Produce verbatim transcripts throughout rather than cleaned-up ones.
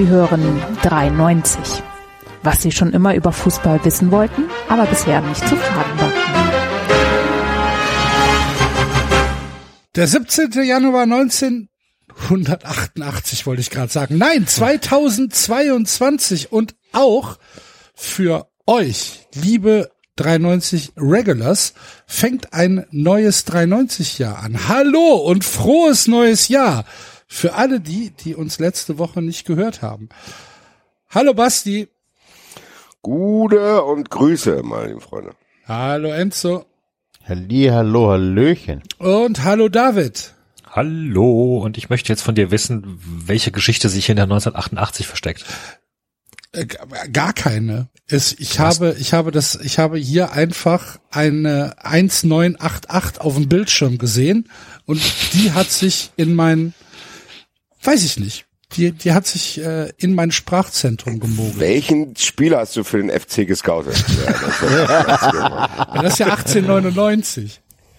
Sie hören dreiundneunzig. Was Sie schon immer über Fußball wissen wollten, aber bisher nicht zu fragen war. Der siebzehnten Januar neunzehnhundertachtundachtzig wollte ich gerade sagen. Nein, zweitausendzweiundzwanzig. Und auch für euch, liebe dreiundneunzig Regulars, fängt ein neues dreiundneunzig-Jahr an. Hallo und frohes neues Jahr für alle die, die uns letzte Woche nicht gehört haben. Hallo Basti. Gute und Grüße, meine lieben Freunde. Hallo Enzo. Halli, hallo, hallöchen. Und hallo David. Hallo, und ich möchte jetzt von dir wissen, welche Geschichte sich hinter neunzehnhundertachtundachtzig versteckt. Äh, gar keine. Es, ich habe, ich habe das, ich habe hier einfach eine eins neun acht acht auf dem Bildschirm gesehen und die hat sich in mein, weiß ich nicht, die, die hat sich äh, in mein Sprachzentrum gemogelt. Welchen Spieler hast du für den F C gescoutet? Ja, das, ist, ja, das ist ja achtzehnhundertneunundneunzig.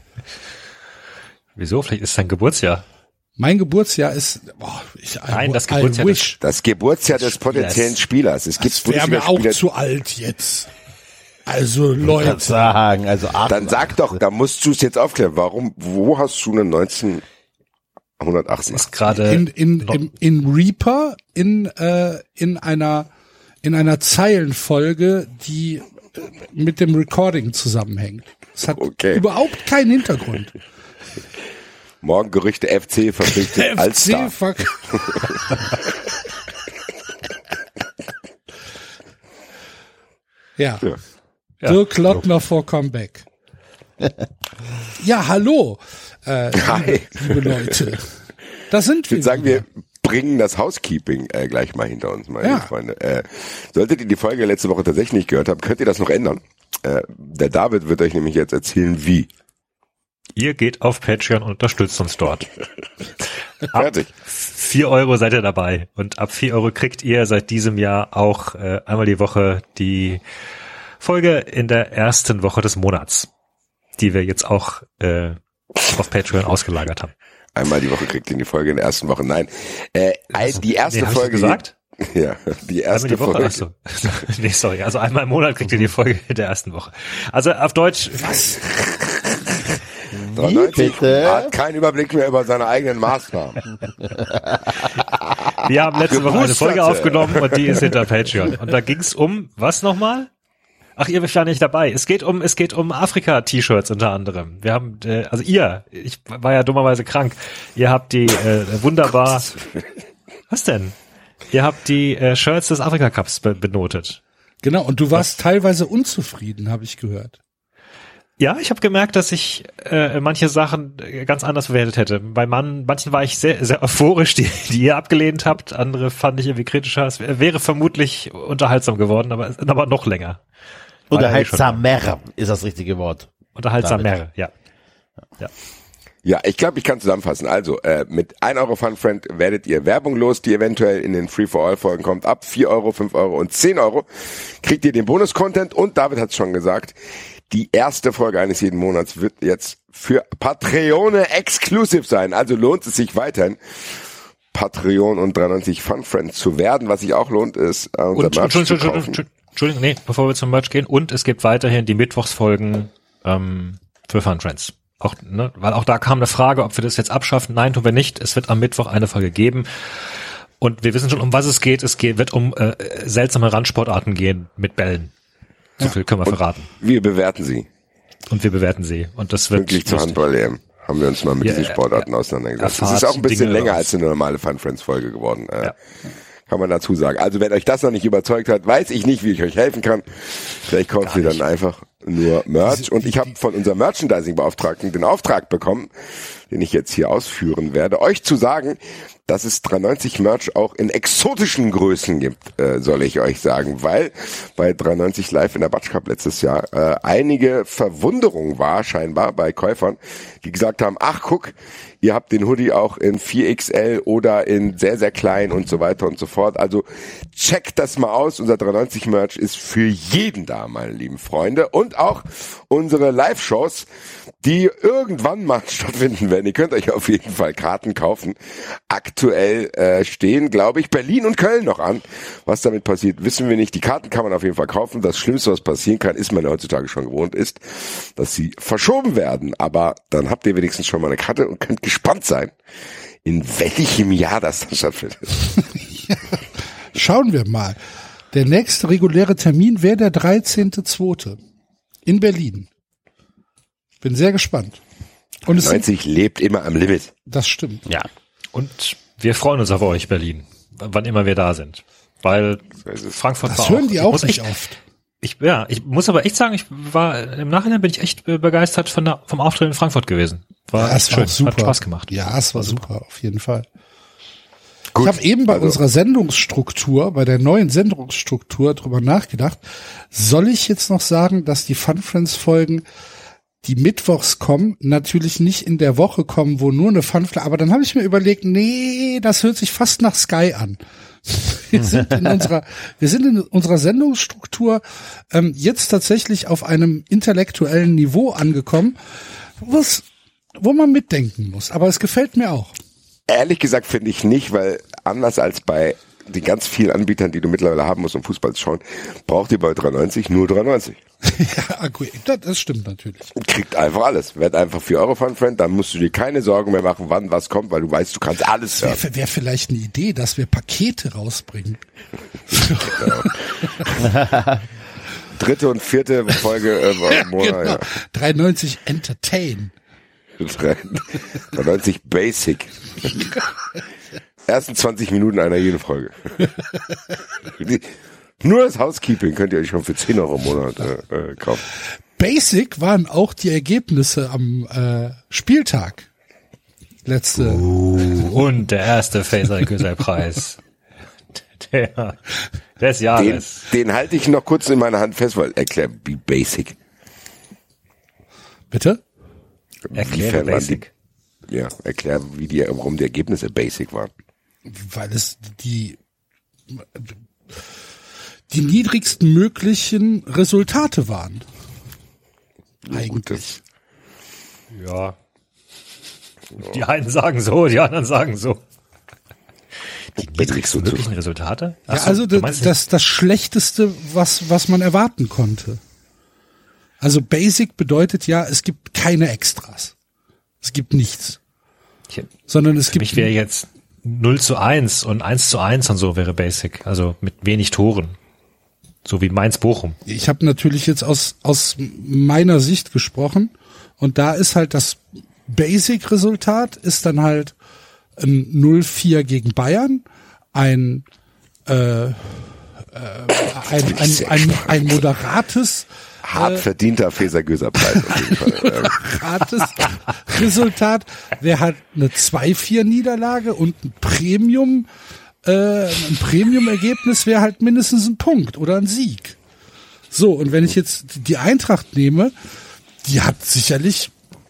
Wieso? Vielleicht ist es dein Geburtsjahr. Mein Geburtsjahr ist, boah, ich, Nein, I, das Geburtsjahr I des, das Geburtsjahr des potenziellen Spielers. Es gibt das wäre mir auch zu alt jetzt. Also Leute. Sagen, also dann sag doch, da musst du es jetzt aufklären. Warum, wo hast du eine neunzehnhundertachtzig? Ist gerade in, in, in, in Reaper, in, äh, in einer, in einer Zeilenfolge, die mit dem Recording zusammenhängt. Es hat okay. überhaupt keinen Hintergrund. Morgen Gerüchte F C verpflichtet als Star. Fuck. ja. ja. Dirk Lottner vor Comeback. Ja, hallo. Äh, Hi. Liebe Leute. Das sind wir. Ich würde sagen, wir bringen das Housekeeping äh, gleich mal hinter uns, meine ja. Freunde. Äh, solltet ihr die Folge letzte Woche tatsächlich nicht gehört haben, könnt ihr das noch ändern. Äh, der David wird euch nämlich jetzt erzählen, wie. Ihr geht auf Patreon und unterstützt uns dort. Fertig. Ab vier Euro seid ihr dabei. Und ab vier Euro kriegt ihr seit diesem Jahr auch äh, einmal die Woche die Folge in der ersten Woche des Monats, die wir jetzt auch äh, auf Patreon ausgelagert haben. Einmal die Woche kriegt ihr die Folge in der ersten Woche. Nein, äh, die erste nee, Folge. Gesagt? Ja, die erste die Folge. Achso. Nee, sorry. Also einmal im Monat kriegt ihr die Folge in der ersten Woche. Also auf Deutsch. Was? dreiundneunzig hat keinen Überblick mehr über seine eigenen Maßnahmen. Wir haben letzte Woche eine Folge aufgenommen und die ist hinter Patreon. Und da ging's um, was nochmal? Ach, ihr wisst ja nicht dabei. Es geht um, es geht um Afrika-T-Shirts unter anderem. Wir haben, äh, also ihr, ich war ja dummerweise krank. Ihr habt die äh, wunderbar. Was denn? Ihr habt die äh, Shirts des Afrika-Cups be- benotet. Genau. Und du warst was? teilweise unzufrieden, habe ich gehört. Ja, ich habe gemerkt, dass ich äh, manche Sachen ganz anders bewertet hätte. Bei man, manchen war ich sehr, sehr euphorisch, die, die ihr abgelehnt habt. Andere fand ich irgendwie kritischer. Es wäre vermutlich unterhaltsam geworden, aber, aber noch länger. Unterhaltsamer ist das richtige Wort. Unterhaltsamer, ja. Ja. Ja, ich glaube, ich kann zusammenfassen. Also, äh, mit ein Euro Fun Friend werdet ihr Werbung los, die eventuell in den Free-for-All-Folgen kommt. Ab vier Euro, fünf Euro und zehn Euro kriegt ihr den Bonus-Content. Und David hat es schon gesagt, die erste Folge eines jeden Monats wird jetzt für Patreone exklusiv sein. Also lohnt es sich weiterhin, Patreon und dreiundneunzig Fun Friends zu werden. Was sich auch lohnt, ist äh, unser und, Merch zu kaufen. Entschuldigung, nee, bevor wir zum Merch gehen. Und es gibt weiterhin die Mittwochsfolgen ähm, für Fun Friends. Auch, ne, weil auch da kam eine Frage, ob wir das jetzt abschaffen. Nein, tun wir nicht. Es wird am Mittwoch eine Folge geben. Und wir wissen schon, um was es geht. Es geht, wird um äh, seltsame Randsportarten gehen mit Bällen. So viel können wir und verraten. Wir bewerten sie. Und wir bewerten sie. Und das wird wirklich zur Handball-E M. Haben wir uns mal mit ja, diesen Sportarten ja, auseinandergesetzt. Es ist auch ein bisschen Dinge länger als eine normale Fun Friends Folge geworden. Äh, ja. Kann man dazu sagen. Also wenn euch das noch nicht überzeugt hat, weiß ich nicht, wie ich euch helfen kann. Vielleicht kauft ihr dann einfach nur Merch. Und ich habe von unserem Merchandising-Beauftragten den Auftrag bekommen, den ich jetzt hier ausführen werde, euch zu sagen, dass es dreiundneunzig Merch auch in exotischen Größen gibt, äh, soll ich euch sagen, weil bei dreiundneunzig Live in der Batsch Cup letztes Jahr äh, einige Verwunderung war scheinbar bei Käufern, die gesagt haben, ach guck, ihr habt den Hoodie auch in vier X L oder in sehr, sehr klein und so weiter und so fort. Also checkt das mal aus. Unser dreiundneunzig Merch ist für jeden da, meine lieben Freunde. Und auch unsere Live-Shows, die irgendwann mal stattfinden werden werden. Ihr könnt euch auf jeden Fall Karten kaufen. Aktuell äh, stehen, glaube ich, Berlin und Köln noch an. Was damit passiert, wissen wir nicht. Die Karten kann man auf jeden Fall kaufen. Das Schlimmste, was passieren kann, ist, man heutzutage schon gewohnt ist, dass sie verschoben werden. Aber dann habt ihr wenigstens schon mal eine Karte und könnt gespannt sein, in welchem Jahr das dann stattfindet. Ja, schauen wir mal. Der nächste reguläre Termin wäre der dreizehnte zweite in Berlin. Bin sehr gespannt. Und es neunzig lebt immer am Limit. Das stimmt. Ja. Und wir freuen uns auf euch, Berlin, wann immer wir da sind. Weil Frankfurt das war hören auch, die auch nicht echt, oft. Ich, ja, ich muss aber echt sagen, ich war, im Nachhinein bin ich echt begeistert von der, vom Auftritt in Frankfurt gewesen. War ja, es schön, war super. Hat Spaß gemacht. Ja, es war super, auf jeden Fall. Gut, ich habe eben bei also. unserer Sendungsstruktur, bei der neuen Sendungsstruktur drüber nachgedacht, soll ich jetzt noch sagen, dass die Fun Friends Folgen, die mittwochs kommen, natürlich nicht in der Woche kommen, wo nur eine Fun Friends, aber dann habe ich mir überlegt, nee, das hört sich fast nach Sky an. Wir sind in unserer, wir sind in unserer Sendungsstruktur ähm, jetzt tatsächlich auf einem intellektuellen Niveau angekommen, wo's, wo man mitdenken muss. Aber es gefällt mir auch. Ehrlich gesagt finde ich nicht, weil anders als bei den ganz vielen Anbietern, die du mittlerweile haben musst, um Fußball zu schauen, braucht ihr bei drei neunzig nur drei neunzig. Ja, gut, das stimmt natürlich. Kriegt einfach alles. Werd einfach vier Euro Fun Friend, dann musst du dir keine Sorgen mehr machen, wann was kommt, weil du weißt, du kannst alles hören. Wäre wär vielleicht eine Idee, dass wir Pakete rausbringen. Dritte und vierte Folge äh, Monat, genau. ja. drei neunzig Entertain. drei neunzig Basic. Ersten zwanzig Minuten einer jeden Folge. Nur das Housekeeping könnt ihr euch schon für zehn Euro im Monat äh, äh, kaufen. Basic waren auch die Ergebnisse am äh, Spieltag. Letzte. Uh, und der erste Faser-Preis der, des Den, Jahres. den halte ich noch kurz in meiner Hand fest, weil erklär, wie Basic. Bitte? Erkläre Basic. Die, ja, erklär, wie die, warum die Ergebnisse Basic waren. Weil es die die niedrigsten möglichen Resultate waren. Eigentlich. Ja. Die einen sagen so, die anderen sagen so. Die niedrigsten möglichen Resultate? Ja, also das, das, das Schlechteste, was, was man erwarten konnte. Also Basic bedeutet ja, es gibt keine Extras. Es gibt nichts. Ich, Sondern es für gibt. Mich wäre jetzt null zu eins und eins zu eins und so wäre Basic. Also mit wenig Toren. So wie Mainz-Bochum. Ich habe natürlich jetzt aus, aus meiner Sicht gesprochen. Und da ist halt das Basic-Resultat ist dann halt ein null vier gegen Bayern, ein, äh, äh, ein, ein, ein, ein moderates, hart verdienter Feser-Göser-Preis auf jeden Fall. moderates Resultat. Wer hat eine zwei vier Niederlage und ein Premium, äh, ein Premium-Ergebnis wäre halt mindestens ein Punkt oder ein Sieg. So, und wenn ich jetzt die Eintracht nehme, die hat sicherlich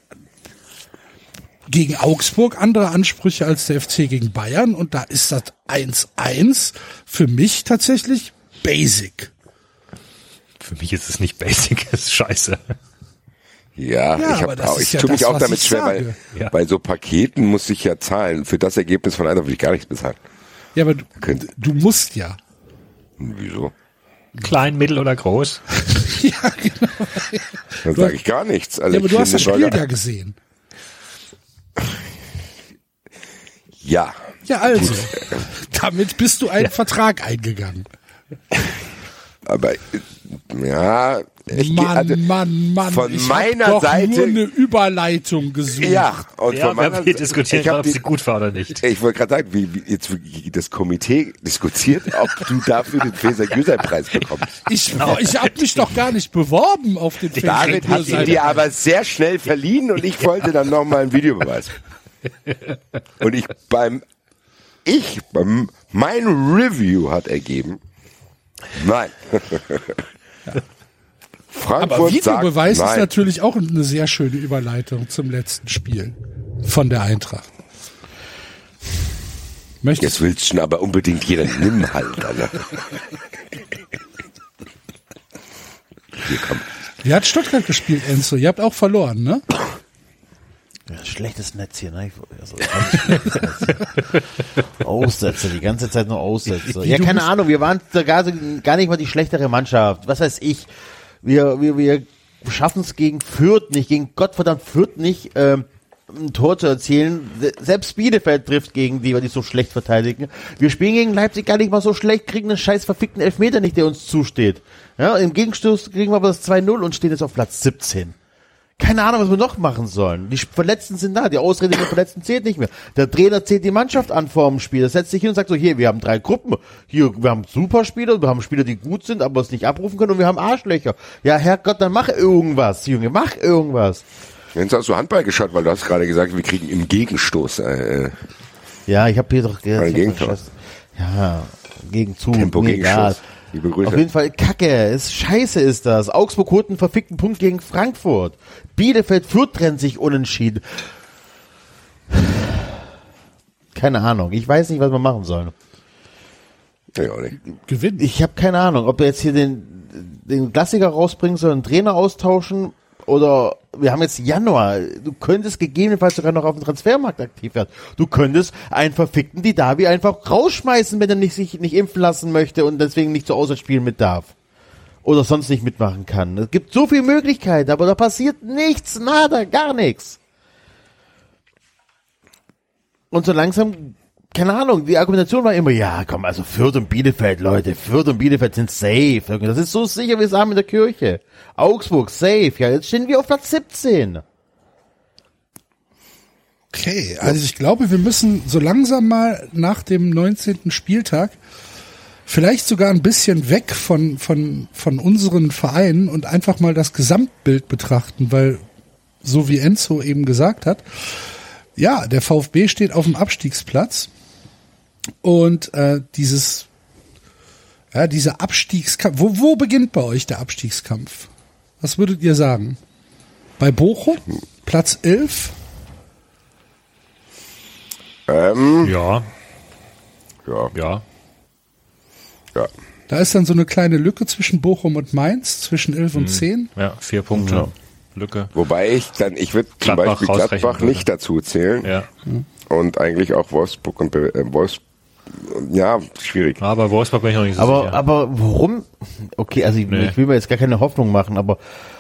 gegen Augsburg andere Ansprüche als der F C gegen Bayern und da ist das eins eins für mich tatsächlich Basic. Für mich ist es nicht Basic, es ist scheiße. Ja, Ja, ich, aber hab das auch, ist ich ja tue mich das, auch was damit ich schwer, sage. weil Ja. bei so Paketen muss ich ja zahlen. Für das Ergebnis von einer will ich gar nichts bezahlen. Ja, aber du, Könnte- du musst ja. Hm, Wieso? Klein, mittel oder groß? Ja, genau. Dann sage ich gar nichts. Also Ja, aber ich du hast finde, das Spiel soll- ja gesehen. Ja. Ja, also. Damit bist du einen Vertrag eingegangen. Aber, äh, ja. Ich, Mann, also, Mann, Mann. von ich meiner hab doch Seite- nur eine Überleitung gesucht. Ja, und Ja, von meiner wir diskutieren ich hab gerade, ob die- sie gut war oder nicht. Ich wollte gerade sagen, wie, wie jetzt wie das Komitee diskutiert, ob du dafür den Feser-Güser-Preis bekommst. Ich, ich habe mich doch gar nicht beworben auf den David hat ihn dir aber sehr schnell verliehen und ich wollte dann nochmal einen Videobeweis. Und ich beim, ich, beim, mein Review hat ergeben, nein. Frankfurt Aber Videobeweis sagt, ist nein. natürlich auch eine sehr schöne Überleitung zum letzten Spiel von der Eintracht. Möchtest Jetzt willst du schon aber unbedingt jeder nimm halt, Alter. Hier, komm. Wie hat Stuttgart gespielt, Enzo? Ihr habt auch verloren, ne? Ja, schlecht schlechtes Netz hier, ne? Also, ganz schlechtes Netz. Aussätze, die ganze Zeit nur Aussätze. Ja, keine Ahnung, wir waren da gar, gar nicht mal die schlechtere Mannschaft. Was weiß ich. Wir, wir, wir schaffen es gegen Fürth nicht, gegen Gottverdammt Fürth nicht, ähm, ein Tor zu erzielen. Selbst Bielefeld trifft gegen die, weil die so schlecht verteidigen. Wir spielen gegen Leipzig gar nicht mal so schlecht, kriegen einen scheiß verfickten Elfmeter nicht, der uns zusteht. Ja, im Gegenstoß kriegen wir aber das zwei null und stehen jetzt auf Platz siebzehn. Keine Ahnung, was wir noch machen sollen. Die Verletzten sind da, die Ausrede der Verletzten zählt nicht mehr. Der Trainer zählt die Mannschaft an vor dem Spiel. Das setzt sich hin und sagt so, hier, wir haben drei Gruppen. Hier, wir haben Superspieler, wir haben Spieler, die gut sind, aber es nicht abrufen können und wir haben Arschlöcher. Ja, Herrgott, dann mach irgendwas, Junge, mach irgendwas. Jetzt hast du Handball geschaut, weil du hast gerade gesagt, wir kriegen im Gegenstoß. Äh, ja, ich habe hier doch gesagt. Gegentor. Ja, Gegenzug. Tempo nee, Gegenschuss. Liebe Grüße. Auf jeden Fall Kacke, ist scheiße ist das. Augsburg holt einen verfickten Punkt gegen Frankfurt. Bielefeld Fürth trennt sich unentschieden. Keine Ahnung, ich weiß nicht, was wir machen sollen. Ja, auch nicht. Gewinnen. Ich habe keine Ahnung, ob wir jetzt hier den, den Klassiker rausbringen sollen, einen Trainer austauschen oder wir haben jetzt Januar. Du könntest gegebenenfalls sogar noch auf dem Transfermarkt aktiv werden. Du könntest einen verfickten Didavi einfach rausschmeißen, wenn er nicht, sich nicht impfen lassen möchte und deswegen nicht zu Auswärtsspielen mit darf. Oder sonst nicht mitmachen kann. Es gibt so viele Möglichkeiten, aber da passiert nichts, nada, gar nichts. Und so langsam, keine Ahnung, die Argumentation war immer, ja, komm, also Fürth und Bielefeld, Leute, Fürth und Bielefeld sind safe. Das ist so sicher wie Samen in der Kirche. Augsburg, safe. Ja, jetzt stehen wir auf Platz siebzehn. Okay, also ich glaube, wir müssen so langsam mal nach dem neunzehnten Spieltag vielleicht sogar ein bisschen weg von, von, von unseren Vereinen und einfach mal das Gesamtbild betrachten, weil, so wie Enzo eben gesagt hat, ja, der VfB steht auf dem Abstiegsplatz und äh, dieses, ja, dieser Abstiegskampf, wo, wo beginnt bei euch der Abstiegskampf? Was würdet ihr sagen? Bei Bochum? Platz elf? Ähm, ja. Ja. Ja. Ja. Da ist dann so eine kleine Lücke zwischen Bochum und Mainz, zwischen elf und zehn. Ja, vier Punkte. Ja. Lücke. Wobei ich dann, ich würde zum Beispiel Gladbach nicht dazu zählen. Ja. Und eigentlich auch Wolfsburg und äh, Wolfsburg. Ja, schwierig. Aber Wolfsburg bin ich noch nicht so aber, sicher. Aber warum? Okay, also ich, nee. ich will mir jetzt gar keine Hoffnung machen, aber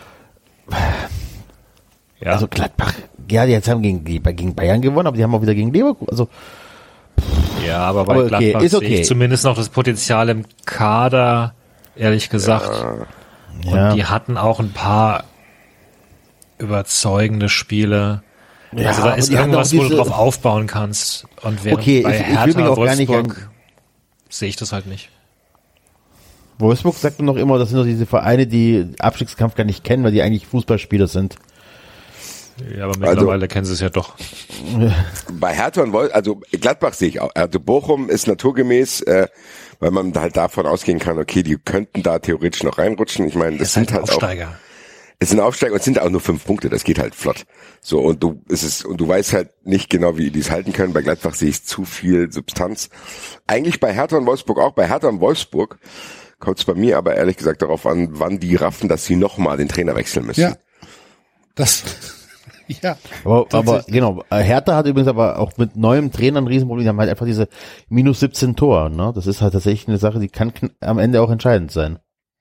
ja. Also Gladbach, ja, die jetzt haben gegen, gegen Bayern gewonnen, aber die haben auch wieder gegen Leverkusen, also ja, aber bei aber okay, Gladbach ist okay. sehe ich zumindest noch das Potenzial im Kader, ehrlich gesagt. Ja. Und ja. die hatten auch ein paar überzeugende Spiele. Ja, also da ist irgendwas, wo du drauf aufbauen kannst. Und während okay, bei ich, Hertha, ich will mich auch Wolfsburg gar nicht sehe ich das halt nicht. Wolfsburg sagt man noch immer, das sind doch diese Vereine, die Abstiegskampf gar nicht kennen, weil die eigentlich Fußballspieler sind. Ja, aber mittlerweile also, kennen sie es ja doch. Bei Hertha und Wolfsburg, also Gladbach sehe ich auch. Also Bochum ist naturgemäß, äh, weil man halt davon ausgehen kann, okay, die könnten da theoretisch noch reinrutschen. Ich meine, das, das sind halt Aufsteiger. auch es sind Aufsteiger und es sind auch nur fünf Punkte, das geht halt flott. So, und du, es ist, und du weißt halt nicht genau, wie die es halten können. Bei Gladbach sehe ich zu viel Substanz. Eigentlich bei Hertha und Wolfsburg auch. Bei Hertha und Wolfsburg kommt es bei mir aber ehrlich gesagt darauf an, wann die raffen, dass sie nochmal den Trainer wechseln müssen. Ja. Das, ja. Aber, aber, genau. Hertha hat übrigens aber auch mit neuem Trainer ein Riesenproblem. Die haben halt einfach diese minus siebzehn Tore, ne? Das ist halt tatsächlich eine Sache, die kann am Ende auch entscheidend sein.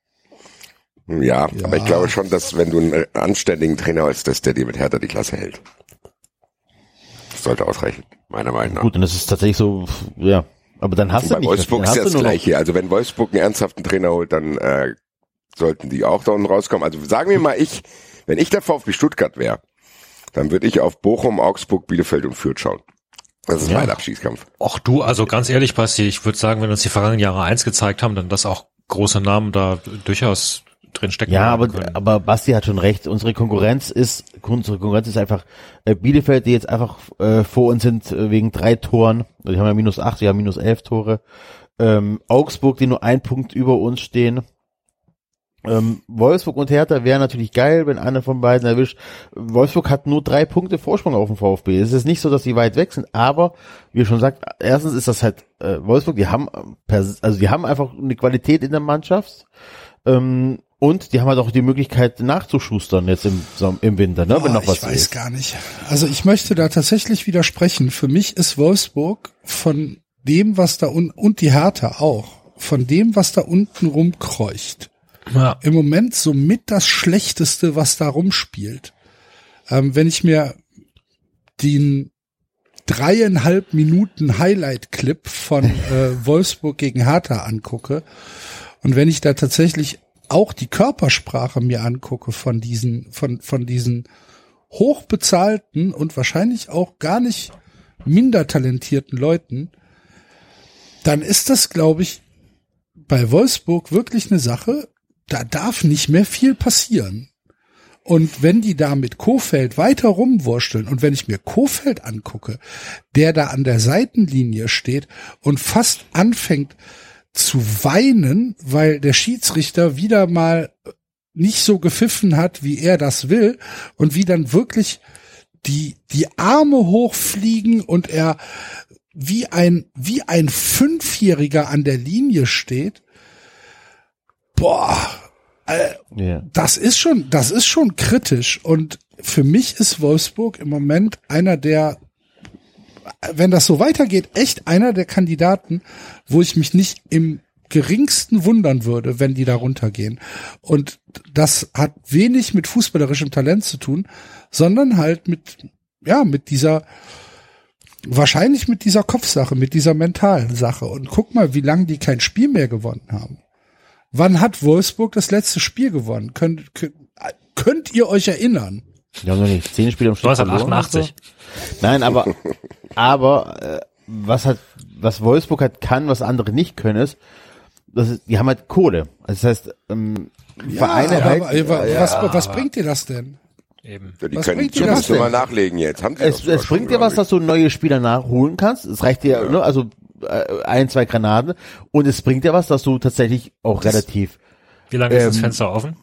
Ja, ja, aber ich glaube schon, dass wenn du einen anständigen Trainer hast, dass der dir mit Hertha die Klasse hält. Das sollte ausreichen, meiner Meinung nach. Gut, und das ist tatsächlich so, ja. Aber dann hast und du bei nicht. Wolfsburg ist ja das Gleiche. Also wenn Wolfsburg einen ernsthaften Trainer holt, dann äh, sollten die auch da unten rauskommen. Also sagen wir mal, ich, wenn ich der VfB Stuttgart wäre, dann würde ich auf Bochum, Augsburg, Bielefeld und Fürth schauen. Das ist ja mein Abschießkampf. Ach du, also ganz ehrlich, Basti, ich würde sagen, wenn uns die vergangenen Jahre eins gezeigt haben, dann dass auch große Namen da durchaus drin stecken. Ja, aber, aber Basti hat schon recht. Unsere Konkurrenz ist, unsere Konkurrenz ist einfach äh, Bielefeld, die jetzt einfach äh, vor uns sind äh, wegen drei Toren. Die haben ja minus acht, die haben minus elf Tore. Ähm, Augsburg, die nur ein Punkt über uns stehen. Ähm, Wolfsburg und Hertha wäre natürlich geil, wenn einer von beiden erwischt. Wolfsburg hat nur drei Punkte Vorsprung auf dem VfB. Es ist nicht so, dass sie weit weg sind, aber wie schon sagt, erstens ist das halt äh, Wolfsburg, die haben also die haben einfach eine Qualität in der Mannschaft. Ähm, Und die haben halt auch die Möglichkeit nachzuschustern jetzt im, im Winter, ne? Boah, wenn noch was ich weiß ist. gar nicht. Also ich möchte da tatsächlich widersprechen. Für mich ist Wolfsburg von dem, was da unten, und die Hertha auch, von dem, was da unten rumkreucht, ja. im Moment somit das Schlechteste, was da rumspielt. Ähm, wenn ich mir den dreieinhalb Minuten Highlight-Clip von äh, Wolfsburg gegen Hertha angucke und wenn ich da tatsächlich auch die Körpersprache mir angucke von diesen, von, von diesen hochbezahlten und wahrscheinlich auch gar nicht minder talentierten Leuten, dann ist das, glaube ich, bei Wolfsburg wirklich eine Sache, da darf nicht mehr viel passieren. Und wenn die da mit Kohfeldt weiter rumwursteln und wenn ich mir Kohfeldt angucke, der da an der Seitenlinie steht und fast anfängt zu weinen, weil der Schiedsrichter wieder mal nicht so gepfiffen hat, wie er das will und wie dann wirklich die die Arme hochfliegen und er wie ein wie ein Fünfjähriger an der Linie steht. Boah, äh, yeah. das ist schon das ist schon kritisch und für mich ist Wolfsburg im Moment einer der, wenn das so weitergeht, echt einer der Kandidaten, wo ich mich nicht im geringsten wundern würde, wenn die da runtergehen. Und das hat wenig mit fußballerischem Talent zu tun, sondern halt mit, ja, mit dieser, wahrscheinlich mit dieser Kopfsache, mit dieser mentalen Sache. Und guck mal, wie lange die kein Spiel mehr gewonnen haben. Wann hat Wolfsburg das letzte Spiel gewonnen? Könnt, könnt, könnt ihr euch erinnern? Ja, noch nicht. Zehn Spiele am Stück. neunzehnhundertachtundachtzig. Nein, aber, aber, äh, was hat, was Wolfsburg halt kann, was andere nicht können, ist, das ist, die haben halt Kohle. Das heißt, ähm, ja, Vereine aber, halt, aber, ja, was, aber, was bringt dir das denn? Eben. Ja, die was können bringt dir das nur denn? mal nachlegen jetzt. Haben sie es es bringt dir was, dass du neue Spieler nachholen kannst. Es reicht dir, ja. ne, also äh, ein, zwei Granaten. Und es bringt dir was, dass du tatsächlich auch das, relativ. Wie lange ist ähm, das Fenster offen?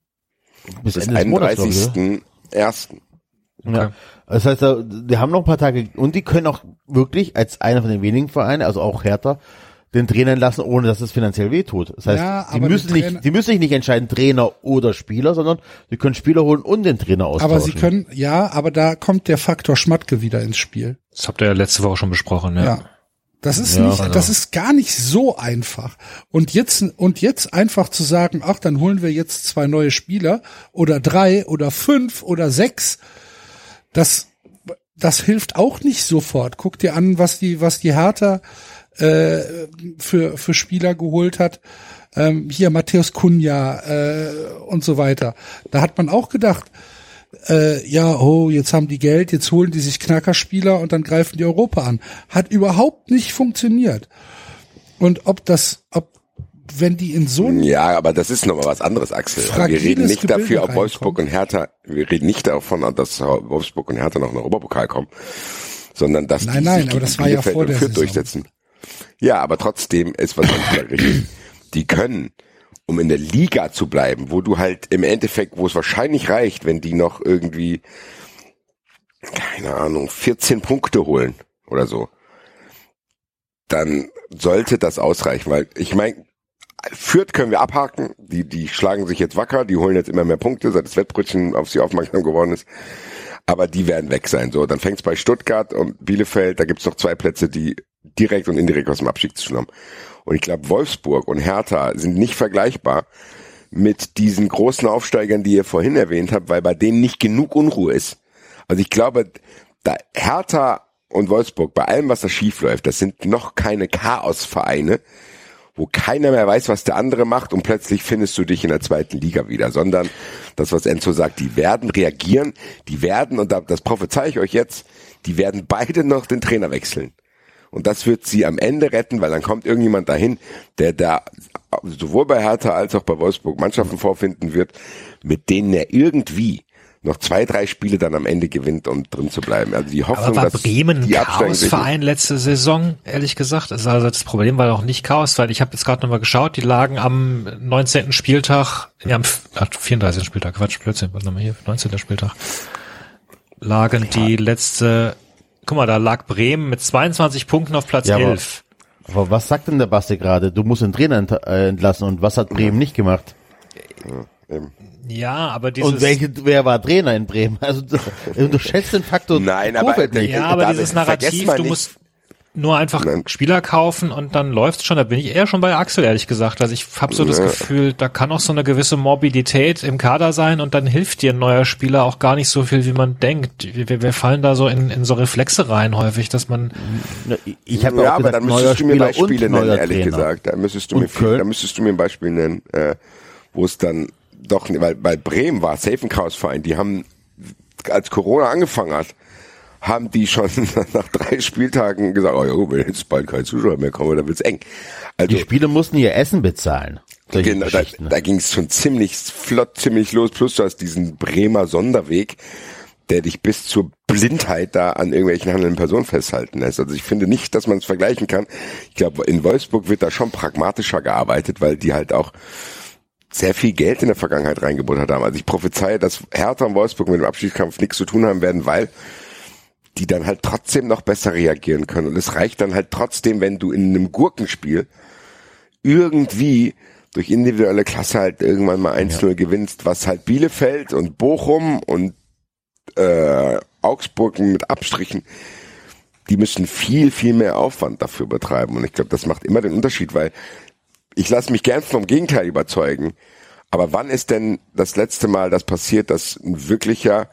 Bis, bis Ende des einunddreißigsten ersten Okay. Ja. Das heißt, die haben noch ein paar Tage und die können auch wirklich als einer von den wenigen Vereinen, also auch Hertha, den Trainer entlassen, ohne dass es finanziell wehtut. Das heißt, ja, die müssen nicht, die müssen sich nicht entscheiden, Trainer oder Spieler, sondern sie können Spieler holen und den Trainer austauschen. Aber sie können, ja, aber da kommt der Faktor Schmatke wieder ins Spiel. Das habt ihr ja letzte Woche schon besprochen, ja. ja. Das ist ja, nicht, also. das ist gar nicht so einfach. Und jetzt, und jetzt einfach zu sagen, ach, dann holen wir jetzt zwei neue Spieler oder drei oder fünf oder sechs, das, das hilft auch nicht sofort. Guck dir an, was die, was die Hertha äh, für für Spieler geholt hat. Ähm, hier Matthäus Cunha äh, und so weiter. Da hat man auch gedacht, äh, ja, oh, jetzt haben die Geld, jetzt holen die sich Knackerspieler und dann greifen die Europa an. Hat überhaupt nicht funktioniert. Und ob das, ob wenn die in so ja, aber das ist nochmal was anderes, Axel. Wir reden nicht Gebilde dafür, ob Wolfsburg und Hertha, wir reden nicht davon, dass Wolfsburg und Hertha noch in den Europapokal kommen, sondern dass nein, die nein, sich aber das war ja vor der Saison durchsetzen. Ja, aber trotzdem ist was richtig. Die können, um in der Liga zu bleiben, wo du halt im Endeffekt, wo es wahrscheinlich reicht, wenn die noch irgendwie, keine Ahnung, vierzehn Punkte holen oder so, dann sollte das ausreichen, weil ich meine, Fürth können wir abhaken, die die schlagen sich jetzt wacker, die holen jetzt immer mehr Punkte, seit das Wettbrötchen auf sie aufmerksam geworden ist, aber die werden weg sein. So, dann fängt's bei Stuttgart und Bielefeld, da gibt's noch zwei Plätze, die direkt und indirekt aus dem Abstieg zu haben. Und ich glaube, Wolfsburg und Hertha sind nicht vergleichbar mit diesen großen Aufsteigern, die ihr vorhin erwähnt habt, weil bei denen nicht genug Unruhe ist. Also ich glaube, da Hertha und Wolfsburg, bei allem, was da schief läuft, das sind noch keine Chaosvereine, wo keiner mehr weiß, was der andere macht und plötzlich findest du dich in der zweiten Liga wieder, sondern das, was Enzo sagt, die werden reagieren, die werden, und das prophezei ich euch jetzt, die werden beide noch den Trainer wechseln. Und das wird sie am Ende retten, weil dann kommt irgendjemand dahin, der da sowohl bei Hertha als auch bei Wolfsburg Mannschaften vorfinden wird, mit denen er irgendwie noch zwei, drei Spiele dann am Ende gewinnt, um drin zu bleiben. Also die Hoffnung, aber war dass Bremen ein die Chaosverein letzte Saison, ehrlich gesagt. Also das Problem war auch nicht Chaos, weil ich habe jetzt gerade nochmal geschaut, die lagen am neunzehnten Spieltag, ja am vierunddreißigsten Spieltag, Quatsch, Blödsinn, warte mal hier, neunzehnten Spieltag, lagen die letzte, guck mal, da lag Bremen mit zweiundzwanzig Punkten auf Platz ja, elf. Aber, aber was sagt denn der Basti gerade? Du musst den Trainer ent- äh, entlassen und was hat Bremen nicht gemacht? Eben. Ja, aber dieses... Und welche, wer war Trainer in Bremen? Also du unterschätzt den Faktor. Nein, aber, nicht. Ja, aber dieses Narrativ, du musst nur einfach Nein. Spieler kaufen und dann läuft's schon. Da bin ich eher schon bei Axel, ehrlich gesagt. Also ich habe so das Gefühl, da kann auch so eine gewisse Morbidität im Kader sein und dann hilft dir ein neuer Spieler auch gar nicht so viel, wie man denkt. Wir, wir fallen da so in, in so Reflexe rein häufig, dass man... Ich habe ja, auch aber gesagt, dann müsstest du mir Beispiele nennen, neuer ehrlich Trainer. gesagt. Da müsstest du mir viel, da müsstest du mir ein Beispiel nennen, äh, wo es dann doch, weil bei Bremen war Safe ein Chaosverein. Die haben, als Corona angefangen hat, haben die schon nach drei Spieltagen gesagt, oh ja, wenn jetzt bald kein Zuschauer mehr kommen, dann wird's eng. Also, die Spieler mussten ihr Essen bezahlen. Genau, da, da ging es schon ziemlich flott, ziemlich los. Plus du hast diesen Bremer Sonderweg, der dich bis zur Blindheit da an irgendwelchen handelnden Personen festhalten lässt. Also ich finde nicht, dass man es vergleichen kann. Ich glaube, in Wolfsburg wird da schon pragmatischer gearbeitet, weil die halt auch sehr viel Geld in der Vergangenheit reingebuttert haben. Also ich prophezeie, dass Hertha und Wolfsburg mit dem Abstiegskampf nichts zu tun haben werden, weil die dann halt trotzdem noch besser reagieren können. Und es reicht dann halt trotzdem, wenn du in einem Gurkenspiel irgendwie durch individuelle Klasse halt irgendwann mal eins null ja. gewinnst, was halt Bielefeld und Bochum und äh, Augsburg mit Abstrichen, die müssen viel, viel mehr Aufwand dafür betreiben. Und ich glaube, das macht immer den Unterschied, weil ich lasse mich gern vom Gegenteil überzeugen. Aber wann ist denn das letzte Mal das passiert, dass ein wirklicher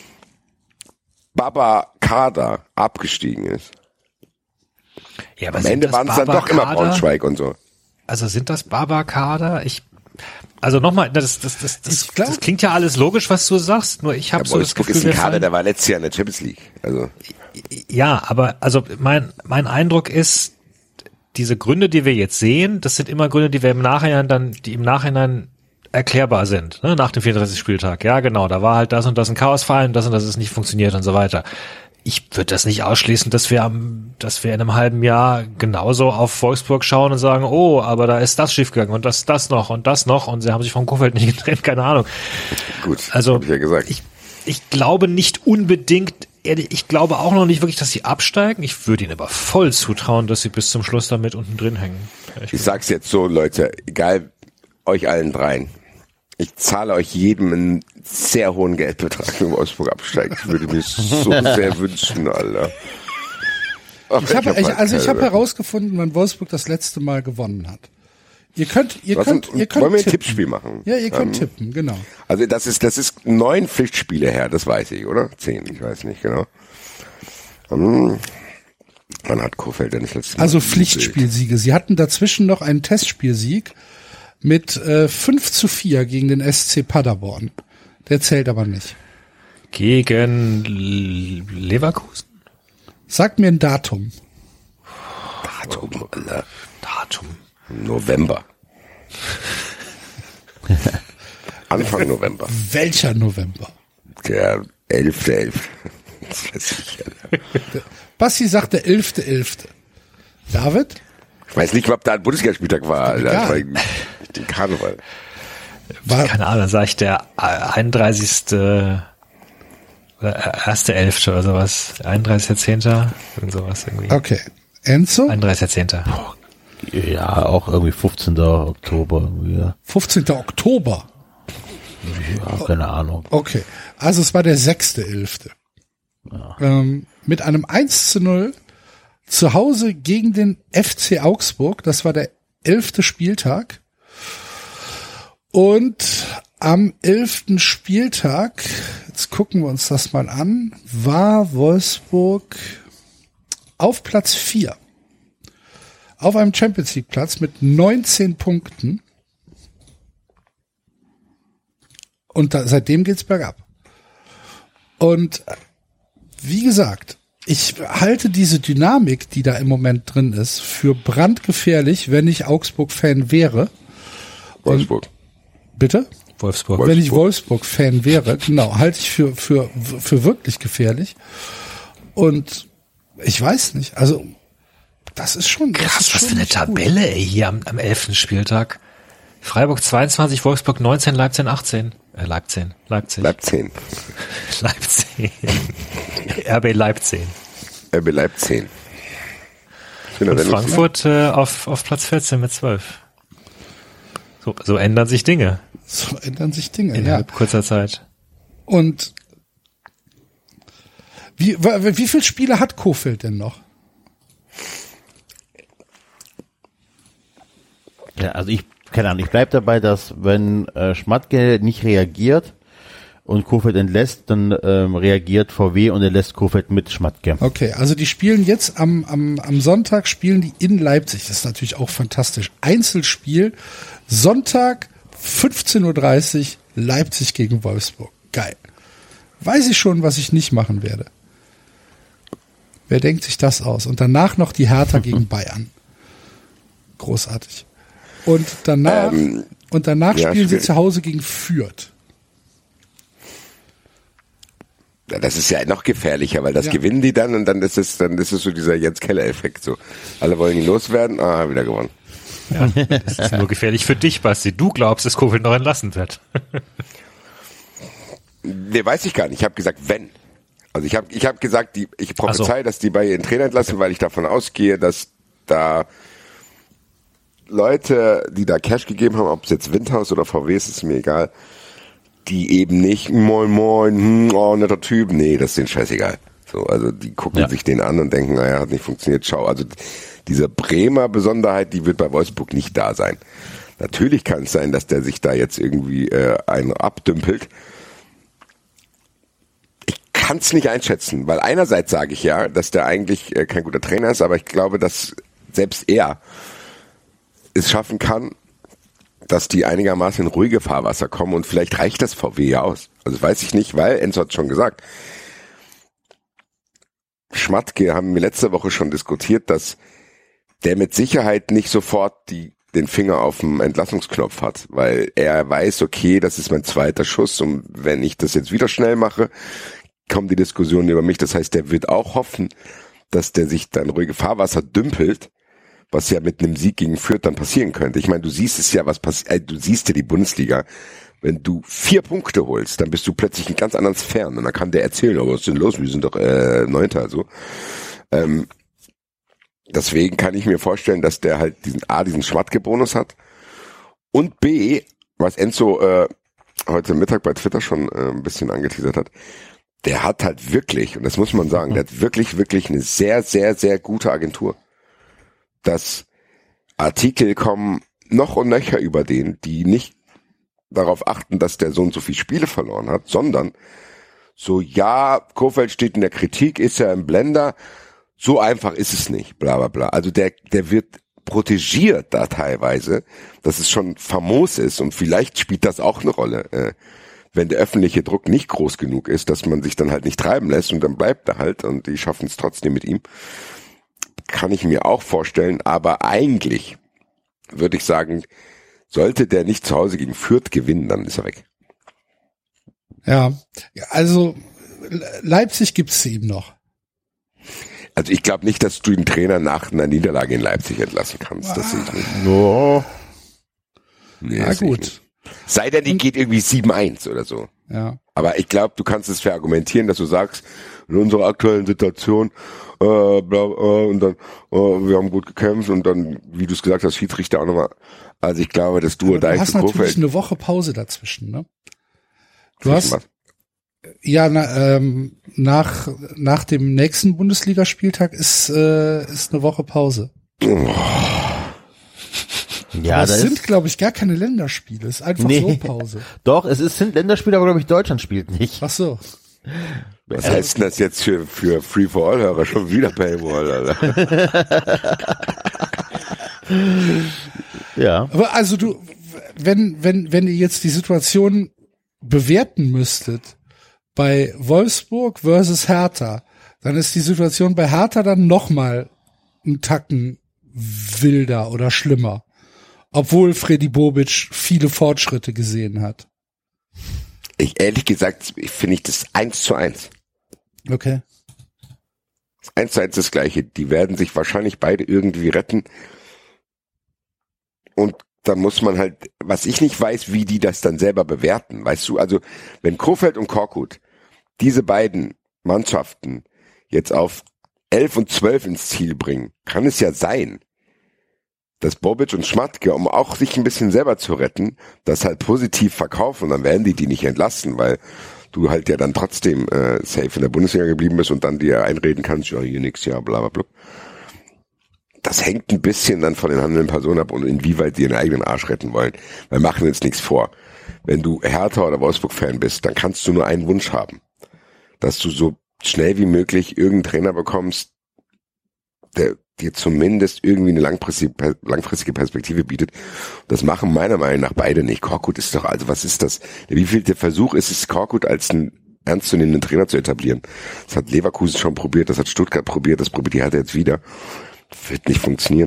Baba-Kader abgestiegen ist? Ja, aber am Ende waren es dann doch immer Braunschweig und so. Also sind das Baba-Kader? Ich, also nochmal, das, das, das, das, glaub, das klingt ja alles logisch, was du sagst, nur ich habe ja, so das Gefühl, ist ein Kader, der war letztes Jahr in der Champions League. Also ja, aber also mein mein Eindruck ist, diese Gründe, die wir jetzt sehen, das sind immer Gründe, die wir im Nachhinein dann, die im Nachhinein erklärbar sind, ne, nach dem vierunddreißigsten Spieltag. Ja, genau, da war halt das und das ein Chaosfall und das und das ist nicht funktioniert und so weiter. Ich würde das nicht ausschließen, dass wir am, dass wir in einem halben Jahr genauso auf Wolfsburg schauen und sagen, oh, aber da ist das schiefgegangen und das, das noch und das noch und sie haben sich vom Kofeld nicht getrennt, keine Ahnung. Gut, also hab ich ja gesagt. Ich, ich glaube nicht unbedingt, ich glaube auch noch nicht wirklich, dass sie absteigen. Ich würde ihnen aber voll zutrauen, dass sie bis zum Schluss damit unten drin hängen. Ich, ich sag's jetzt so, Leute, egal euch allen dreien. Ich zahle euch jedem einen sehr hohen Geldbetrag, wenn Wolfsburg absteigt. Ich würde mir so sehr wünschen, Alter. Aber ich habe hab halt also ich habe herausgefunden, wann Wolfsburg das letzte Mal gewonnen hat. Ihr könnt, ihr Was könnt, ein, ihr könnt wollen wir ein tippen. Tippspiel machen? Ja, ihr könnt ähm, tippen, genau. Also das ist, das ist neun Pflichtspiele her, das weiß ich, oder? Zehn, ich weiß nicht genau. Hm. Wann hat Kofeld denn das letzte Mal? Also Pflichtspielsiege. Sie hatten dazwischen noch einen Testspielsieg mit äh, fünf zu vier gegen den S C Paderborn. Der zählt aber nicht. Gegen Leverkusen? Sagt mir ein Datum. Datum, Alter. Datum. November. Anfang November. Welcher November? Der elfte elfte Das weiß ich, Alter. Basti sagt der elfte elfte David? Ich weiß nicht, ob da ein Bundesligaspieltag war, Alter. Den Karneval. War, Keine Ahnung, dann sag ich der einunddreißigste oder erste elfte oder sowas. einunddreißigster zehnter Irgend sowas irgendwie. Okay. Enzo? einunddreißigster zehnter Ja, auch irgendwie fünfzehnten Oktober. Irgendwie. fünfzehnten Oktober Ja, keine Ahnung. Okay. Also es war der sechste elfte Ja. Ähm, mit einem eins zu null zu Hause gegen den F C Augsburg. Das war der elfte Spieltag. Und am elften Spieltag, jetzt gucken wir uns das mal an, war Wolfsburg auf Platz vier. Auf einem Champions League Platz mit neunzehn Punkten. Und da, seitdem geht's bergab. Und wie gesagt, ich halte diese Dynamik, die da im Moment drin ist, für brandgefährlich, wenn ich Augsburg-Fan wäre. Wolfsburg. Bitte? Wolfsburg. Wenn ich Wolfsburg-Fan wäre, genau, halte ich für, für, für wirklich gefährlich. Und ich weiß nicht, also, das ist schon, das Krass, ist was schon für eine Tabelle, gut. Ey, hier am, am elften Spieltag. Freiburg zweiundzwanzig, Wolfsburg neunzehn, Leipzig achtzehn. Äh, Leipzig. Leipzig. Leipzig. Leipzig. R B Leipzig. R B Leipzig. Und Frankfurt äh, auf, auf Platz vierzehn mit zwölf. So, so ändern sich Dinge. So ändern sich Dinge, innerhalb ja. kurzer Zeit. Und wie, wie viele Spiele hat Kohfeldt denn noch? Ja, also ich, keine Ahnung, ich bleib dabei, dass wenn äh, Schmatke nicht reagiert und Kohfeldt entlässt, dann ähm, reagiert V W und entlässt Kohfeldt mit Schmatke. Okay, also die spielen jetzt am, am, am Sonntag spielen die in Leipzig. Das ist natürlich auch fantastisch. Einzelspiel, Sonntag fünfzehn Uhr dreißig, Leipzig gegen Wolfsburg. Geil. Weiß ich schon, was ich nicht machen werde. Wer denkt sich das aus? Und danach noch die Hertha gegen Bayern. Großartig. Und danach, ähm, und danach ja, spielen sie zu Hause gegen Fürth. Das ist ja noch gefährlicher, weil das ja. gewinnen die dann und dann ist es, dann ist es so dieser Jens Keller-Effekt. So, alle wollen ihn loswerden, ah, wieder gewonnen. Ja, das ist nur gefährlich für dich, Basti. Du glaubst, dass Kohfeldt noch entlassen wird. Nee, weiß ich gar nicht. Ich habe gesagt, wenn. Also ich habe ich hab gesagt, die, ich prophezei, so. dass die bei ihren Trainer entlassen, weil ich davon ausgehe, dass da Leute, die da Cash gegeben haben, ob es jetzt Windhaus oder V W ist, ist mir egal, die eben nicht, moin moin, hm, oh, netter Typ, nee, das ist denen scheißegal. So, also die gucken ja. sich den an und denken, naja, hat nicht funktioniert, ciao. Also diese Bremer Besonderheit, die wird bei Wolfsburg nicht da sein. Natürlich kann es sein, dass der sich da jetzt irgendwie äh, einen abdümpelt. Ich kann es nicht einschätzen, weil einerseits sage ich ja, dass der eigentlich äh, kein guter Trainer ist, aber ich glaube, dass selbst er es schaffen kann, dass die einigermaßen in ruhige Fahrwasser kommen und vielleicht reicht das V W ja aus. Also weiß ich nicht, weil Enzo hat schon gesagt, Schmatke haben wir letzte Woche schon diskutiert, dass der mit Sicherheit nicht sofort die, den Finger auf dem Entlassungsknopf hat, weil er weiß, okay, das ist mein zweiter Schuss und wenn ich das jetzt wieder schnell mache, kommen die Diskussionen über mich. Das heißt, der wird auch hoffen, dass der sich dann ruhige Fahrwasser dümpelt, was ja mit einem Sieg gegen Fürth dann passieren könnte. Ich meine, du siehst es ja, was passiert, äh, du siehst ja die Bundesliga. Wenn du vier Punkte holst, dann bist du plötzlich in ganz anderen Sphären. Und dann kann der erzählen, oh, was ist denn los? Wir sind doch äh, Neunter. Also. Ähm, deswegen kann ich mir vorstellen, dass der halt diesen A, diesen Schmatke-Bonus hat. Und B, was Enzo äh, heute Mittag bei Twitter schon äh, ein bisschen angeteasert hat, der hat halt wirklich, und das muss man sagen, der hat wirklich, wirklich eine sehr, sehr, sehr gute Agentur. Dass Artikel kommen noch und nöcher über den, die nicht darauf achten, dass der so und so viele Spiele verloren hat, sondern so, ja, Kohfeldt steht in der Kritik, ist ja im Blender, so einfach ist es nicht, bla bla bla. Also der, der wird protegiert da teilweise, dass es schon famos ist und vielleicht spielt das auch eine Rolle, äh, wenn der öffentliche Druck nicht groß genug ist, dass man sich dann halt nicht treiben lässt und dann bleibt er halt und die schaffen es trotzdem mit ihm. Kann ich mir auch vorstellen, aber eigentlich würde ich sagen, sollte der nicht zu Hause gegen Fürth gewinnen, dann ist er weg. Ja, also Leipzig gibt's ihm noch. Also ich glaube nicht, dass du den Trainer nach einer Niederlage in Leipzig entlassen kannst. Ah. Das sehe ich nicht. Oh. Nee, Na gut. Sei denn, die geht irgendwie sieben eins oder so. Ja. Aber ich glaube, du kannst es verargumentieren, dass du sagst, in unserer aktuellen Situation, äh, bla, äh, und dann, äh, wir haben gut gekämpft und dann, wie du es gesagt hast, Schiedsrichter auch nochmal. Also ich glaube, dass du da Du hast natürlich Kurfeld eine Woche Pause dazwischen, ne? Du hast, was? ja, na, ähm, nach, nach dem nächsten Bundesligaspieltag ist, äh, ist eine Woche Pause. Oh. Ja, das, das sind, glaube ich, gar keine Länderspiele. Es ist einfach nee. so Pause. Doch, es ist, sind Länderspiele, aber glaube ich, Deutschland spielt nicht. Ach so. Was heißt denn das jetzt für, für Free-for-All-Hörer? Schon wieder Paywall, Alter. Ja. Aber also du, wenn, wenn, wenn ihr jetzt die Situation bewerten müsstet bei Wolfsburg versus Hertha, dann ist die Situation bei Hertha dann nochmal einen Tacken wilder oder schlimmer. Obwohl Freddy Bobic viele Fortschritte gesehen hat. Ich ehrlich gesagt, finde ich das eins zu eins. Okay. Das eins zu eins das Gleiche. Die werden sich wahrscheinlich beide irgendwie retten. Und da muss man halt, was ich nicht weiß, wie die das dann selber bewerten. Weißt du, also wenn Kohfeldt und Korkut diese beiden Mannschaften jetzt auf elf und zwölf ins Ziel bringen, kann es ja sein, dass Bobic und Schmatke, um auch sich ein bisschen selber zu retten, das halt positiv verkaufen, und dann werden die die nicht entlassen, weil du halt ja dann trotzdem äh, safe in der Bundesliga geblieben bist und dann dir einreden kannst, ja, hier nix, ja, bla bla bla. Das hängt ein bisschen dann von den handelnden Personen ab und inwieweit die ihren eigenen Arsch retten wollen. Weil machen wir uns nichts vor. Wenn du Hertha oder Wolfsburg-Fan bist, dann kannst du nur einen Wunsch haben. Dass du so schnell wie möglich irgendeinen Trainer bekommst, der dir zumindest irgendwie eine langfristige, langfristige Perspektive bietet. Das machen meiner Meinung nach beide nicht. Korkut ist doch, also was ist das? Wie viel der Versuch ist es, Korkut als einen ernstzunehmenden Trainer zu etablieren? Das hat Leverkusen schon probiert, das hat Stuttgart probiert, das probiert die Hertha jetzt wieder. Das wird nicht funktionieren.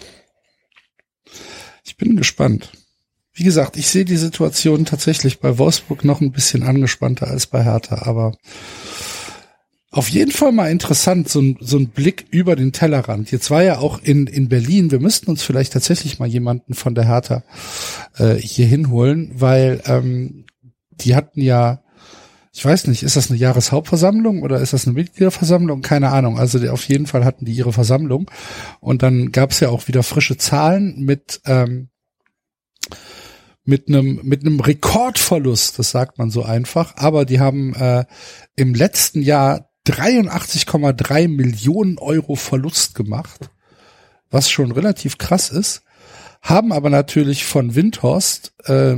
Ich bin gespannt. Wie gesagt, ich sehe die Situation tatsächlich bei Wolfsburg noch ein bisschen angespannter als bei Hertha, aber auf jeden Fall mal interessant, so ein, so ein Blick über den Tellerrand. Jetzt war ja auch in, in Berlin, wir müssten uns vielleicht tatsächlich mal jemanden von der Hertha äh, hier hinholen, weil ähm, die hatten ja, ich weiß nicht, ist das eine Jahreshauptversammlung oder ist das eine Mitgliederversammlung? Keine Ahnung. Also die, auf jeden Fall hatten die ihre Versammlung und dann gab es ja auch wieder frische Zahlen mit ähm, mit einem mit einem Rekordverlust, das sagt man so einfach, aber die haben äh, im letzten Jahr dreiundachtzig Komma drei Millionen Euro Verlust gemacht, was schon relativ krass ist, haben aber natürlich von Windhorst äh,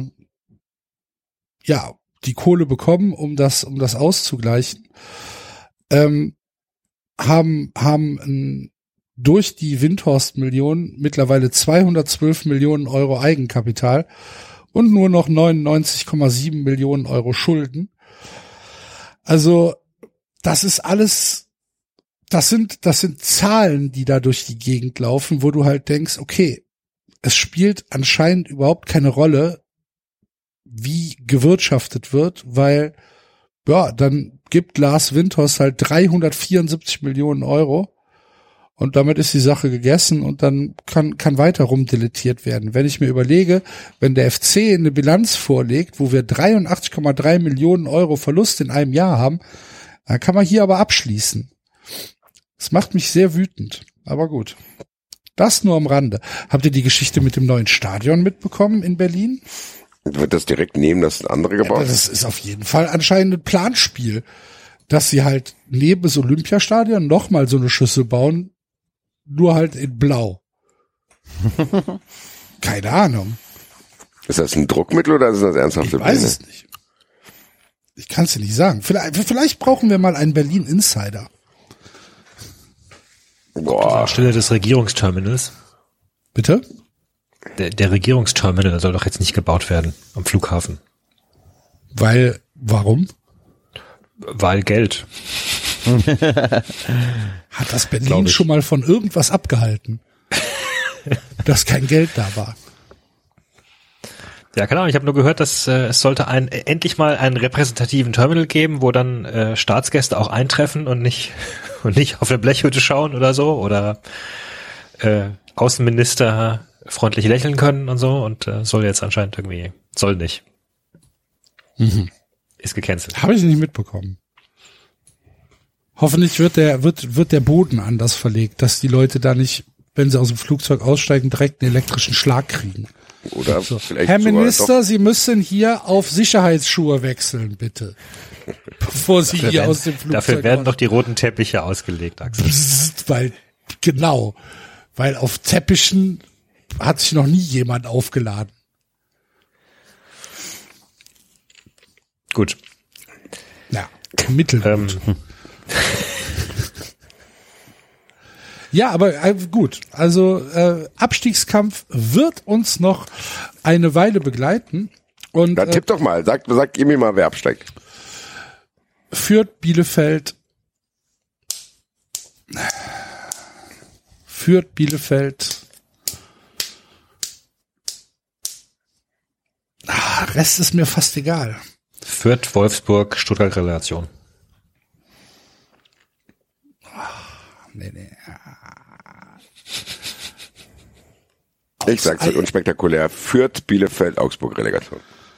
ja die Kohle bekommen, um das um das auszugleichen, ähm, haben haben ein, durch die Windhorst-Millionen mittlerweile zweihundertzwölf Millionen Euro Eigenkapital und nur noch neunundneunzig Komma sieben Millionen Euro Schulden. Also das ist alles, das sind, das sind Zahlen, die da durch die Gegend laufen, wo du halt denkst, okay, es spielt anscheinend überhaupt keine Rolle, wie gewirtschaftet wird, weil, ja, dann gibt Lars Windhorst halt dreihundertvierundsiebzig Millionen Euro und damit ist die Sache gegessen und dann kann, kann weiter rumdilettiert werden. Wenn ich mir überlege, wenn der F C eine Bilanz vorlegt, wo wir dreiundachtzig Komma drei Millionen Euro Verlust in einem Jahr haben, dann kann man hier aber abschließen. Das macht mich sehr wütend, aber gut. Das nur am Rande. Habt ihr die Geschichte mit dem neuen Stadion mitbekommen in Berlin? Wird das direkt neben das andere gebaut? Ja, das ist auf jeden Fall anscheinend ein Planspiel, dass sie halt neben das Olympiastadion nochmal so eine Schüssel bauen, nur halt in Blau. Keine Ahnung. Ist das ein Druckmittel oder ist das ernsthafte Pläne? Ich weiß Pläne? es nicht. Ich kann es dir nicht sagen. Vielleicht, vielleicht brauchen wir mal einen Berlin-Insider. Boah. Anstelle des Regierungsterminals. Bitte? Der, der Regierungsterminal soll doch jetzt nicht gebaut werden am Flughafen. Weil, warum? Weil Geld. Hat das Berlin schon mal von irgendwas abgehalten? Dass kein Geld da war. Ja, keine Ahnung, ich habe nur gehört, dass äh, es sollte ein äh, endlich mal einen repräsentativen Terminal geben, wo dann äh, Staatsgäste auch eintreffen und nicht und nicht auf eine Blechhütte schauen oder so oder äh, Außenminister freundlich lächeln können und so und äh, soll jetzt anscheinend irgendwie, soll nicht. Mhm. Ist gecancelt. Habe ich nicht mitbekommen. Hoffentlich wird der wird wird der Boden anders verlegt, dass die Leute da nicht, wenn sie aus dem Flugzeug aussteigen, direkt einen elektrischen Schlag kriegen. Oder so. vielleicht Herr Minister, Sie müssen hier auf Sicherheitsschuhe wechseln, bitte. Bevor Sie dafür hier werden, aus dem Flugzeug Dafür werden raus. doch die roten Teppiche ausgelegt, Axel. Psst, weil, genau. Weil auf Teppichen hat sich noch nie jemand aufgeladen. Gut. Ja, mittelgut. Ähm. Ja, aber äh, gut. Also äh, Abstiegskampf wird uns noch eine Weile begleiten. Und Dann tipp doch mal. Sag, sag ihr mir mal, wer absteigt. Fürth, Bielefeld. Fürth, Bielefeld. Ah, Rest ist mir fast egal. Fürth, Wolfsburg, Stuttgart-Relation. Nee, nee. Ich sag's halt unspektakulär. Fürth, Bielefeld, Augsburg, Relegation.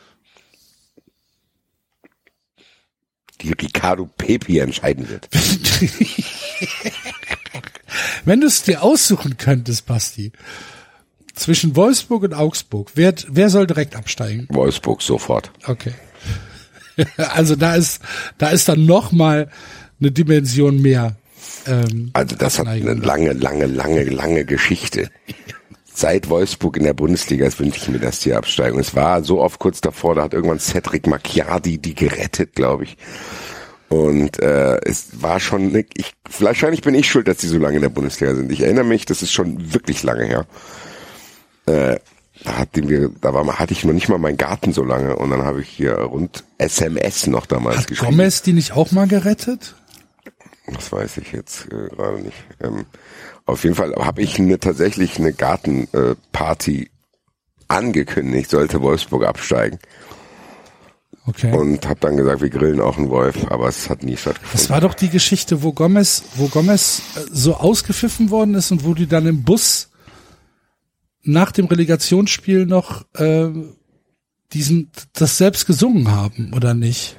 Die Ricardo Pepi entscheiden wird. Wenn du es dir aussuchen könntest, Basti, zwischen Wolfsburg und Augsburg, wer, wer soll direkt absteigen? Wolfsburg sofort. Okay. Also da ist, da ist dann noch mal eine Dimension mehr. Ähm, also das hat eine lange, lange, lange, lange Geschichte. Seit Wolfsburg in der Bundesliga wünsche ich mir, dass die absteigen. Es war so oft kurz davor, da hat irgendwann Cedric Macchiardi die gerettet, glaube ich. Und äh, es war schon, ne, ich, wahrscheinlich bin ich schuld, dass die so lange in der Bundesliga sind. Ich erinnere mich, das ist schon wirklich lange her. Äh, da hatten wir, da war, hatte ich noch nicht mal meinen Garten so lange und dann habe ich hier rund S M S noch damals hat geschrieben. Hat Gomez die nicht auch mal gerettet? Das weiß ich jetzt äh, gerade nicht. Ähm, auf jeden Fall habe ich eine, tatsächlich eine Gartenparty äh, angekündigt, sollte Wolfsburg absteigen. Okay. Und habe dann gesagt, wir grillen auch einen Wolf, aber es hat nie stattgefunden. Das war doch die Geschichte, wo Gomez, wo Gomez so ausgepfiffen worden ist und wo die dann im Bus nach dem Relegationsspiel noch äh, diesen das selbst gesungen haben, oder nicht?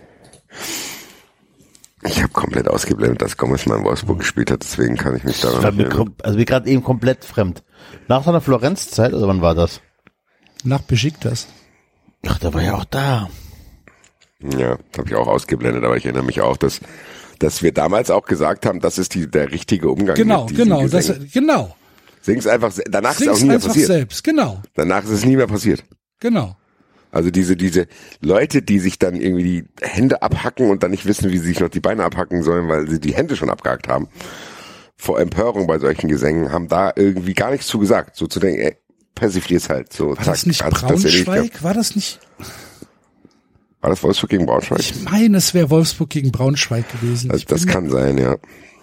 Ich habe komplett ausgeblendet, dass Gomez mal in Wolfsburg gespielt hat, deswegen kann ich mich daran erinnern. Also wir gerade eben komplett fremd. Nach seiner Florenz-Zeit, oder wann war das? Nach Besiktas. Ach, der war ja auch da. Ja, habe ich auch ausgeblendet, aber ich erinnere mich auch, dass dass wir damals auch gesagt haben, das ist die der richtige Umgang genau, mit diesen genau, das, genau. Sing's einfach, danach Sing's ist auch nie mehr einfach passiert. Selbst, genau. Danach ist es nie mehr passiert. Genau. Also diese diese Leute, die sich dann irgendwie die Hände abhacken und dann nicht wissen, wie sie sich noch die Beine abhacken sollen, weil sie die Hände schon abgehackt haben, vor Empörung bei solchen Gesängen, haben da irgendwie gar nichts zu gesagt. So zu denken, ey, persiflier's halt. So, War zack, das nicht Braunschweig? War das nicht... War das Wolfsburg gegen Braunschweig? Ich meine, es wäre Wolfsburg gegen Braunschweig gewesen. Also das kann sein, ja.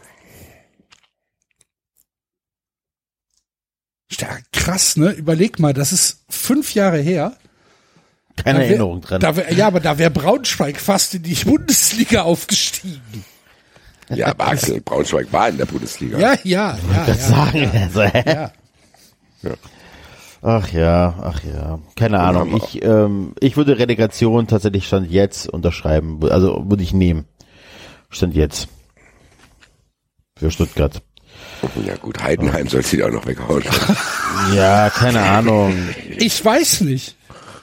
Ja, krass, ne? Überleg mal, das ist fünf Jahre her. Keine wär, Erinnerung dran. Da wär, ja, aber da wäre Braunschweig fast in die Bundesliga aufgestiegen. Ja, aber Axel, Braunschweig war in der Bundesliga. Ja, ja, ja. Das ja, sagen ja, also, ja. Ja. Ach ja, ach ja. Keine Ahnung. Ich, ähm, ich würde Relegation tatsächlich Stand jetzt unterschreiben. Also würde ich nehmen. Stand jetzt. Für Stuttgart. Ja gut, Heidenheim soll sie auch noch weghauen. Ja, keine Ahnung. Ich weiß nicht.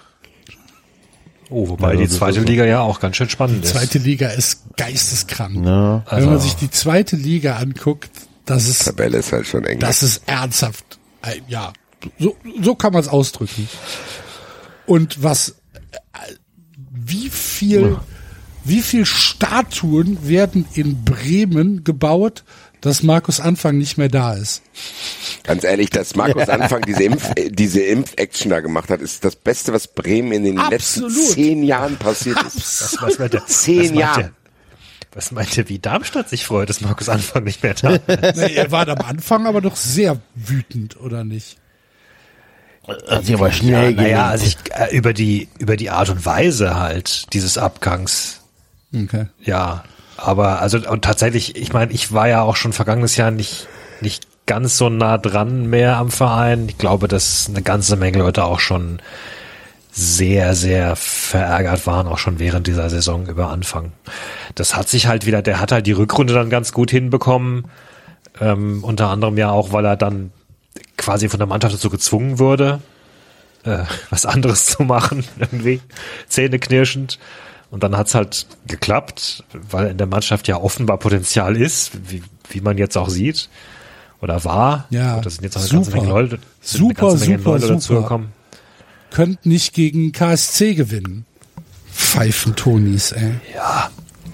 Oh, wobei die zweite Liga ja auch ganz schön spannend ist. Die zweite Liga ist geisteskrank. Ja. Wenn man sich die zweite Liga anguckt, das ist, Die Tabelle ist halt schon eng. das ist ernsthaft. Ja, so, so kann man es ausdrücken. Und was, wie viel, wie viel Statuen werden in Bremen gebaut, dass Markus Anfang nicht mehr da ist? Ganz ehrlich, dass Markus Anfang diese Impf, diese Impf-Action da gemacht hat, ist das Beste, was Bremen in den Absolut. letzten zehn Jahren passiert ist. Was, was meint der, Zehn was Jahre. Meint der, was meint der, wie Darmstadt sich freut, dass Markus Anfang nicht mehr da ist? Nee, er war am Anfang aber doch sehr wütend, oder nicht? Hat sich aber schnell Ja, naja, also ich, äh, über die, über die Art und Weise halt dieses Abgangs. Okay. Ja, aber also und tatsächlich, ich meine, ich war ja auch schon vergangenes Jahr nicht nicht ganz so nah dran mehr am Verein. Ich glaube, dass eine ganze Menge Leute auch schon sehr, sehr verärgert waren, auch schon während dieser Saison über Anfang. Das hat sich halt wieder, der hat halt die Rückrunde dann ganz gut hinbekommen, ähm, unter anderem ja auch, weil er dann quasi von der Mannschaft dazu gezwungen wurde, äh, was anderes zu machen, irgendwie, zähneknirschend. Und dann hat's halt geklappt, weil in der Mannschaft ja offenbar Potenzial ist, wie, wie man jetzt auch sieht. Oder war. Ja, und das sind jetzt auch eine super. ganze Menge Leute, Super, eine ganze Menge super, Leute super. dazugekommen. Könnt nicht gegen K S C gewinnen. Pfeifen-Tonis, ey. Ja.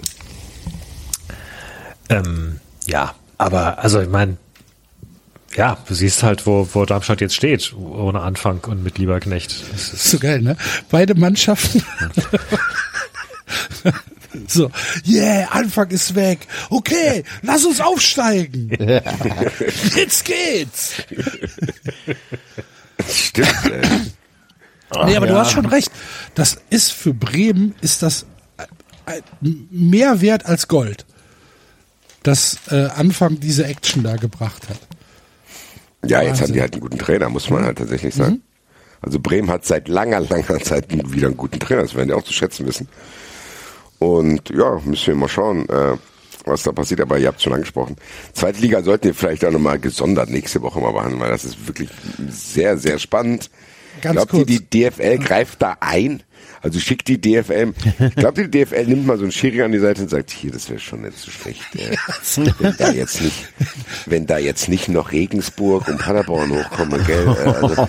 Ähm, ja, aber also ich meine, ja, du siehst halt, wo, wo Darmstadt jetzt steht, ohne Anfang und mit Lieberknecht. Das ist So geil, ne? Beide Mannschaften. So, yeah, Anfang ist weg. Okay, lass uns aufsteigen. Jetzt geht's. Stimmt, ey. Nee, aber ja. du hast schon recht. Das ist für Bremen, ist das mehr wert als Gold, dass äh, Anfang diese Action da gebracht hat. Ja, jetzt Wahnsinn. haben die halt einen guten Trainer, muss man halt tatsächlich sagen. Mhm. Also Bremen hat seit langer, langer Zeit wieder einen guten Trainer, das werden die auch zu schätzen wissen. Und ja, müssen wir mal schauen. Äh, was da passiert, aber ihr habt es schon angesprochen. Zweite Liga sollten wir vielleicht auch nochmal gesondert nächste Woche mal behandeln, weil das ist wirklich sehr, sehr spannend. Ganz Glaubt kurz. ihr, die D F L greift da ein? Also schickt die D F L, ich glaube, die D F L nimmt mal so einen Schiri an die Seite und sagt, hier, das wäre schon nicht so schlecht. Äh, wenn da jetzt nicht, wenn da jetzt nicht noch Regensburg und Paderborn hochkommen, gell? Äh, also,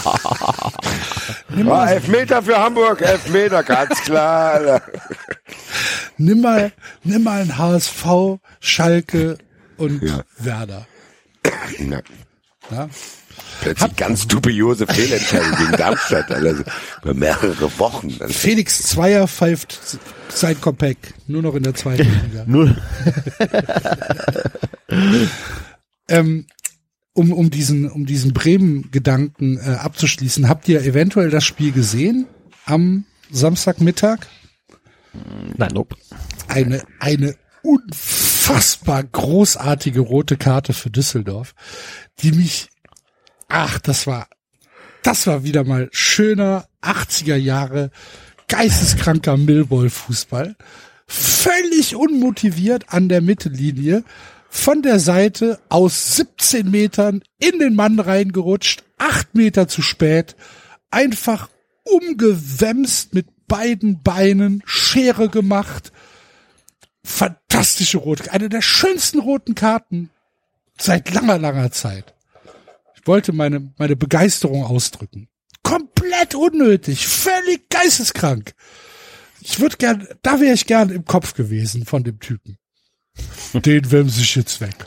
oh, Elfmeter für Hamburg, Elfmeter, ganz klar. Nimm mal, nimm mal ein H S V, Schalke und Ja. Werder. Ja. Ja? Plötzlich Hab, ganz dubiose Fehlentscheidung gegen Darmstadt, also über mehrere Wochen. Also Felix Zweier pfeift sein Comeback, nur noch in der zweiten Liga. Nur. ähm, um, um diesen, um diesen Bremen-Gedanken äh, abzuschließen, habt ihr eventuell das Spiel gesehen am Samstagmittag? Nein, nope. Eine, eine unfassbar großartige rote Karte für Düsseldorf, die mich, ach, das war, das war wieder mal schöner achtziger Jahre geisteskranker Millwall-Fußball. Völlig unmotiviert an der Mittellinie, von der Seite aus siebzehn Metern in den Mann reingerutscht, acht Meter zu spät, einfach umgewämst mit beiden Beinen, Schere gemacht. Fantastische rote, eine der schönsten roten Karten seit langer, langer Zeit. Ich wollte meine, meine Begeisterung ausdrücken. Komplett unnötig, völlig geisteskrank. Ich würde gern, da wäre ich gern im Kopf gewesen von dem Typen. Den wemse ich jetzt weg.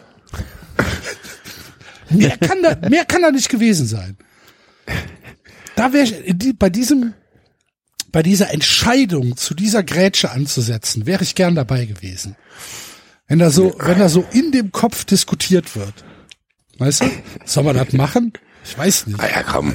Mehr kann da, mehr kann da nicht gewesen sein. Da wäre ich, bei diesem, bei dieser Entscheidung zu dieser Grätsche anzusetzen, wäre ich gern dabei gewesen. Wenn da so, wenn da so in dem Kopf diskutiert wird. Weißt du? Soll man das machen? Ich weiß nicht. Ah ja, komm.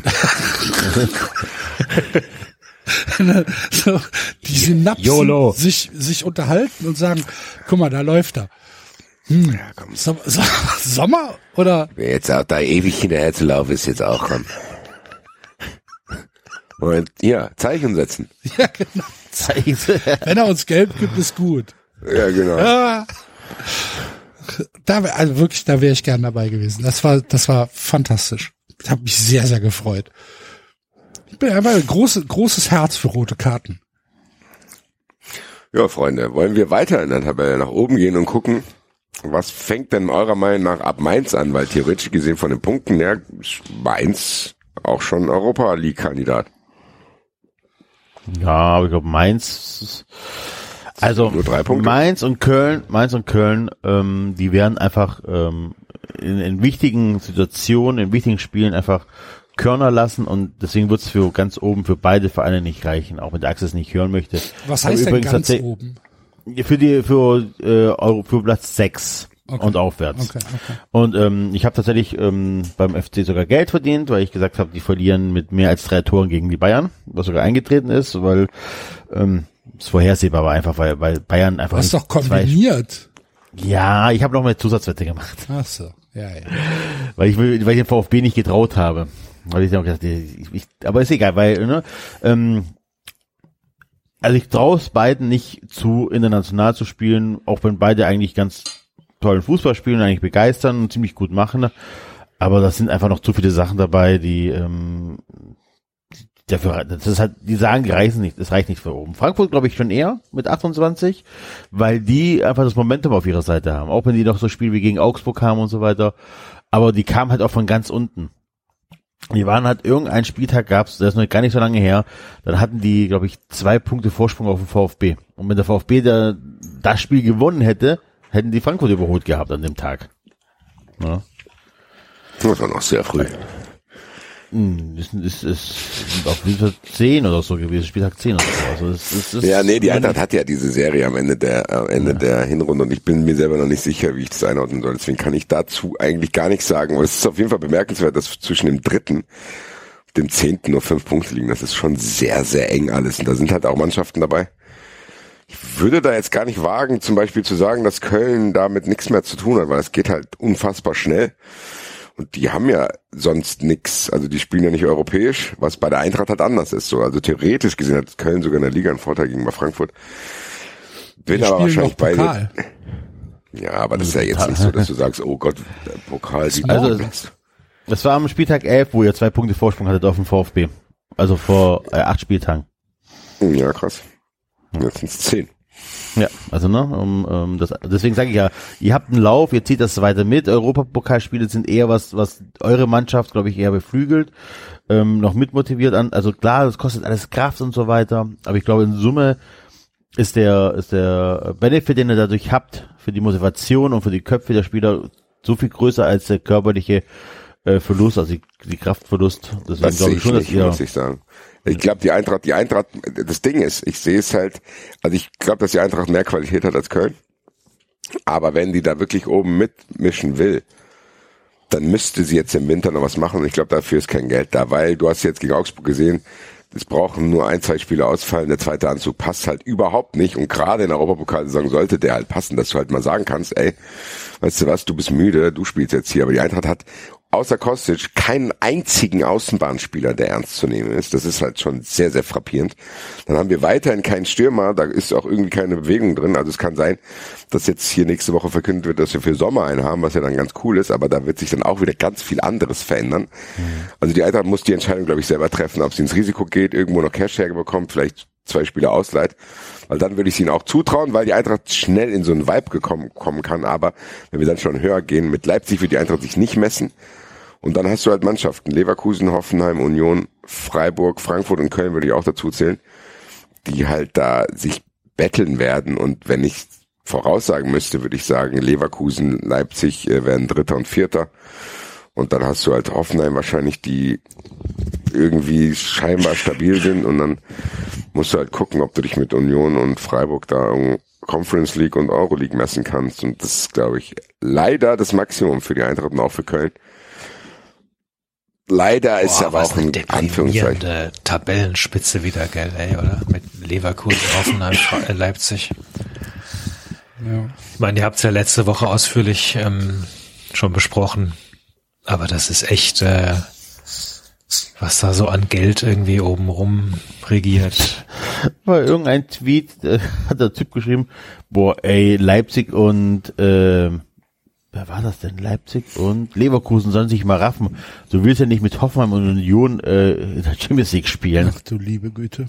So, die Synapsen YOLO. sich, sich unterhalten und sagen, guck mal, da läuft er. Hm. Ja, komm. So, so, Sommer oder? Jetzt auch da ewig hinterher zu laufen, ist jetzt auch komm. Und ja, Zeichen setzen. Ja, genau. Wenn er uns Geld gibt, ist gut. Ja, genau. Ah. Da, wär, also wirklich, da wäre ich gern dabei gewesen. Das war, das war fantastisch. Ich habe mich sehr, sehr gefreut. Ich bin einfach ein großes, großes Herz für rote Karten. Ja, Freunde, wollen wir weiter in der Tabelle nach oben gehen und gucken, was fängt denn eurer Meinung nach ab Mainz an? Weil theoretisch gesehen von den Punkten her ist Mainz auch schon Europa League-Kandidat. Ja, aber ich glaube Mainz, also nur drei Punkte. Mainz und Köln, Mainz und Köln, ähm, die werden einfach ähm, in, in wichtigen Situationen, in wichtigen Spielen einfach Körner lassen und deswegen wird es für ganz oben für beide Vereine nicht reichen, auch wenn der Axel es nicht hören möchte. Was heißt denn ganz oben? Für die für äh, Euro, für Platz sechs okay. und aufwärts. Okay, okay. Und ähm, ich habe tatsächlich ähm, beim F C sogar Geld verdient, weil ich gesagt habe, die verlieren mit mehr als drei Toren gegen die Bayern, was sogar eingetreten ist, weil ähm, es vorhersehbar war einfach, weil weil Bayern einfach. Du hast doch kombiniert. Ja, ich habe noch mal Zusatzwette gemacht. Ach so, ja, ja. Weil ich weil ich den VfB nicht getraut habe. Weil ich dann auch gesagt, ich, ich, aber ist egal, weil ne, ähm, also ich traue es beiden nicht zu, international zu spielen, auch wenn beide eigentlich ganz tollen Fußball spielen, eigentlich begeistern und ziemlich gut machen. Aber das sind einfach noch zu viele Sachen dabei, die ähm, dafür, das ist halt, die sagen, die reichen nicht, das reicht nicht für oben. Frankfurt glaube ich schon eher mit achtundzwanzig, weil die einfach das Momentum auf ihrer Seite haben, auch wenn die noch so Spiele wie gegen Augsburg haben und so weiter. Aber die kamen halt auch von ganz unten. Die waren halt, irgendein Spieltag gab's, das ist noch gar nicht so lange her, dann hatten die, glaube ich, zwei Punkte Vorsprung auf den VfB. Und wenn der VfB der, das Spiel gewonnen hätte, hätten die Frankfurt überholt gehabt an dem Tag. Ja. Das war noch sehr früh. Es ist, ist auf Spieltag zehn oder so gewesen, Spieltag zehn oder so. Also es, es, es ja, nee, die Eintracht hat ja diese Serie am Ende der am Ende ja. der Hinrunde und ich bin mir selber noch nicht sicher, wie ich das einordnen soll. Deswegen kann ich dazu eigentlich gar nichts sagen. Aber es ist auf jeden Fall bemerkenswert, dass zwischen dem dritten und dem zehnten nur fünf Punkte liegen. Das ist schon sehr, sehr eng alles. Und da sind halt auch Mannschaften dabei. Ich würde da jetzt gar nicht wagen, zum Beispiel zu sagen, dass Köln damit nichts mehr zu tun hat, weil es geht halt unfassbar schnell. Und die haben ja sonst nix, also die spielen ja nicht europäisch, was bei der Eintracht halt anders ist. So, also theoretisch gesehen hat Köln sogar in der Liga einen Vorteil gegenüber Frankfurt. Bin aber wahrscheinlich beide. Ja, aber das ist ja jetzt nicht so, dass du sagst, oh Gott, der Pokal sieht also, das war am Spieltag elf, wo ihr zwei Punkte Vorsprung hattet auf dem VfB. Also vor äh, acht Spieltagen. Ja, krass. Jetzt sind es zehn. Ja, also ne, um, um, das, deswegen sage ich ja, ihr habt einen Lauf, ihr zieht das weiter mit. Europapokalspiele sind eher was, was eure Mannschaft, glaube ich, eher beflügelt, ähm, noch mitmotiviert an. Also klar, das kostet alles Kraft und so weiter, aber ich glaube in Summe ist der, ist der Benefit, den ihr dadurch habt, für die Motivation und für die Köpfe der Spieler so viel größer als der körperliche äh, Verlust, also die, die Kraftverlust. Deswegen glaube ich schon, dass ihr, muss ich sagen. Ich glaube, die Eintracht, die Eintracht, das Ding ist, ich sehe es halt, also ich glaube, dass die Eintracht mehr Qualität hat als Köln. Aber wenn die da wirklich oben mitmischen will, dann müsste sie jetzt im Winter noch was machen. Und ich glaube, dafür ist kein Geld da, weil du hast jetzt gegen Augsburg gesehen, es brauchen nur ein, zwei Spiele ausfallen, der zweite Anzug passt halt überhaupt nicht. Und gerade in der Europapokalsaison sollte der halt passen, dass du halt mal sagen kannst, ey, weißt du was, du bist müde, du spielst jetzt hier. Aber die Eintracht hat außer Kostic keinen einzigen Außenbahnspieler, der ernst zu nehmen ist. Das ist halt schon sehr, sehr frappierend. Dann haben wir weiterhin keinen Stürmer, da ist auch irgendwie keine Bewegung drin. Also es kann sein, dass jetzt hier nächste Woche verkündet wird, dass wir für Sommer einen haben, was ja dann ganz cool ist, aber da wird sich dann auch wieder ganz viel anderes verändern. Mhm. Also die Eintracht muss die Entscheidung, glaube ich, selber treffen, ob sie ins Risiko geht, irgendwo noch Cash herbekommt, vielleicht zwei Spieler ausleiht. Weil dann würde ich es ihnen auch zutrauen, weil die Eintracht schnell in so einen Vibe gekommen, kommen kann. Aber wenn wir dann schon höher gehen, mit Leipzig wird die Eintracht sich nicht messen. Und dann hast du halt Mannschaften, Leverkusen, Hoffenheim, Union, Freiburg, Frankfurt und Köln würde ich auch dazu zählen, die halt da sich betteln werden. Und wenn ich voraussagen müsste, würde ich sagen, Leverkusen, Leipzig äh, werden Dritter und Vierter. Und dann hast du halt Hoffenheim wahrscheinlich, die irgendwie scheinbar stabil sind. Und dann musst du halt gucken, ob du dich mit Union und Freiburg da Conference League und Euroleague messen kannst. Und das ist, glaube ich, leider das Maximum für die Eintracht und auch für Köln. Leider ist Boah, aber auch ein Anführungszeichen. Tabellenspitze wieder, gell, ey, oder? Mit Leverkusen, Hoffenheim, Leipzig. Ja. Ich meine, ihr habt es ja letzte Woche ausführlich ähm, schon besprochen, aber das ist echt, äh, was da so an Geld irgendwie oben rum regiert. War irgendein Tweet, äh, hat der Typ geschrieben, boah, ey, Leipzig und äh, wer war das denn? Leipzig und Leverkusen sollen sich mal raffen. Du willst ja nicht mit Hoffenheim und Union äh, in der Champions League spielen. Ach du liebe Güte.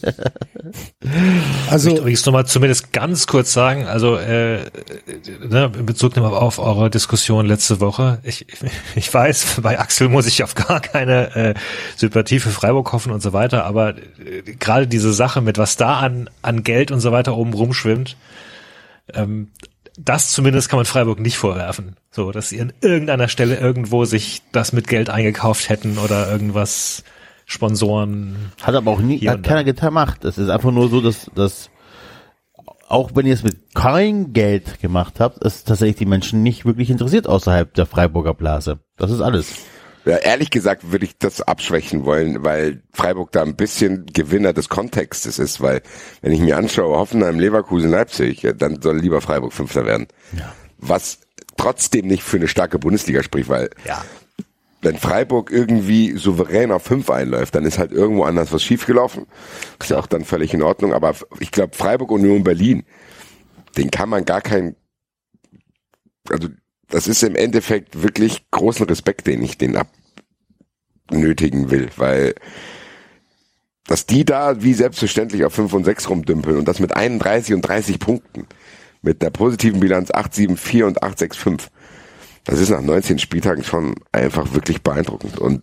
Also ich möchte nochmal zumindest ganz kurz sagen, also äh, ne, in Bezug auf eure Diskussion letzte Woche, ich, ich weiß, bei Axel muss ich auf gar keine äh, Sympathie für Freiburg hoffen und so weiter, aber äh, gerade diese Sache mit was da an an Geld und so weiter oben rumschwimmt, ähm, das zumindest kann man Freiburg nicht vorwerfen. So, dass sie an irgendeiner Stelle irgendwo sich das mit Geld eingekauft hätten oder irgendwas Sponsoren. Hat aber auch nie, hat keiner gemacht. Es ist einfach nur so, dass, dass auch wenn ihr es mit kein Geld gemacht habt, es tatsächlich die Menschen nicht wirklich interessiert außerhalb der Freiburger Blase. Das ist alles. Ja, ehrlich gesagt würde ich das abschwächen wollen, weil Freiburg da ein bisschen Gewinner des Kontextes ist, weil wenn ich mir anschaue, Hoffenheim, Leverkusen, Leipzig, dann soll lieber Freiburg Fünfter werden. Ja. Was trotzdem nicht für eine starke Bundesliga spricht, weil ja. wenn Freiburg irgendwie souverän auf fünf einläuft, dann ist halt irgendwo anders was schiefgelaufen. Ist ja auch dann völlig in Ordnung, aber ich glaube Freiburg und Union Berlin, den kann man gar kein, also das ist im Endeffekt wirklich großen Respekt, den ich den abnötigen will, weil dass die da wie selbstverständlich auf fünf und sechs rumdümpeln und das mit einunddreißig und dreißig Punkten, mit der positiven Bilanz acht sieben vier und acht sechs fünf, das ist nach neunzehn Spieltagen schon einfach wirklich beeindruckend und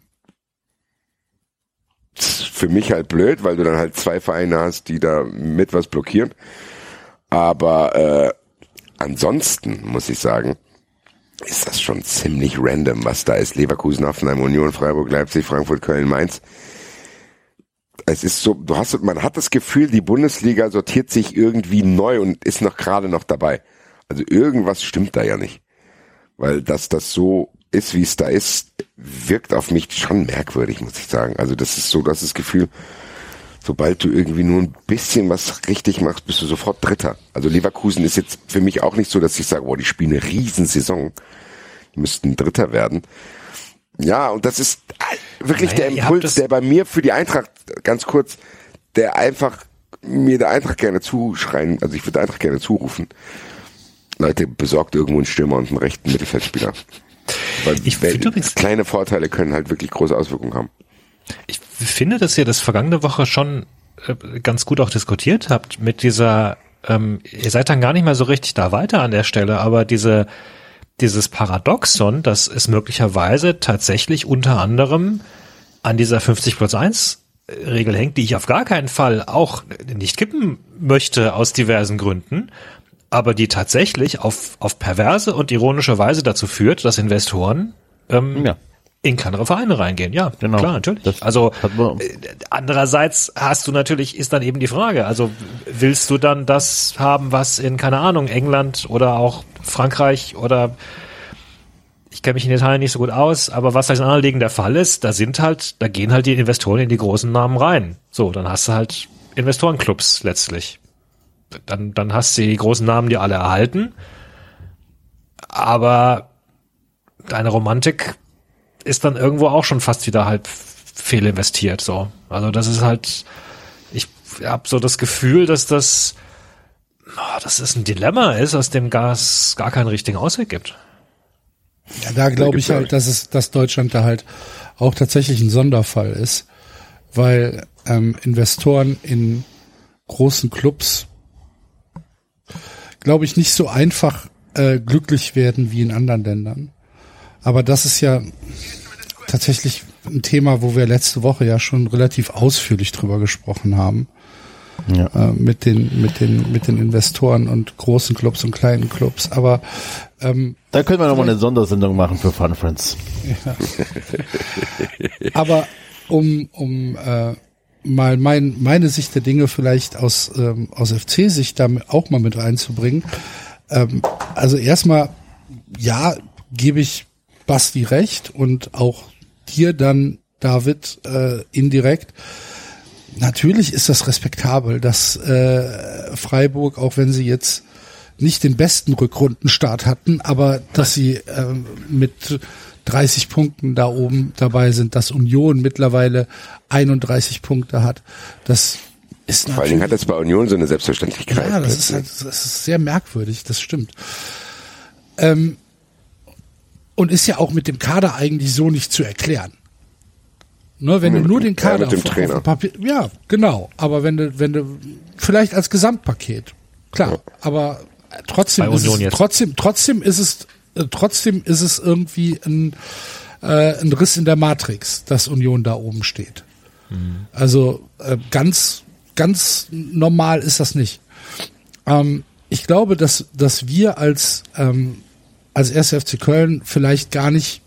für mich halt blöd, weil du dann halt zwei Vereine hast, die da mit was blockieren, aber äh, ansonsten muss ich sagen, ist das schon ziemlich random, was da ist. Leverkusen, Hoffenheim, Union, Freiburg, Leipzig, Frankfurt, Köln, Mainz. Es ist so, du hast, man hat das Gefühl, die Bundesliga sortiert sich irgendwie neu und ist noch gerade noch dabei. Also irgendwas stimmt da ja nicht. Weil dass das so ist, wie es da ist, wirkt auf mich schon merkwürdig, muss ich sagen. Also das ist so, das ist das Gefühl, sobald du irgendwie nur ein bisschen was richtig machst, bist du sofort Dritter. Also Leverkusen ist jetzt für mich auch nicht so, dass ich sage, boah, die spielen eine Riesensaison. Die müssten Dritter werden. Ja, und das ist wirklich naja, der Impuls, der bei mir für die Eintracht, ganz kurz, der einfach mir der Eintracht gerne zuschreien, also ich würde der Eintracht gerne zurufen. Leute, besorgt irgendwo einen Stürmer und einen rechten Mittelfeldspieler. Weil ich finde übrigens, kleine Vorteile können halt wirklich große Auswirkungen haben. Ich finde, dass ihr das vergangene Woche schon äh, ganz gut auch diskutiert habt mit dieser, ähm, ihr seid dann gar nicht mehr so richtig da weiter an der Stelle, aber diese dieses Paradoxon, dass es möglicherweise tatsächlich unter anderem an dieser fünfzig plus eins Regel hängt, die ich auf gar keinen Fall auch nicht kippen möchte aus diversen Gründen, aber die tatsächlich auf auf perverse und ironische Weise dazu führt, dass Investoren ähm, ja. in kleinere Vereine reingehen. Ja, genau. Klar, natürlich. Das also äh, andererseits hast du natürlich, ist dann eben die Frage, also willst du dann das haben, was in, keine Ahnung, England oder auch Frankreich oder ich kenne mich in Italien nicht so gut aus, aber was in anderen Ligen der Fall ist, da sind halt, da gehen halt die Investoren in die großen Namen rein. So, dann hast du halt Investorenclubs letztlich. Dann, dann hast du die großen Namen, die alle erhalten, aber deine Romantik ist dann irgendwo auch schon fast wieder halb fehlinvestiert, so. Also das ist halt, ich habe so das Gefühl, dass das, oh, dass es ein Dilemma ist, aus dem Gas gar keinen richtigen Ausweg gibt. Ja, da glaube ich halt, dass es, dass Deutschland da halt auch tatsächlich ein Sonderfall ist, weil ähm, Investoren in großen Clubs, glaube ich, nicht so einfach äh, glücklich werden wie in anderen Ländern. Aber das ist ja tatsächlich ein Thema, wo wir letzte Woche ja schon relativ ausführlich drüber gesprochen haben. Ja. Äh, mit den, mit den, mit den Investoren und großen Clubs und kleinen Clubs. Aber, ähm, da können wir nochmal eine Sondersendung machen für Fun Friends. Ja. Aber um, um, äh, mal mein, meine Sicht der Dinge vielleicht aus, ähm, aus F C-Sicht da auch mal mit reinzubringen. Ähm, also erstmal, ja, gebe ich Basti recht und auch dir dann, David, äh, indirekt. Natürlich ist das respektabel, dass äh, Freiburg, auch wenn sie jetzt nicht den besten Rückrundenstart hatten, aber dass sie äh, mit dreißig Punkten da oben dabei sind, dass Union mittlerweile einunddreißig Punkte hat. Das ist natürlich, vor allen Dingen hat das bei Union so eine Selbstverständlichkeit. Ja, das ist halt, das ist sehr merkwürdig, das stimmt. Ähm, und ist ja auch mit dem Kader eigentlich so nicht zu erklären. Ne, wenn ja, du nur den Kader ja, mit dem auf, Trainer. Auf Papier, ja, genau. Aber wenn du, wenn du vielleicht als Gesamtpaket, klar. Ja. Aber trotzdem ist es, trotzdem, trotzdem ist es, äh, trotzdem ist es irgendwie ein, äh, ein Riss in der Matrix, dass Union da oben steht. Mhm. Also äh, ganz, ganz normal ist das nicht. Ähm, ich glaube, dass, dass wir als ähm, als erster F C Köln vielleicht gar nicht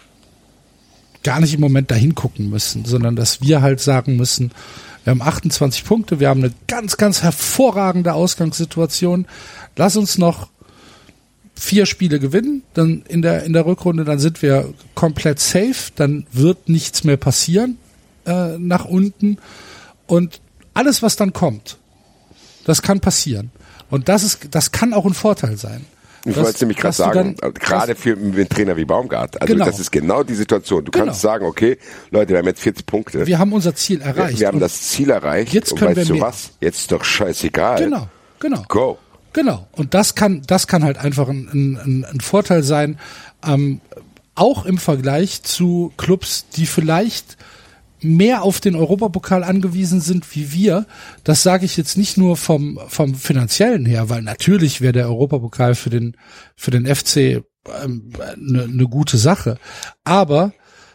gar nicht im Moment dahin gucken müssen, sondern dass wir halt sagen müssen, wir haben achtundzwanzig Punkte, wir haben eine ganz, ganz hervorragende Ausgangssituation. Lass uns noch vier Spiele gewinnen, dann in der in der Rückrunde, dann sind wir komplett safe, dann wird nichts mehr passieren äh, nach unten und alles, was dann kommt, das kann passieren. Und das ist, das kann auch ein Vorteil sein. Ich wollte ziemlich krass sagen, dann, gerade für einen Trainer wie Baumgart. Also genau. Das ist genau die Situation. Du genau. kannst sagen, okay, Leute, wir haben jetzt vierzig Punkte. Wir haben unser Ziel erreicht. Wir, wir haben das Ziel erreicht. Jetzt können und weißt wir du was? Jetzt ist doch scheißegal. Genau, genau. Go. Genau. Und das kann, das kann halt einfach ein, ein, ein Vorteil sein, ähm, auch im Vergleich zu Clubs, die vielleicht mehr auf den Europapokal angewiesen sind wie wir. Das sage ich jetzt nicht nur vom vom finanziellen her, weil natürlich wäre der Europapokal für den für den F C ähm, eine ne gute Sache, aber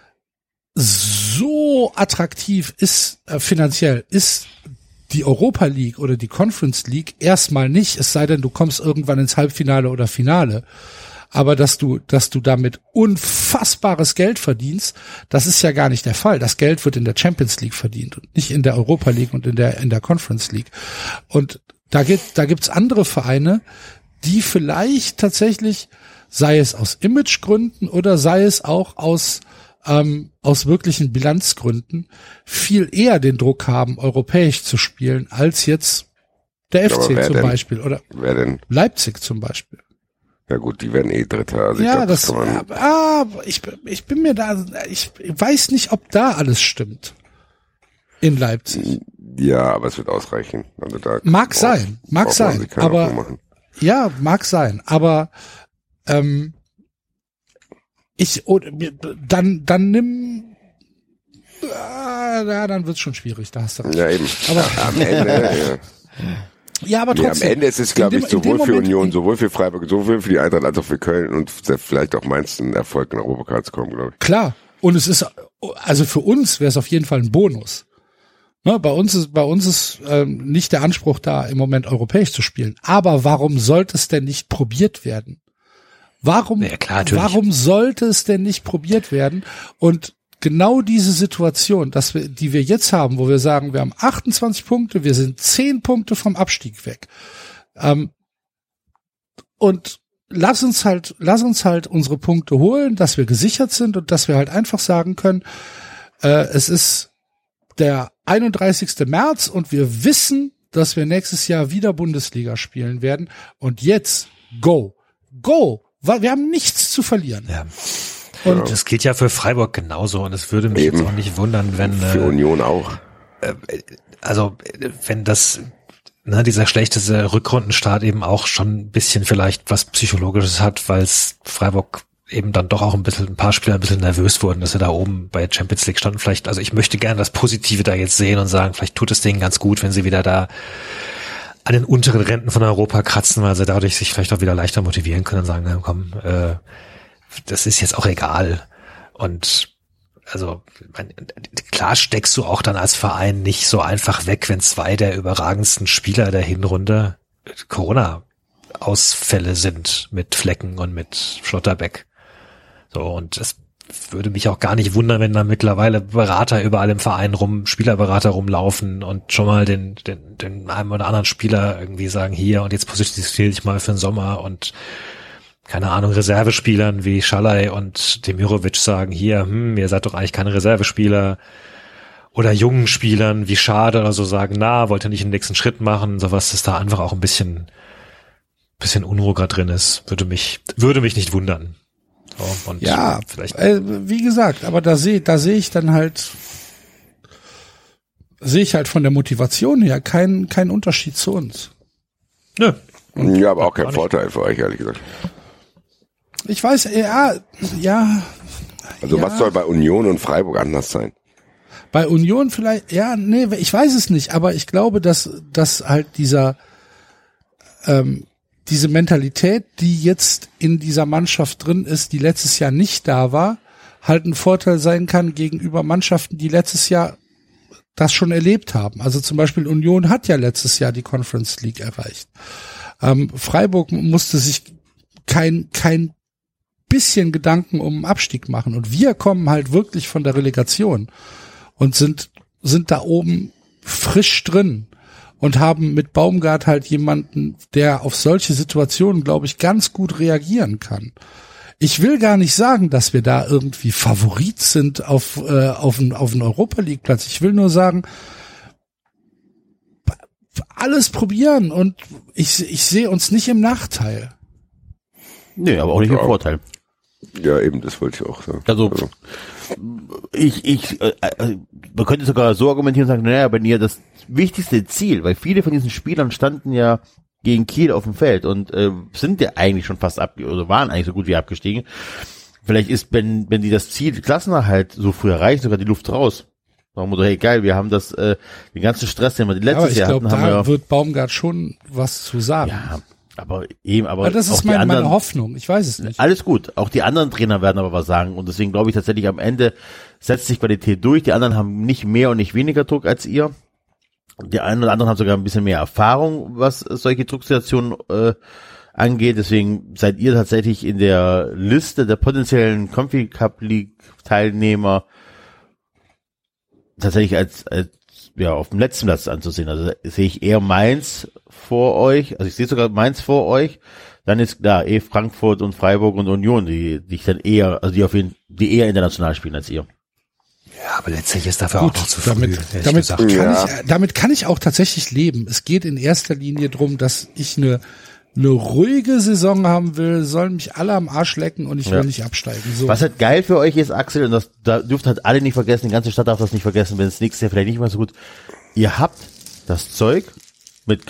so attraktiv ist äh, finanziell ist die Europa League oder die Conference League erstmal nicht, es sei denn, du kommst irgendwann ins Halbfinale oder Finale. Aber dass du, dass du damit unfassbares Geld verdienst, das ist ja gar nicht der Fall. Das Geld wird in der Champions League verdient und nicht in der Europa League und in der, in der Conference League. Und da gibt, da gibt's andere Vereine, die vielleicht tatsächlich, sei es aus Imagegründen oder sei es auch aus, ähm, aus wirklichen Bilanzgründen, viel eher den Druck haben, europäisch zu spielen, als jetzt der F C zum denn? Beispiel oder wer denn? Leipzig zum Beispiel. Ja gut, die werden eh Dritter. Also ja, ich glaub, das, das kann man ah, ich, ich bin mir da, ich weiß nicht, ob da alles stimmt. In Leipzig. Ja, aber es wird ausreichen. Also da mag sein, mag sein, aber, Ja, mag sein, aber ähm, ich oh, dann dann nimm ja, dann wird's schon schwierig, da hast du recht. Ja, eben. Aber am Ende, ja. ja, aber trotzdem. Nee, am Ende ist es, glaube ich, sowohl für Union, sowohl für Freiburg, sowohl für die Eintracht als auch für Köln und vielleicht auch Mainz ein Erfolg in Europapokal zu kommen, glaube ich. Klar. Und es ist, also für uns wäre es auf jeden Fall ein Bonus. Ne, bei uns ist, bei uns ist ähm, nicht der Anspruch da, im Moment europäisch zu spielen. Aber warum sollte es denn nicht probiert werden? Warum, ja, klar, warum sollte es denn nicht probiert werden? Und genau diese Situation, dass wir, die wir jetzt haben, wo wir sagen, wir haben achtundzwanzig Punkte, wir sind zehn Punkte vom Abstieg weg. Ähm, und lass uns halt, lass uns halt unsere Punkte holen, dass wir gesichert sind und dass wir halt einfach sagen können, äh, es ist der einunddreißigste März und wir wissen, dass wir nächstes Jahr wieder Bundesliga spielen werden. Und jetzt go, go, weil wir haben nichts zu verlieren. Ja. Und das gilt ja für Freiburg genauso und es würde mich Eben. jetzt auch nicht wundern, wenn für äh, Union auch. Äh, also wenn das ne, dieser schlechteste Rückrundenstart eben auch schon ein bisschen vielleicht was Psychologisches hat, weil es Freiburg eben dann doch auch ein bisschen ein paar Spieler ein bisschen nervös wurden, dass wir da oben bei Champions League standen. Vielleicht, also ich möchte gerne das Positive da jetzt sehen und sagen, vielleicht tut es denen ganz gut, wenn sie wieder da an den unteren Renten von Europa kratzen, weil sie dadurch sich vielleicht auch wieder leichter motivieren können und sagen, na komm, äh, das ist jetzt auch egal. Und also mein, klar steckst du auch dann als Verein nicht so einfach weg, wenn zwei der überragendsten Spieler der Hinrunde Corona-Ausfälle sind mit Flecken und mit Schlotterbeck. So, und es würde mich auch gar nicht wundern, wenn da mittlerweile Berater überall im Verein rum, Spielerberater rumlaufen und schon mal den, den, den einen oder anderen Spieler irgendwie sagen, hier und jetzt positioniere dich mal für den Sommer und keine Ahnung, Reservespielern wie Schalay und Demirovic sagen, hier, hm, ihr seid doch eigentlich keine Reservespieler. Oder jungen Spielern wie Schade oder so sagen, na, wollt ihr nicht den nächsten Schritt machen? Sowas, dass da einfach auch ein bisschen, bisschen Unruhe gerade drin ist, würde mich, würde mich nicht wundern. So, und ja, vielleicht. Äh, wie gesagt, aber da sehe, da sehe ich dann halt, sehe ich halt von der Motivation her keinen, keinen Unterschied zu uns. Nö. Und ja, aber auch kein Vorteil für euch, ehrlich gesagt. Ich weiß, ja, ja. Also ja. was soll bei Union und Freiburg anders sein? Bei Union vielleicht, ja, nee, ich weiß es nicht, aber ich glaube, dass, dass halt dieser, ähm, diese Mentalität, die jetzt in dieser Mannschaft drin ist, die letztes Jahr nicht da war, halt ein Vorteil sein kann gegenüber Mannschaften, die letztes Jahr das schon erlebt haben. Also zum Beispiel Union hat ja letztes Jahr die Conference League erreicht. Ähm, Freiburg musste sich kein, kein bisschen Gedanken um den Abstieg machen. Und wir kommen halt wirklich von der Relegation und sind, sind da oben frisch drin und haben mit Baumgart halt jemanden, der auf solche Situationen, glaube ich, ganz gut reagieren kann. Ich will gar nicht sagen, dass wir da irgendwie Favorit sind auf, äh, auf einen, auf einen Europa-League-Platz. Ich will nur sagen, alles probieren und ich, ich sehe uns nicht im Nachteil. Nee, aber auch nicht im Vorteil. Ja, eben, das wollte ich auch sagen. Also, also. ich, ich, äh, man könnte sogar so argumentieren und sagen, naja, wenn ihr das wichtigste Ziel, weil viele von diesen Spielern standen ja gegen Kiel auf dem Feld und äh, sind ja eigentlich schon fast ab, oder waren eigentlich so gut wie abgestiegen. Vielleicht ist, wenn, wenn die das Ziel Klassenerhalt so früh erreichen, sogar die Luft raus. Sagen wir so, hey geil, wir haben das, äh, den ganzen Stress, den wir die letztes ja, Jahr glaub, hatten, haben wir. Da wird Baumgart schon was zu sagen. Ja. Aber eben, aber, aber das ist auch meine, die anderen, meine Hoffnung. Ich weiß es nicht. Alles gut. Auch die anderen Trainer werden aber was sagen. Und deswegen glaube ich tatsächlich, am Ende setzt sich Qualität durch. Die anderen haben nicht mehr und nicht weniger Druck als ihr. Die einen oder anderen haben sogar ein bisschen mehr Erfahrung, was solche Drucksituationen äh, angeht. Deswegen seid ihr tatsächlich in der Liste der potenziellen Confi Cup League Teilnehmer tatsächlich als, als ja auf dem letzten Platz anzusehen. Also sehe ich eher Mainz vor euch, also ich sehe sogar Mainz vor euch, dann ist da eh Frankfurt und Freiburg und Union, die, die ich dann eher, also die auf jeden, die eher international spielen als ihr. Ja, aber letztlich ist dafür Gut, auch noch zu damit, früh. Damit kann, ja. ich, damit kann ich auch tatsächlich leben. Es geht in erster Linie drum, dass ich eine eine ruhige Saison haben will, sollen mich alle am Arsch lecken und ich ja. will nicht absteigen. So. Was halt geil für euch ist, Axel, und das da dürft halt alle nicht vergessen, die ganze Stadt darf das nicht vergessen, wenn es nächstes Jahr vielleicht nicht mehr so gut. Ihr habt das Zeug mit Glück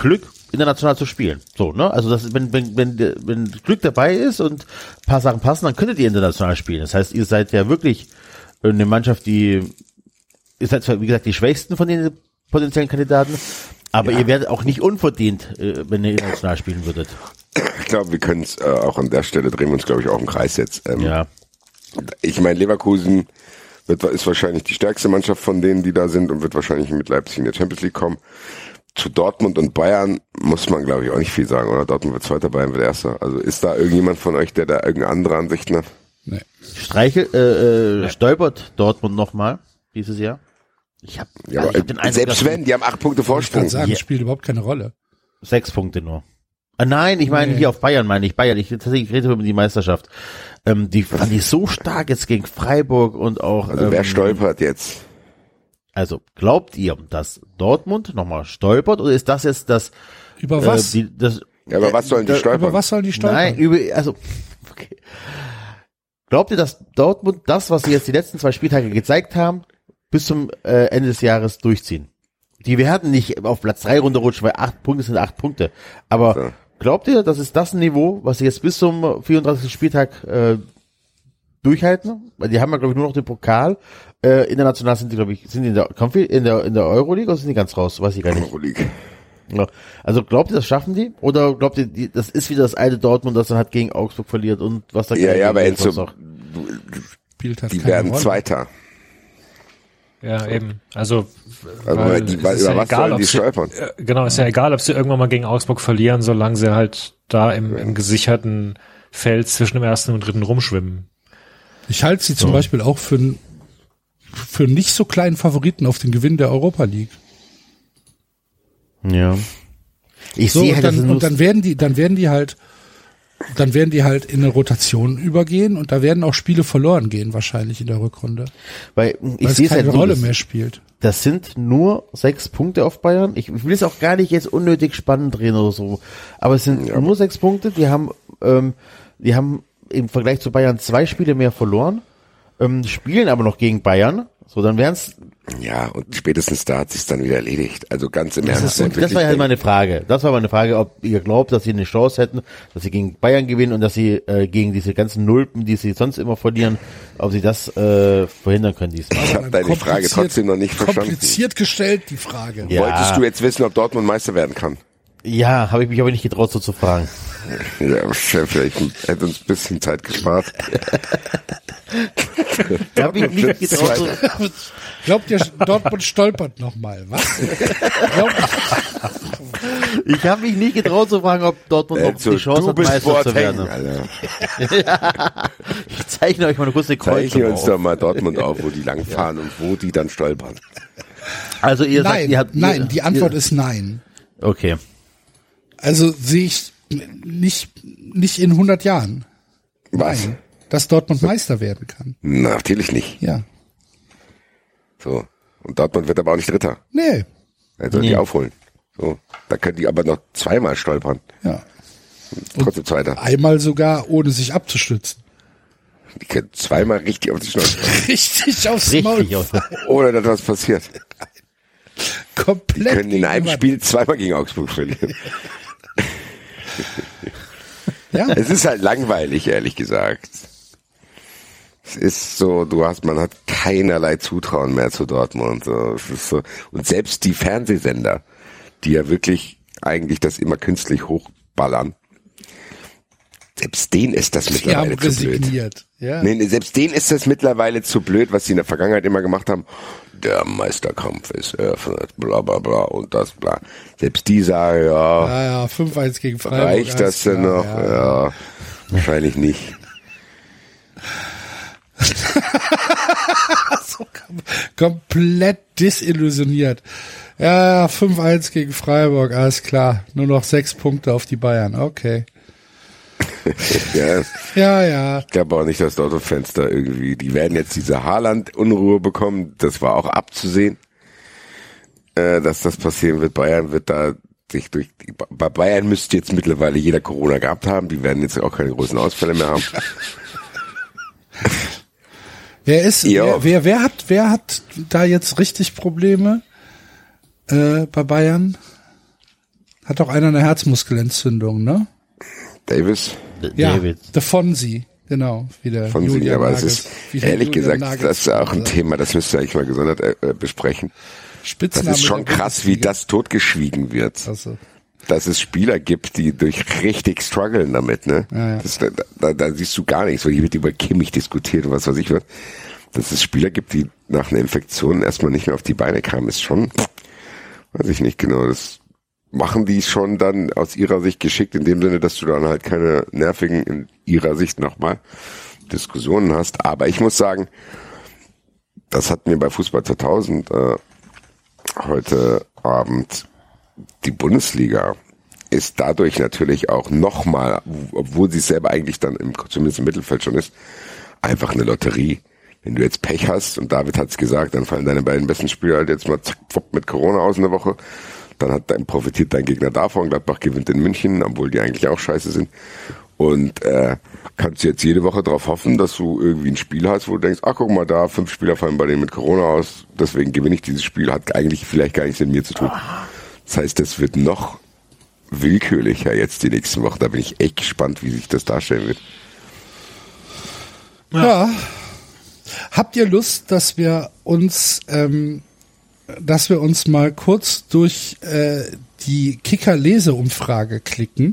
international zu spielen. So, ne? Also das, wenn, wenn, wenn, wenn Glück dabei ist und ein paar Sachen passen, dann könntet ihr international spielen. Das heißt, ihr seid ja wirklich eine Mannschaft, die, ihr seid zwar, wie gesagt, die schwächsten von den potenziellen Kandidaten, aber ja. ihr werdet auch nicht unverdient, wenn ihr international spielen würdet. Ich glaube, wir können es äh, auch an der Stelle drehen wir uns, glaube ich, auch im Kreis jetzt. Ähm, ja. Ich meine, Leverkusen wird, ist wahrscheinlich die stärkste Mannschaft von denen, die da sind und wird wahrscheinlich mit Leipzig in der Champions League kommen. Zu Dortmund und Bayern muss man, glaube ich, auch nicht viel sagen, oder? Dortmund wird Zweiter, Bayern wird Erster. Also ist da irgendjemand von euch, der da irgendeine andere Ansichten hat? Nee. Streichel, äh, äh, stolpert Dortmund nochmal dieses Jahr? Ich habe ja, also hab den Eindruck, selbst wenn, die haben acht Punkte Vorsprung. Ich kann sagen, ja. spielt überhaupt keine Rolle. Sechs Punkte nur. Ah, nein, ich meine nee. hier auf Bayern, meine ich Bayern. Ich tatsächlich rede über die Meisterschaft. Ähm, die fand ich so stark jetzt gegen Freiburg und auch. Also ähm, wer stolpert jetzt? Also glaubt ihr, dass Dortmund nochmal stolpert oder ist das jetzt das? Über was? Äh, die, das, ja, aber was sollen die äh, stolpern? Über was sollen die stolpern? Nein, über also. Okay. Glaubt ihr, dass Dortmund das, was sie jetzt die letzten zwei Spieltage gezeigt haben, bis zum äh, Ende des Jahres durchziehen? Die werden nicht auf Platz drei runterrutschen, weil acht Punkte sind acht Punkte. Aber so. Glaubt ihr, das ist das Niveau, was sie jetzt bis zum vierunddreißigsten Spieltag äh, durchhalten? Weil die haben ja, glaube ich, nur noch den Pokal. Äh, international sind die, glaube ich, sind die in der in der in der Euroleague oder sind die ganz raus? Weiß ich gar nicht. Euroleague. Ja. Also glaubt ihr, das schaffen die? Oder glaubt ihr, die, das ist wieder das alte Dortmund, das dann halt gegen Augsburg verliert und was da Ja, ja, aber Enzo, spielt halt die werden Rolle. Zweiter. Ja, eben. Also, also weil, die, weil, über ja was egal, sollen die sie, stolpern? Äh, genau, ist ja egal, ob sie irgendwann mal gegen Augsburg verlieren, solange sie halt da im, im gesicherten Feld zwischen dem ersten und dritten rumschwimmen. Ich halte sie so. zum Beispiel auch für, für nicht so kleinen Favoriten auf den Gewinn der Europa League. Ja. Ich so, sehe halt, und, dann, und dann werden die, dann werden die halt, dann werden die halt in eine Rotation übergehen und da werden auch Spiele verloren gehen wahrscheinlich in der Rückrunde. Weil ich weil sehe es keine halt Rolle so, mehr spielt. Das sind nur sechs Punkte auf Bayern. Ich, ich will es auch gar nicht jetzt unnötig spannend drehen oder so. Aber es sind ja. nur sechs Punkte. Die haben, ähm, die haben im Vergleich zu Bayern zwei Spiele mehr verloren, ähm, spielen aber noch gegen Bayern. So, dann wären's. Ja, und spätestens da hat sich's dann wieder erledigt. Also ganz im das Ernst. Ist, das war halt meine Frage. Das war meine Frage, ob ihr glaubt, dass sie eine Chance hätten, dass sie gegen Bayern gewinnen und dass sie äh, gegen diese ganzen Nulpen, die sie sonst immer verlieren, ob sie das äh, verhindern können diesmal. Ich habe deine Frage trotzdem noch nicht verstanden. Kompliziert gestellt, die Frage. Ja. Wolltest du jetzt wissen, ob Dortmund Meister werden kann? Ja, habe ich mich aber nicht getraut, so zu fragen. Ja, vielleicht hätte uns ein bisschen Zeit gespart. Da habe ich nicht getraut. So. Glaubt ihr, Dortmund stolpert nochmal, was? Ich habe mich nicht getraut zu fragen, ob Dortmund noch also, die Chance hat, Meister zu werden. Ja. Ich zeichne euch mal eine kurze Kreuzung Zeichne uns auf. doch mal Dortmund auf, wo die langfahren ja. und wo die dann stolpern. Also ihr nein, sagt, ihr habt... Nein, ihr, die Antwort ihr, ist nein. Okay. Also sehe ich nicht, nicht in hundert Jahren. Was? Nein, dass Dortmund Meister werden kann. Na, natürlich nicht. Ja. So. Und Dortmund wird aber auch nicht Dritter. Nee. Er soll nee. die aufholen. So. Da können die aber noch zweimal stolpern. Ja. Trotzdem Zweiter. Einmal sogar, ohne sich abzustützen. Die können zweimal richtig auf die Schnauze. Richtig aufs Richtig Maul. auf. Ohne dass was passiert. Komplett. Die können in einem Spiel zweimal gegen Augsburg verlieren. Ja. Es ist halt langweilig, ehrlich gesagt. Es ist so, du hast, man hat keinerlei Zutrauen mehr zu Dortmund. So, es ist so. Und selbst die Fernsehsender, die ja wirklich eigentlich das immer künstlich hochballern, selbst denen ist das mittlerweile zu blöd. Ja. Nee, nee, selbst denen ist das mittlerweile zu blöd, was sie in der Vergangenheit immer gemacht haben. Der Meisterkampf ist eröffnet, bla bla bla und das bla. Selbst die sagen, ja, ja, ja fünf eins gegen Freiburg. Reicht das denn noch? Ja, ja. ja, wahrscheinlich nicht. So kom- komplett desillusioniert. Ja, fünf eins gegen Freiburg, alles klar. Nur noch sechs Punkte auf die Bayern, okay. ja. ja, ja. Ich glaube auch nicht, dass Dortmund-Fans da irgendwie, die werden jetzt diese Haaland-Unruhe bekommen, das war auch abzusehen, äh, dass das passieren wird. Bayern wird da sich durch, bei Bayern müsste jetzt mittlerweile jeder Corona gehabt haben, die werden jetzt auch keine großen Ausfälle mehr haben. Wer ist, wer, wer, wer hat, wer hat da jetzt richtig Probleme, äh, bei Bayern? Hat auch einer eine Herzmuskelentzündung, ne? Davis? Ja, David. Der Fonsi, genau. Wieder Fonsi, aber es ist, ehrlich gesagt, das ist auch ein Thema, das müsst ihr eigentlich mal gesondert äh, besprechen. Spitzname das ist schon krass, wie das totgeschwiegen wird. Also. Dass es Spieler gibt, die durch richtig strugglen damit, ne? Ja, ja. Das, da, da, da siehst du gar nichts, weil hier wird über Kimmich diskutiert und was weiß ich was. Dass es Spieler gibt, die nach einer Infektion erstmal nicht mehr auf die Beine kamen, ist schon, weiß ich nicht genau, das machen die schon dann aus ihrer Sicht geschickt, in dem Sinne, dass du dann halt keine nervigen, in ihrer Sicht nochmal, Diskussionen hast. Aber ich muss sagen, das hatten wir bei Fußball zweitausend äh, heute Abend. Die Bundesliga ist dadurch natürlich auch nochmal, obwohl sie selber eigentlich dann im, zumindest im Mittelfeld schon ist, einfach eine Lotterie. Wenn du jetzt Pech hast, und David hat's gesagt, dann fallen deine beiden besten Spieler halt jetzt mal zack, pfopp, mit Corona aus in der Woche. Dann hat dann profitiert dein Gegner davon. Gladbach gewinnt in München, obwohl die eigentlich auch scheiße sind. Und äh, kannst du jetzt jede Woche darauf hoffen, dass du irgendwie ein Spiel hast, wo du denkst, ach guck mal da, fünf Spieler fallen bei denen mit Corona aus, deswegen gewinne ich dieses Spiel. Hat eigentlich vielleicht gar nichts mit mir zu tun. Das heißt, das wird noch willkürlicher jetzt die nächsten Wochen. Da bin ich echt gespannt, wie sich das darstellen wird. Ja. ja. Habt ihr Lust, dass wir uns, ähm, dass wir uns mal kurz durch äh, die Kicker-Lese-Umfrage klicken?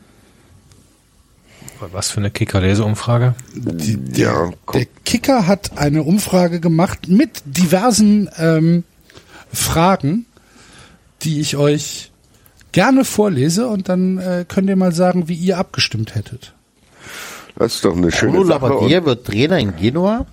Was für eine Kicker-Lese-Umfrage? Die, der, ja, der Kicker hat eine Umfrage gemacht mit diversen ähm, Fragen, die ich euch gerne vorlese, und dann äh, könnt ihr mal sagen, wie ihr abgestimmt hättet. Das ist doch eine schöne Bruno Sache. Labbadia wird Trainer in Genua.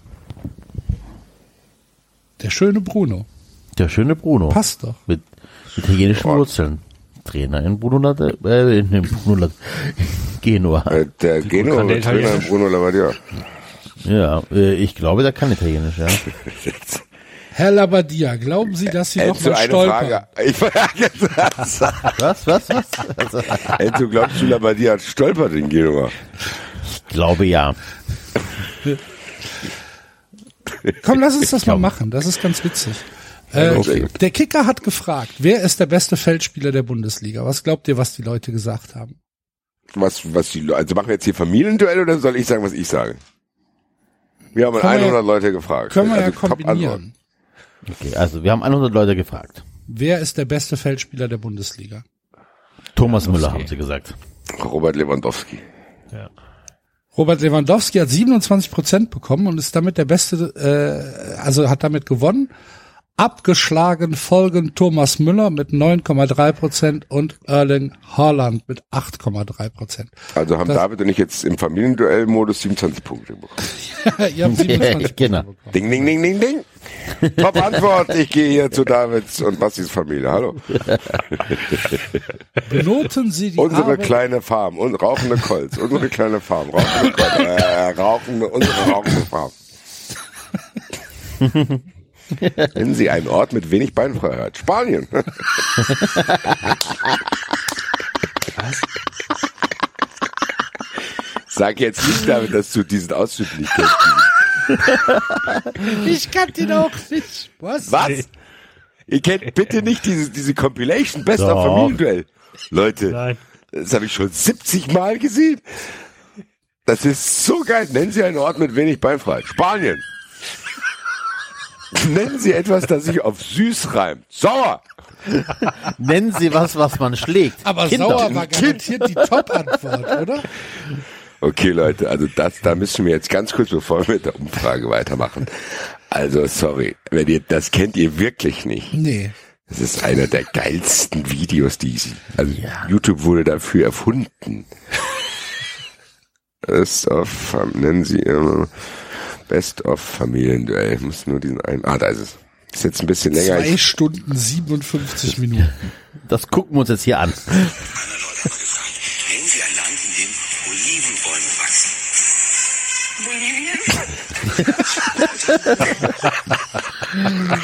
Der schöne Bruno. Der schöne Bruno. Passt doch. Mit italienischen oh. Wurzeln. Trainer in Bruno äh, in Bruno Genua. Äh, der Die Genua der Trainer in Bruno Labbadia. Ja, äh, ich glaube, der kann Italienisch, ja. Herr Labbadia, glauben Sie, dass Sie noch mal stolpern? Ich was, was, was? was? Enzo, glaubst du, Labbadia hat stolpert in Genua? Ich glaube, ja. Komm, lass uns das mal machen. Das ist ganz witzig. Äh, okay. Der Kicker hat gefragt, wer ist der beste Feldspieler der Bundesliga? Was glaubt ihr, was die Leute gesagt haben? Was, was die Leute, also machen wir jetzt hier Familienduell oder soll ich sagen, was ich sage? Wir haben hundert ja, Leute gefragt. Können wir also ja kombinieren. Okay, also wir haben hundert Leute gefragt. Wer ist der beste Feldspieler der Bundesliga? Thomas Müller, haben sie gesagt. Robert Lewandowski. Ja. Robert Lewandowski hat siebenundzwanzig Prozent bekommen und ist damit der beste, äh, also hat damit gewonnen. Abgeschlagen folgen Thomas Müller mit neun Komma drei Prozent und Erling Haaland mit acht Komma drei Prozent. Also haben das David und ich jetzt im Familienduell-Modus siebenundzwanzig Punkte bekommen. Ja, ihr habt siebenundzwanzig genau. Punkte bekommen. Ding, ding, ding, ding, ding. Top Antwort. Ich gehe hier zu Davids und Bastis Familie. Hallo. Benoten Sie die Unsere Arbeit. kleine Farm und rauchende Colts. Unsere kleine Farm. Rauchende Colts. Äh, rauchende, unsere rauchende Farm. Nennen Sie einen Ort mit wenig Beinfreiheit. Spanien. Was? Sag jetzt nicht damit, dass du diesen Ausschnitt nicht kennst. Ich kannte ihn auch nicht. Was? Was? Ihr kennt bitte nicht diese, diese Compilation Best of Familienduell. Leute, Nein. Das habe ich schon siebzig Mal gesehen. Das ist so geil. Nennen Sie einen Ort mit wenig Beinfreiheit. Spanien. Nennen Sie etwas, das sich auf süß reimt. Sauer. Nennen Sie was, was man schlägt. Aber Kinder. Sauer war garantiert die Top-Antwort, oder? Okay, Leute, also das, da müssen wir jetzt ganz kurz, bevor wir mit der Umfrage weitermachen. Also, sorry, wenn ihr, das kennt ihr wirklich nicht. Nee. Das ist einer der geilsten Videos, die sie, also ja. YouTube wurde dafür erfunden. Best of, nennen Sie immer Best of Familienduell. Ich muss nur diesen einen, ah, da ist es. Ist jetzt ein bisschen länger. Zwei Stunden siebenundfünfzig Minuten. Das gucken wir uns jetzt hier an. Nennen Sie ein Land, in dem Olivenbäume wachsen. Bolivien?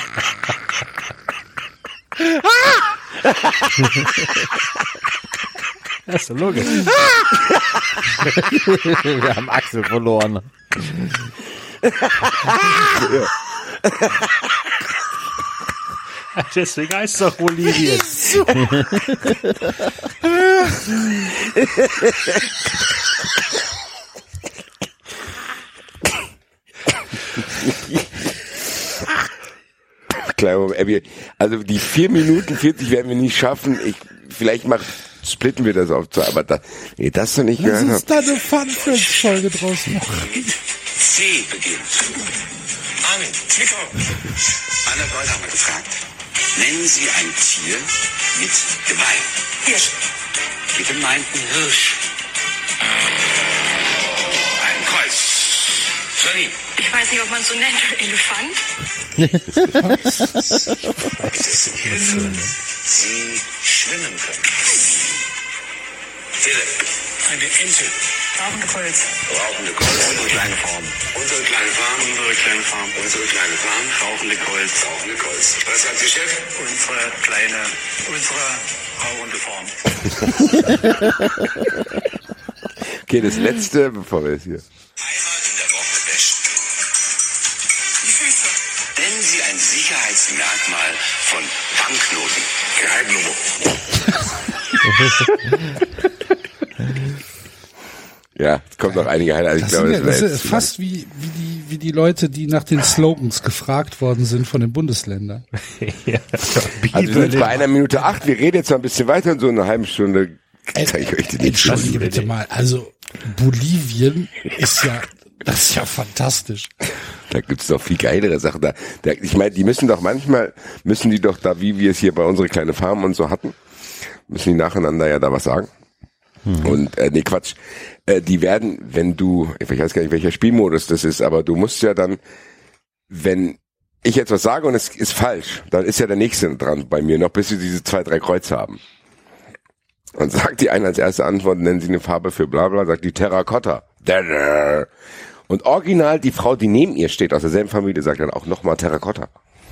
Das ist so logisch. Wir haben Axel verloren. Deswegen heißt es auch Bolivien. Also die vier Minuten vierzig werden wir nicht schaffen. Ich, vielleicht mach, splitten wir das auf zwei, aber da, nee, das du nicht gehört hast. Lass uns da eine Fun-Friends-Folge draus machen. C beginnt. Armin, klick auf. Anna Gold haben wir gefragt. Nennen Sie ein Tier mit Geweih. Hirsch. Bitte meinten Hirsch. Ein Kreuz. Sonny. Ich weiß nicht, ob man es so nennt. Elefant? Sie schwimmen können. Philipp. Eine Ente. Rauchende Kolz. Rauchende Kolz. Unsere kleine Farm. Unsere kleine Farm. Unsere kleine Farm. Unsere kleine Farm. Rauchende Kolz. Rauchende Kolz. Was sagt der Chef? Unsere kleine, unsere rauchende Form. Okay, das letzte, bevor wir es hier. Einmal in der Woche wäschen. Die Füße. Nennen Sie ein Sicherheitsmerkmal von Banknoten. Geheimnummer. Ja, es kommt noch einige Highlights. Das, ich glaube, ja, das, das ist fast wie, wie, die, wie die Leute, die nach den Slogans gefragt worden sind von den Bundesländern. Ja. Also wir sind bei einer Minute acht, wir reden jetzt noch ein bisschen weiter und so eine halbe Stunde zeige ich euch die nicht. Entschuldige bitte mal, also Bolivien ist ja, das ist ja fantastisch. Da gibt's doch viel geilere Sachen da. da ich meine, die müssen doch manchmal, müssen die doch da, wie wir es hier bei unsere kleine Farm und so hatten, müssen die nacheinander ja da was sagen. Hm. Und, äh, nee, Quatsch, äh, die werden, wenn du, ich weiß gar nicht, welcher Spielmodus das ist, aber du musst ja dann, wenn ich jetzt was sage und es ist falsch, dann ist ja der Nächste dran bei mir noch, bis sie diese zwei, drei Kreuze haben. Und sagt die eine als erste Antwort, nennen sie eine Farbe für bla bla, sagt die Terrakotta. Und original, die Frau, die neben ihr steht, aus derselben Familie, sagt dann auch nochmal Terrakotta.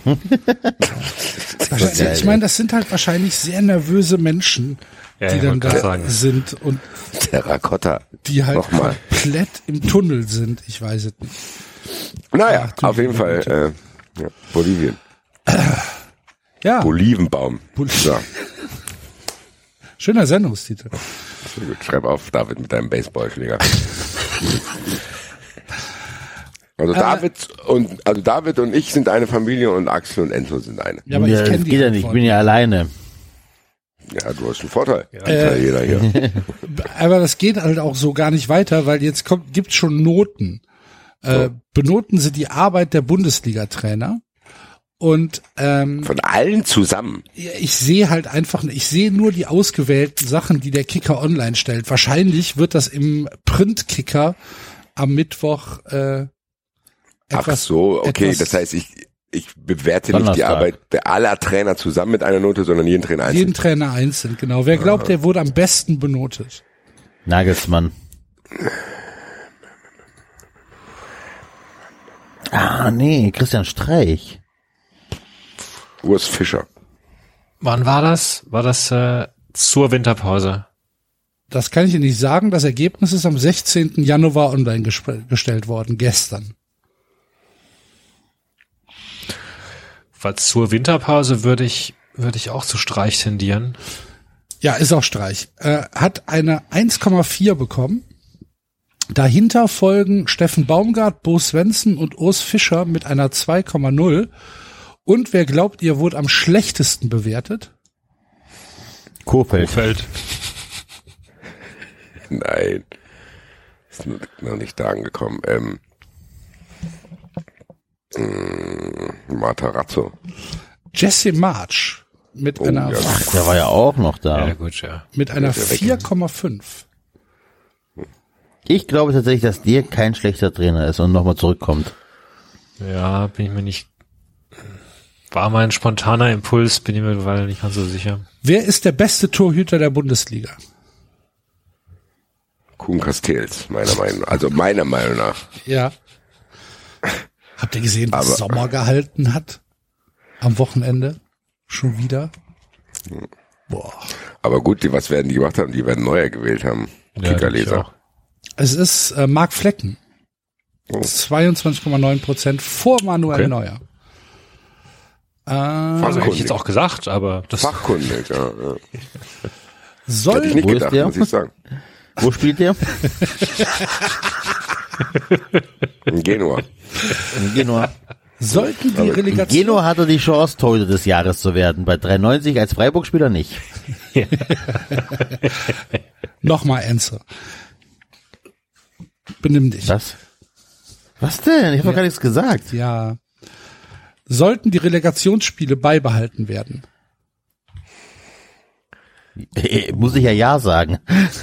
Ich meine, das sind halt wahrscheinlich sehr nervöse Menschen, die ja, dann da sagen. sind und Terrakotta. die halt Nochmal. komplett im Tunnel sind. Ich weiß es nicht. Naja, Ach, auf jeden Fall, äh, ja, Bolivien. Ja, Olivenbaum. Bol- So, schöner Sendungstitel. sehr gut. Schreib auf, David, mit deinem Baseballschläger. Also David und also David und ich sind eine Familie und Axel und Enzo sind eine. Ja, aber ja, ich kenne das die geht ja nicht, ich Antwort. bin ja alleine. Ja, du hast einen Vorteil. Ja. Äh, Jeder hier. Aber das geht halt auch so gar nicht weiter, weil jetzt kommt, gibt's schon Noten. Äh, So. benoten sie die Arbeit der Bundesliga-Trainer. Und ähm, Von allen zusammen. ich sehe halt einfach, ich sehe nur die ausgewählten Sachen, die der Kicker online stellt. Wahrscheinlich wird das im Print-Kicker am Mittwoch äh, Ach etwas, so, okay. etwas, Das heißt, ich ich bewerte nicht die Donnerstag. Arbeit der aller Trainer zusammen mit einer Note, sondern jeden Trainer einzeln. jeden Trainer einzeln, genau. Wer glaubt, der wurde am besten benotet? Nagelsmann. Ah, nee, Christian Streich. Urs Fischer. Wann war das? War das äh, zur Winterpause? Das kann ich Ihnen nicht sagen. Das Ergebnis ist am sechzehnten Januar online gesp- gestellt worden, gestern. Weil zur Winterpause würde ich würde ich auch zu Streich tendieren. Ja, ist auch Streich. Äh, hat eine eins Komma vier bekommen. Dahinter folgen Steffen Baumgart, Bo Svensson und Urs Fischer mit einer zwei Komma null. Und wer glaubt, ihr wurde am schlechtesten bewertet? Kohfeldt. Feld. Nein. Ist noch, noch nicht da angekommen. Ähm, mh, Matarazzo. Jesse March mit Oh, einer ja. Ach, der war ja auch noch da. Ja, gut, ja. mit einer ist ja weg. vier Komma fünf. Ich glaube tatsächlich, dass der kein schlechter Trainer ist und nochmal zurückkommt. Ja, bin ich mir nicht. War mein spontaner Impuls, bin ich mir mittlerweile nicht ganz so sicher. Wer ist der beste Torhüter der Bundesliga? Kuhn Castells, meiner Meinung nach. Also meiner Meinung nach. Ja. Habt ihr gesehen, was Aber- Sommer gehalten hat? Am Wochenende? Schon wieder? Boah. Aber gut, die, was werden die gemacht haben? Die werden Neuer gewählt haben. Ja, denke ich Kickerleser. auch. Es ist äh, Marc Flecken. Oh. zweiundzwanzig Komma neun Prozent vor Manuel Okay. Neuer. Also hätte ich jetzt auch gesagt, aber das fachkundig, ja. ja. Soll, hätte ich nicht Wo gedacht, ist der? muss ich sagen. Wo spielt der? In Genua. In Genua. sollten die In Relegation... Genua hatte die Chance, Torhüter des Jahres zu werden. Bei dreiundneunzig als Freiburg-Spieler nicht. Nochmal, Enzo. Benimm dich. Was? Was denn? Ich habe doch gar nichts gesagt. Ja. Sollten die Relegationsspiele beibehalten werden? Äh, Muss ich ja Ja sagen.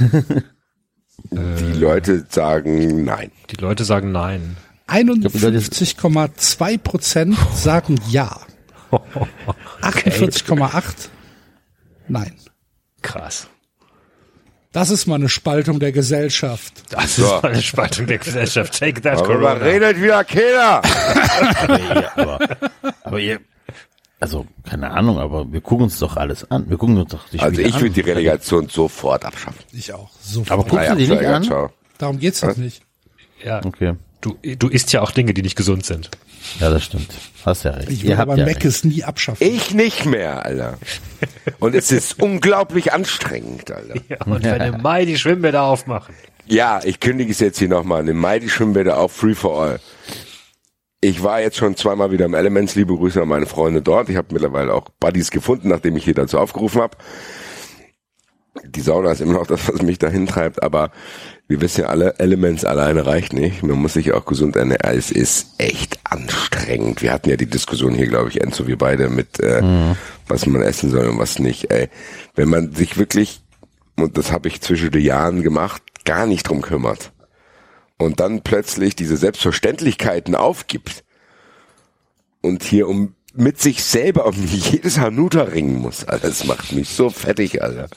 Die Leute sagen nein. die Leute sagen nein. einundfünfzig Komma zwei Prozent sagen Ja. achtundvierzig Komma acht nein. Krass. Das ist mal eine Spaltung der Gesellschaft. Das So. ist mal eine Spaltung der Gesellschaft. Take that, Darüber Corona. redet wieder keiner. aber, ihr, aber, aber ihr, also keine Ahnung, aber wir gucken uns doch alles an. Wir gucken uns doch die Also Spiele ich an. würde die Relegation sofort abschaffen. Ich auch. So Aber guckst du die nicht Absteiger, an? ciao. Darum geht's doch nicht. Ja. Okay, Du, du isst ja auch Dinge, die nicht gesund sind. ja, das stimmt. Hast ja recht. Ich Ihr will habt aber ja Mac recht. es nie abschaffen. Ich nicht mehr, Alter. Und es ist unglaublich anstrengend, Alter. Ja, und wenn im Mai die Schwimmbäder aufmachen. Ja, ich kündige es jetzt hier nochmal. Im Mai die Schwimmbäder auf Free for All. Ich war jetzt schon zweimal wieder im Elements. Liebe Grüße an meine Freunde dort. Ich habe mittlerweile auch Buddies gefunden, nachdem ich hier dazu aufgerufen habe. Die Sauna ist immer noch das, was mich dahin treibt, aber wir wissen ja alle, Elements alleine reicht nicht. Man muss sich ja auch gesund ernähren. Es ist echt anstrengend. Wir hatten ja die Diskussion hier, glaube ich, Enzo, wir beide mit, äh, mhm. was man essen soll und was nicht. Ey, wenn man sich wirklich, und das habe ich zwischen den Jahren gemacht, gar nicht drum kümmert und dann plötzlich diese Selbstverständlichkeiten aufgibt und hier um mit sich selber um jedes Hanuta ringen muss, Alter, das macht mich so fertig, Alter.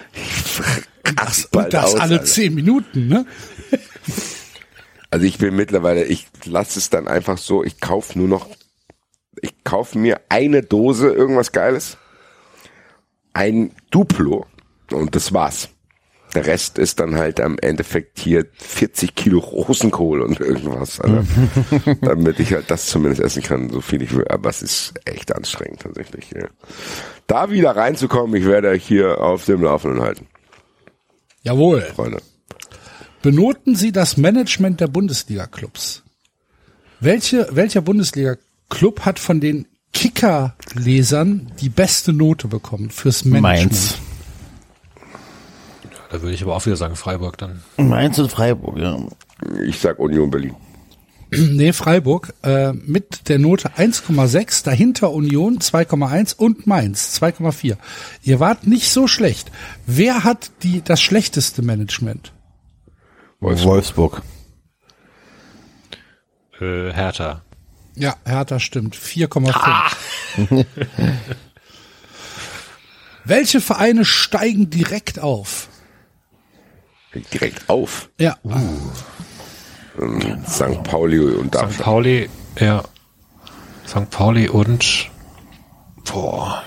Ich Das, und das aus, alle Alter. zehn Minuten, ne? Also ich bin mittlerweile, ich lasse es dann einfach so, ich kaufe nur noch, ich kaufe mir eine Dose irgendwas Geiles, ein Duplo und das war's. Der Rest ist dann halt am Endeffekt hier vierzig Kilo Rosenkohl und irgendwas, Alter. Damit ich halt das zumindest essen kann, so viel ich will. Aber es ist echt anstrengend tatsächlich. Ja. Da wieder reinzukommen, ich werde euch hier auf dem Laufenden halten. Jawohl. Freunde. Benoten Sie das Management der Bundesliga-Clubs. Welche, welcher Bundesliga-Club hat von den Kicker-Lesern die beste Note bekommen fürs Management? Mainz. Da würde ich aber auch wieder sagen Freiburg dann. Mainz und Freiburg, ja. Ich sag Union Berlin. Nee, Freiburg äh, mit der Note eins Komma sechs, dahinter Union zwei Komma eins und Mainz zwei Komma vier. Ihr wart nicht so schlecht. Wer hat die das schlechteste Management? Wolfsburg. Wolfsburg. Äh, Hertha. Ja, Hertha stimmt. vier Komma fünf. Welche Vereine steigen direkt auf? Direkt auf. Ja. Uh. Sankt Pauli und Darmstadt. Sankt Pauli, ja. Sankt Pauli und boah.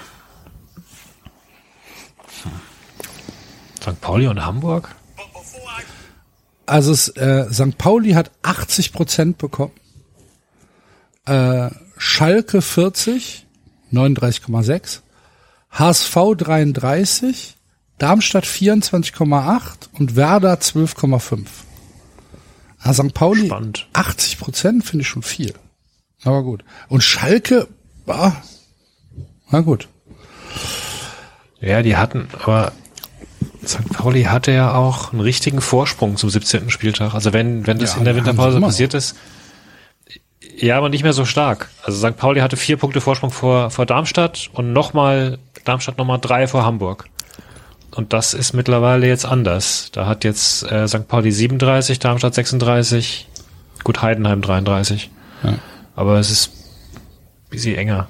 Hm. Sankt Pauli und Hamburg? Also es, äh, Sankt Pauli hat achtzig Prozent bekommen. Äh, Schalke vierzig, neununddreißig Komma sechs. H S V dreiunddreißig. Darmstadt vierundzwanzig Komma acht und Werder zwölf Komma fünf. Ah, Sankt Pauli Spannend. achtzig Prozent finde ich schon viel. Aber gut. Und Schalke, ah, na gut. Ja, die hatten, aber Sankt Pauli hatte ja auch einen richtigen Vorsprung zum siebzehnten Spieltag. Also wenn, wenn das Ja, in der haben sie Winterpause immer passiert ist, ja, aber nicht mehr so stark. Also Sankt Pauli hatte vier Punkte Vorsprung vor, vor Darmstadt und nochmal, Darmstadt nochmal drei vor Hamburg. Und das ist mittlerweile jetzt anders. Da hat jetzt äh, Sankt Pauli siebenunddreißig, Darmstadt sechsunddreißig, gut Heidenheim dreiunddreißig. Ja. Aber es ist ein bisschen enger.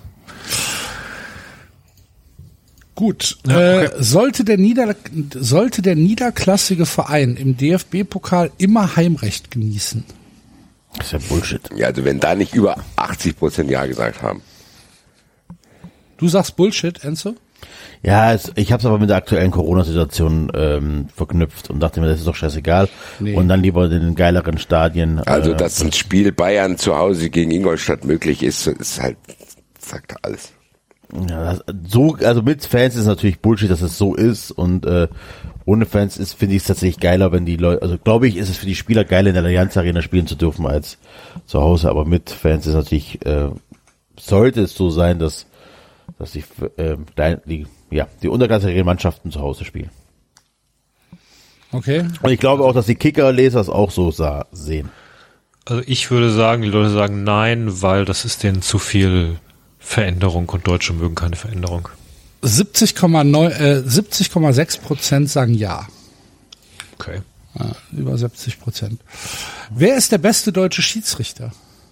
Gut, Ja, okay. äh, sollte der Nieder sollte der niederklassige Verein im D F B-Pokal immer Heimrecht genießen? Das ist ja Bullshit. Ja, also wenn da nicht über achtzig Prozent Ja gesagt haben. Du sagst Bullshit, Enzo? Ja, es, ich habe es aber mit der aktuellen Corona-Situation ähm, verknüpft und dachte mir, das ist doch scheißegal. Nee. Und dann lieber in den geileren Stadien. Also, äh, dass ein Spiel Bayern zu Hause gegen Ingolstadt möglich ist, ist halt, sagt alles. Ja, das, so, also mit Fans ist natürlich Bullshit, dass es so ist und äh, ohne Fans ist, finde ich es tatsächlich geiler, wenn die Leute, also glaube ich, ist es für die Spieler geiler in der Allianz Arena spielen zu dürfen als zu Hause, aber mit Fans ist natürlich, äh, sollte es so sein, dass dass die, äh, die ja die unterklassigen Mannschaften zu Hause spielen. Okay. Und ich glaube auch, dass die Kicker-Leser es auch so sah, sehen. Also ich würde sagen, die Leute sagen nein, weil das ist denen zu viel Veränderung und Deutsche mögen keine Veränderung. siebzig Komma neun, äh, siebzig Komma sechs Prozent sagen ja. Okay. Ja, über siebzig Prozent. Wer ist der beste deutsche Schiedsrichter?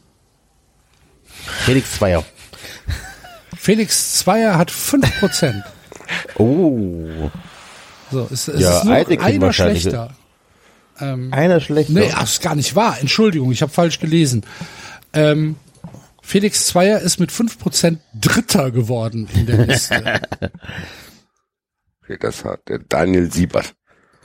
Felix Zweier. Felix Zweier hat fünf Prozent. Oh. So, es, es Ja, ist nur Eitekin einer wahrscheinlich. schlechter. Ähm, Einer schlechter. nee, ach, ist gar nicht wahr. Entschuldigung, ich habe falsch gelesen. Ähm, Felix Zweier ist mit fünf Prozent Dritter geworden in der Liste. Okay, das hat der Daniel Siebert.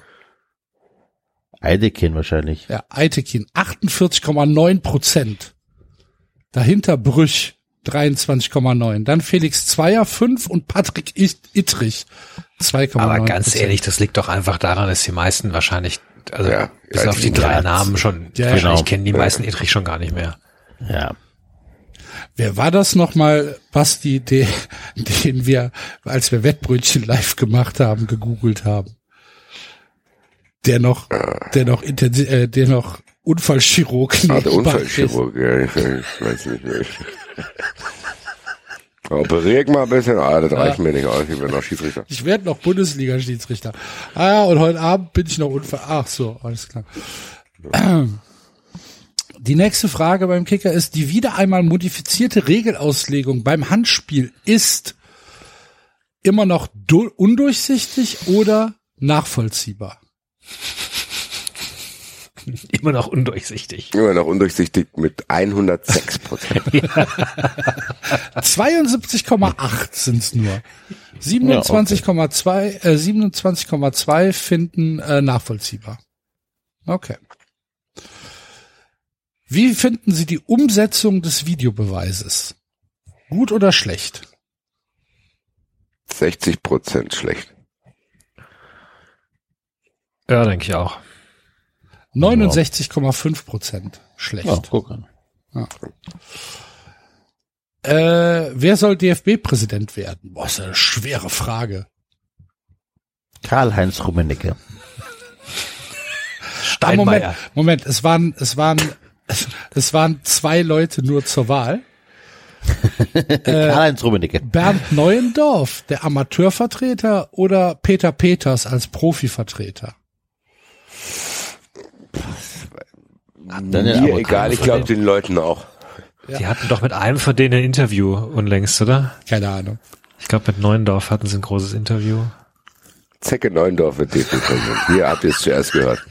Eitekin wahrscheinlich. Ja, Eitekin, achtundvierzig Komma neun Prozent. Dahinter Brüch, dreiundzwanzig Komma neun. Dann Felix Zweier, fünf und Patrick Ittrich, zwei Komma neun. Aber ganz ehrlich, das liegt doch einfach daran, dass die meisten wahrscheinlich, also Ja, bis ja, auf die die drei drei- Namen schon, Ja, wahrscheinlich genau. kennen die meisten Ittrich schon gar nicht mehr. Ja. Wer war das nochmal, Basti, den, den wir, als wir Wettbrötchen live gemacht haben, gegoogelt haben? Der noch, der noch, intensi- äh, der noch Unfallchirurg. Ah, der nebenbei Unfallchirurg, ja, ich, ich weiß nicht mehr. Operier ich mal ein bisschen, ah, das reicht mir nicht aus, ich bin noch Schiedsrichter. Ich werde noch Bundesliga-Schiedsrichter. Ah ja, und heute Abend bin ich noch Unfall. Ach so, alles klar. Die nächste Frage beim Kicker ist, die wieder einmal modifizierte Regelauslegung beim Handspiel ist immer noch du- undurchsichtig oder nachvollziehbar? Immer noch undurchsichtig. Immer noch undurchsichtig mit hundertsechs Prozent. zweiundsiebzig Komma acht sind's nur. siebenundzwanzig Komma zwei, äh, siebenundzwanzig Komma zwei finden äh, nachvollziehbar. Okay. Wie finden Sie die Umsetzung des Videobeweises? Gut oder schlecht? sechzig Prozent schlecht. Ja, denke ich auch. neunundsechzig Komma fünf Prozent schlecht. Ja, guck an. Äh, wer soll D F B-Präsident werden? Boah, ist eine schwere Frage. Karl-Heinz Rummenigge. Ah, Moment, Steinmeier. Moment, es waren, es waren, es waren zwei Leute nur zur Wahl. Karl-Heinz Rummenigge. Bernd Neuendorf, der Amateurvertreter, oder Peter Peters als Profivertreter? Dann den Mir Amerikaner egal, ich glaube den Leuten auch. Die hatten doch mit einem von denen ein Interview unlängst, oder? Keine Ahnung. Ich glaube, mit Neuendorf hatten sie ein großes Interview. Zecke Neuendorf wird D F B-Präsident. Hier habt ihr es zuerst gehört.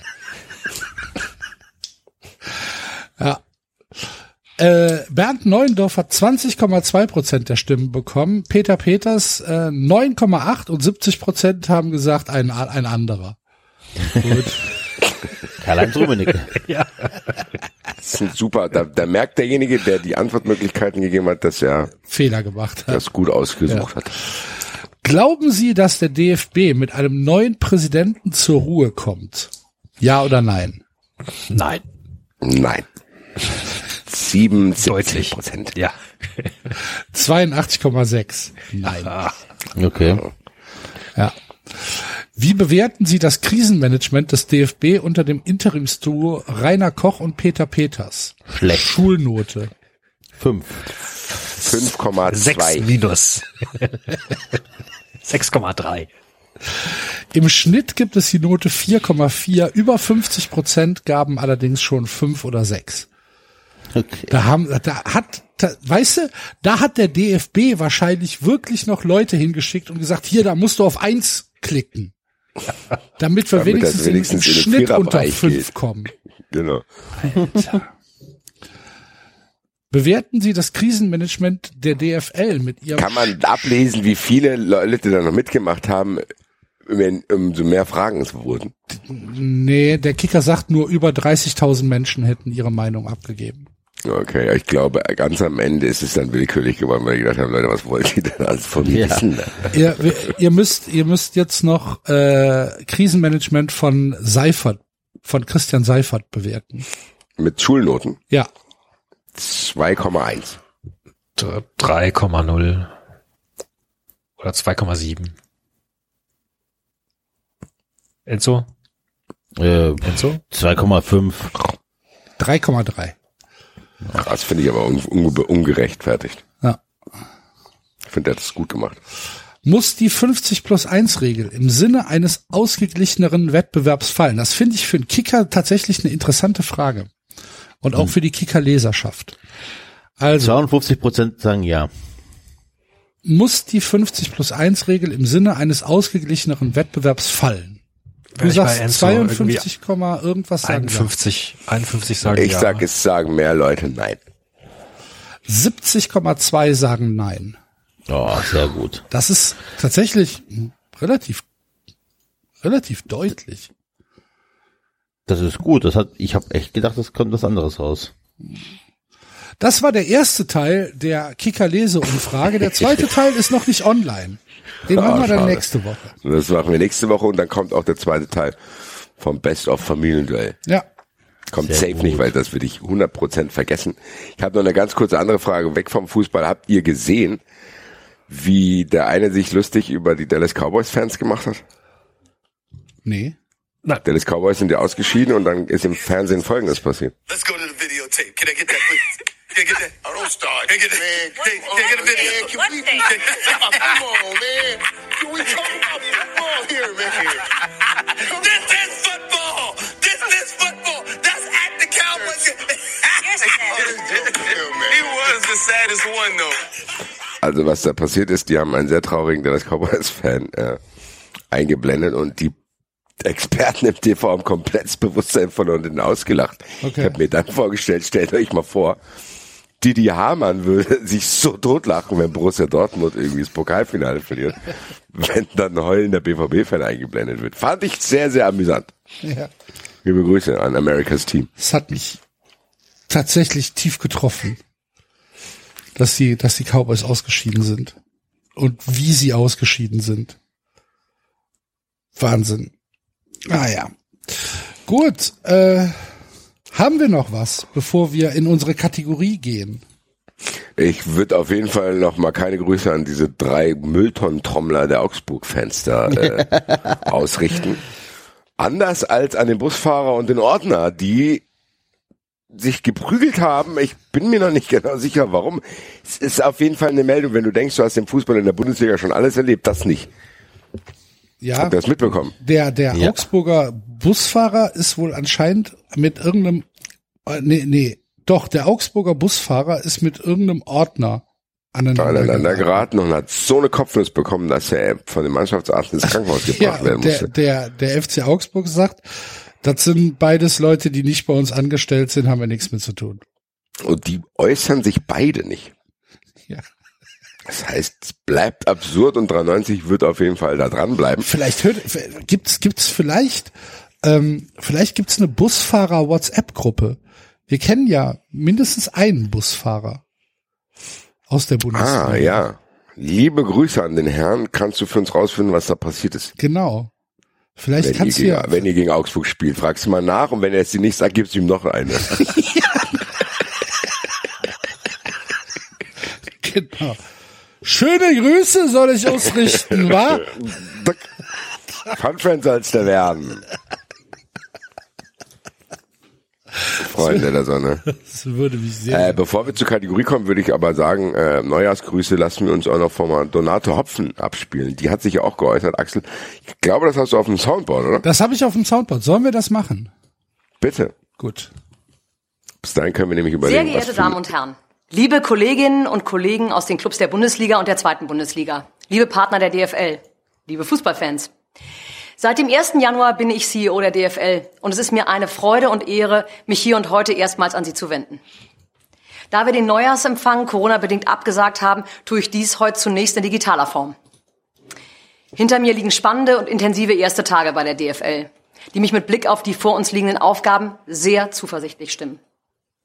Ja. Äh, Bernd Neuendorf hat zwanzig Komma zwei Prozent der Stimmen bekommen. Peter Peters äh, neun Komma acht und siebzig Prozent haben gesagt, ein, ein anderer. Gut. Karl-Heinz Rummenigge. Ja. Das ist super. Da, da merkt derjenige, der die Antwortmöglichkeiten gegeben hat, dass er Fehler gemacht hat. das gut ausgesucht Ja. hat. Glauben Sie, dass der D F B mit einem neuen Präsidenten zur Ruhe kommt? Ja oder nein? Nein. Nein. siebenundsiebzig Deutlich. Prozent. Ja. zweiundachtzig Komma sechs. Nein. Okay. Ja. Wie bewerten Sie das Krisenmanagement des D F B unter dem Interimsduo Rainer Koch und Peter Peters? Schlecht. Schulnote. Fünf. fünf Komma Sechs zwei. minus. sechs Komma drei. Im Schnitt gibt es die Note vier Komma vier. Über fünfzig Prozent gaben allerdings schon fünf oder sechs. Okay. Da haben, da hat, da, weißt du, da hat der D F B wahrscheinlich wirklich noch Leute hingeschickt und gesagt, hier, da musst du auf eins klicken. Damit wir Damit wenigstens, das wenigstens im, im in den Schnitt unter Viererbereich fünf geht. kommen. Genau. Bewerten Sie das Krisenmanagement der D F L mit ihrem Kann man ablesen, wie viele Leute da noch mitgemacht haben, wenn umso mehr Fragen es wurden? Nee, der Kicker sagt nur, über dreißigtausend Menschen hätten ihre Meinung abgegeben. Okay, ich glaube, ganz am Ende ist es dann willkürlich geworden, weil ich gedacht habe, Leute, was wollt ihr denn alles von mir Ja. wissen? ihr, ihr müsst, ihr müsst jetzt noch äh, Krisenmanagement von Seifert, von Christian Seifert bewerten. Mit Schulnoten Ja, zwei Komma eins. drei Komma null oder zwei Komma sieben. Enzo? Äh, Enzo? zwei Komma fünf. drei Komma drei. Das finde ich aber un un ungerechtfertigt. Ja. Ich finde, er hat es gut gemacht. Muss die fünfzig plus eins Regel im Sinne eines ausgeglicheneren Wettbewerbs fallen? Das finde ich für einen Kicker tatsächlich eine interessante Frage. Und auch für die Kicker-Leserschaft. Also, zweiundfünfzig Prozent sagen ja. muss die fünfzig plus eins Regel im Sinne eines ausgeglicheneren Wettbewerbs fallen? Du Wenn ich bei sagst Enzo zweiundfünfzig, irgendwas sagen. einundfünfzig, einundfünfzig sagen Ich ja. sag, es sagen mehr Leute nein. siebzig Komma zwei sagen nein. Oh, sehr gut. Das ist tatsächlich relativ, relativ deutlich. Das ist gut. Das hat, ich habe echt gedacht, das kommt was anderes raus. Das war der erste Teil der Kicker-Lese-Umfrage. Der zweite Teil ist noch nicht online. Den Ah, machen wir dann schade. nächste Woche. Und das machen wir nächste Woche und dann kommt auch der zweite Teil vom Best of Familienduell. Ja. Kommt Sehr safe gut. nicht, weil das würde ich hundert Prozent vergessen. Ich habe noch eine ganz kurze andere Frage, weg vom Fußball. Habt ihr gesehen, wie der eine sich lustig über die Dallas Cowboys-Fans gemacht hat? Nee. Dallas Cowboys sind ja ausgeschieden und dann ist im Fernsehen Folgendes passiert. Let's go to the videotape. Can I get that, please? Can I get that? Oh, don't start. Can I get that? Man, can, can I get a video? Man, can we, can, come on, man. Can we talk about football here, man? This is football. This is football. That's at the Cowboys. He was the saddest one, though. Also was da passiert ist, die haben einen sehr traurigen Dallas Cowboys-Fan äh, eingeblendet und die Experten im T V haben komplett das Bewusstsein verloren und den ausgelacht. Okay. Ich habe mir dann vorgestellt, stellt euch mal vor, Didi Hamann würde sich so totlachen, wenn Borussia Dortmund irgendwie das Pokalfinale verliert, wenn dann ein heulender B V B-Fan eingeblendet wird. Fand ich sehr, sehr amüsant. Ja. Liebe Grüße an America's Team. Es hat mich tatsächlich tief getroffen, dass die, dass die Cowboys ausgeschieden sind. Und wie sie ausgeschieden sind. Wahnsinn. Ah ja. Gut, äh, haben wir noch was, bevor wir in unsere Kategorie gehen? Ich würde auf jeden Fall noch mal keine Grüße an diese drei Mülltonnen-Trommler der Augsburg-Fans da äh, ausrichten. Anders als an den Busfahrer und den Ordner, die sich geprügelt haben. Ich bin mir noch nicht genau sicher, warum. Es ist auf jeden Fall eine Meldung, wenn du denkst, du hast im Fußball in der Bundesliga schon alles erlebt, das nicht. Ja. Habt ihr das mitbekommen? Der, der Ja. Augsburger Busfahrer ist wohl anscheinend mit irgendeinem, äh, nee, nee, doch, der Augsburger Busfahrer ist mit irgendeinem Ordner aneinander, Aneinander geraten. geraten und hat so eine Kopfnuss bekommen, dass er von dem Mannschaftsarzt ins Krankenhaus gebracht Ja, werden der, musste. der, der F C Augsburg sagt, das sind beides Leute, die nicht bei uns angestellt sind, haben wir nichts mit zu tun. Und die äußern sich beide nicht. Ja. Das heißt, es bleibt absurd und dreiundneunzig wird auf jeden Fall da dranbleiben. Vielleicht hört, gibt's, gibt's vielleicht, ähm, vielleicht gibt's eine Busfahrer-WhatsApp-Gruppe. Wir kennen ja mindestens einen Busfahrer aus der Bundesliga. Ah, ja. Liebe Grüße an den Herrn. Kannst du für uns rausfinden, was da passiert ist? Genau. Vielleicht Wenn ihr, kannst du gegen, ja, wenn ihr gegen Augsburg spielt, fragst du mal nach und wenn er es dir nicht sagt, gibst du ihm noch eine. genau. Schöne Grüße soll ich ausrichten, wa? Fun soll's da werden. Freunde der Sonne. Das würde mich sehr. Äh, bevor wir zur Kategorie kommen, würde ich aber sagen, äh, Neujahrsgrüße lassen wir uns auch noch von Donate Hopfen abspielen. Die hat sich ja auch geäußert, Axel. Ich glaube, das hast du auf dem Soundboard, oder? Das habe ich auf dem Soundboard. Sollen wir das machen? Bitte. Gut. Bis dahin können wir nämlich überlegen, Sehr geehrte was für- Damen und Herren, liebe Kolleginnen und Kollegen aus den Clubs der Bundesliga und der zweiten Bundesliga, liebe Partner der D F L, liebe Fußballfans. Seit dem ersten Januar bin ich C E O der D F L und es ist mir eine Freude und Ehre, mich hier und heute erstmals an Sie zu wenden. Da wir den Neujahrsempfang Corona-bedingt abgesagt haben, tue ich dies heute zunächst in digitaler Form. Hinter mir liegen spannende und intensive erste Tage bei der D F L, die mich mit Blick auf die vor uns liegenden Aufgaben sehr zuversichtlich stimmen.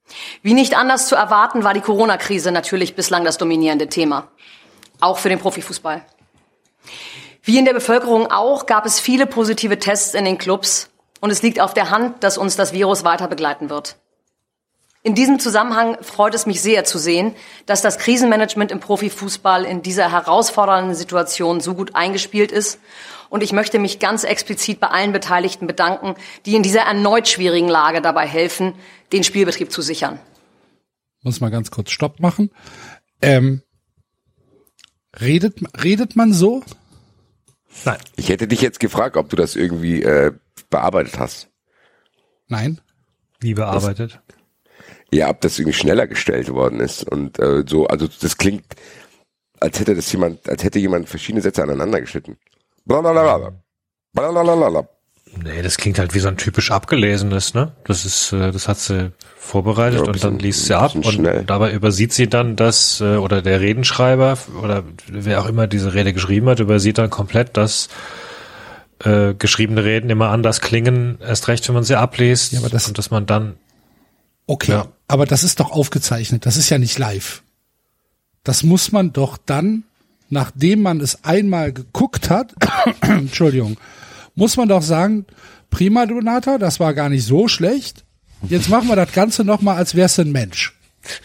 Wie nicht anders zu erwarten, war die Corona-Krise natürlich bislang das dominierende Thema. Auch für den Profifußball. Wie in der Bevölkerung auch, gab es viele positive Tests in den Clubs und es liegt auf der Hand, dass uns das Virus weiter begleiten wird. In diesem Zusammenhang freut es mich sehr zu sehen, dass das Krisenmanagement im Profifußball in dieser herausfordernden Situation so gut eingespielt ist. Und ich möchte mich ganz explizit bei allen Beteiligten bedanken, die in dieser erneut schwierigen Lage dabei helfen, den Spielbetrieb zu sichern. Muss mal ganz kurz Stopp machen. Ähm, redet, redet man so? Nein. Ich hätte dich jetzt gefragt, ob du das irgendwie äh, bearbeitet hast. Nein. Wie bearbeitet? Das, ja, ob das irgendwie schneller gestellt worden ist und äh, so, also das klingt, als hätte das jemand, als hätte jemand verschiedene Sätze aneinander geschnitten. Blablabla. Blablabla. Nee, das klingt halt wie so ein typisch abgelesenes, ne? Das ist, äh, das hat sie vorbereitet ja, bisschen, und dann liest sie ab und schnell. Dabei übersieht sie dann das, äh, oder der Redenschreiber oder wer auch immer diese Rede geschrieben hat, übersieht dann komplett, dass äh, geschriebene Reden immer anders klingen, erst recht, wenn man sie abliest, ja, aber das, und dass man dann okay, ja. Aber das ist doch aufgezeichnet, das ist ja nicht live. Das muss man doch dann, nachdem man es einmal geguckt hat, Entschuldigung, muss man doch sagen, prima Donata, das war gar nicht so schlecht. Jetzt machen wir das Ganze nochmal, als wär's ein Mensch.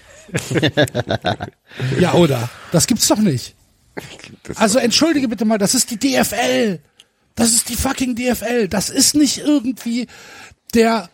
Ja, oder? Das gibt's doch nicht. Also entschuldige bitte mal, das ist die D F L. Das ist die fucking D F L. Das ist nicht irgendwie der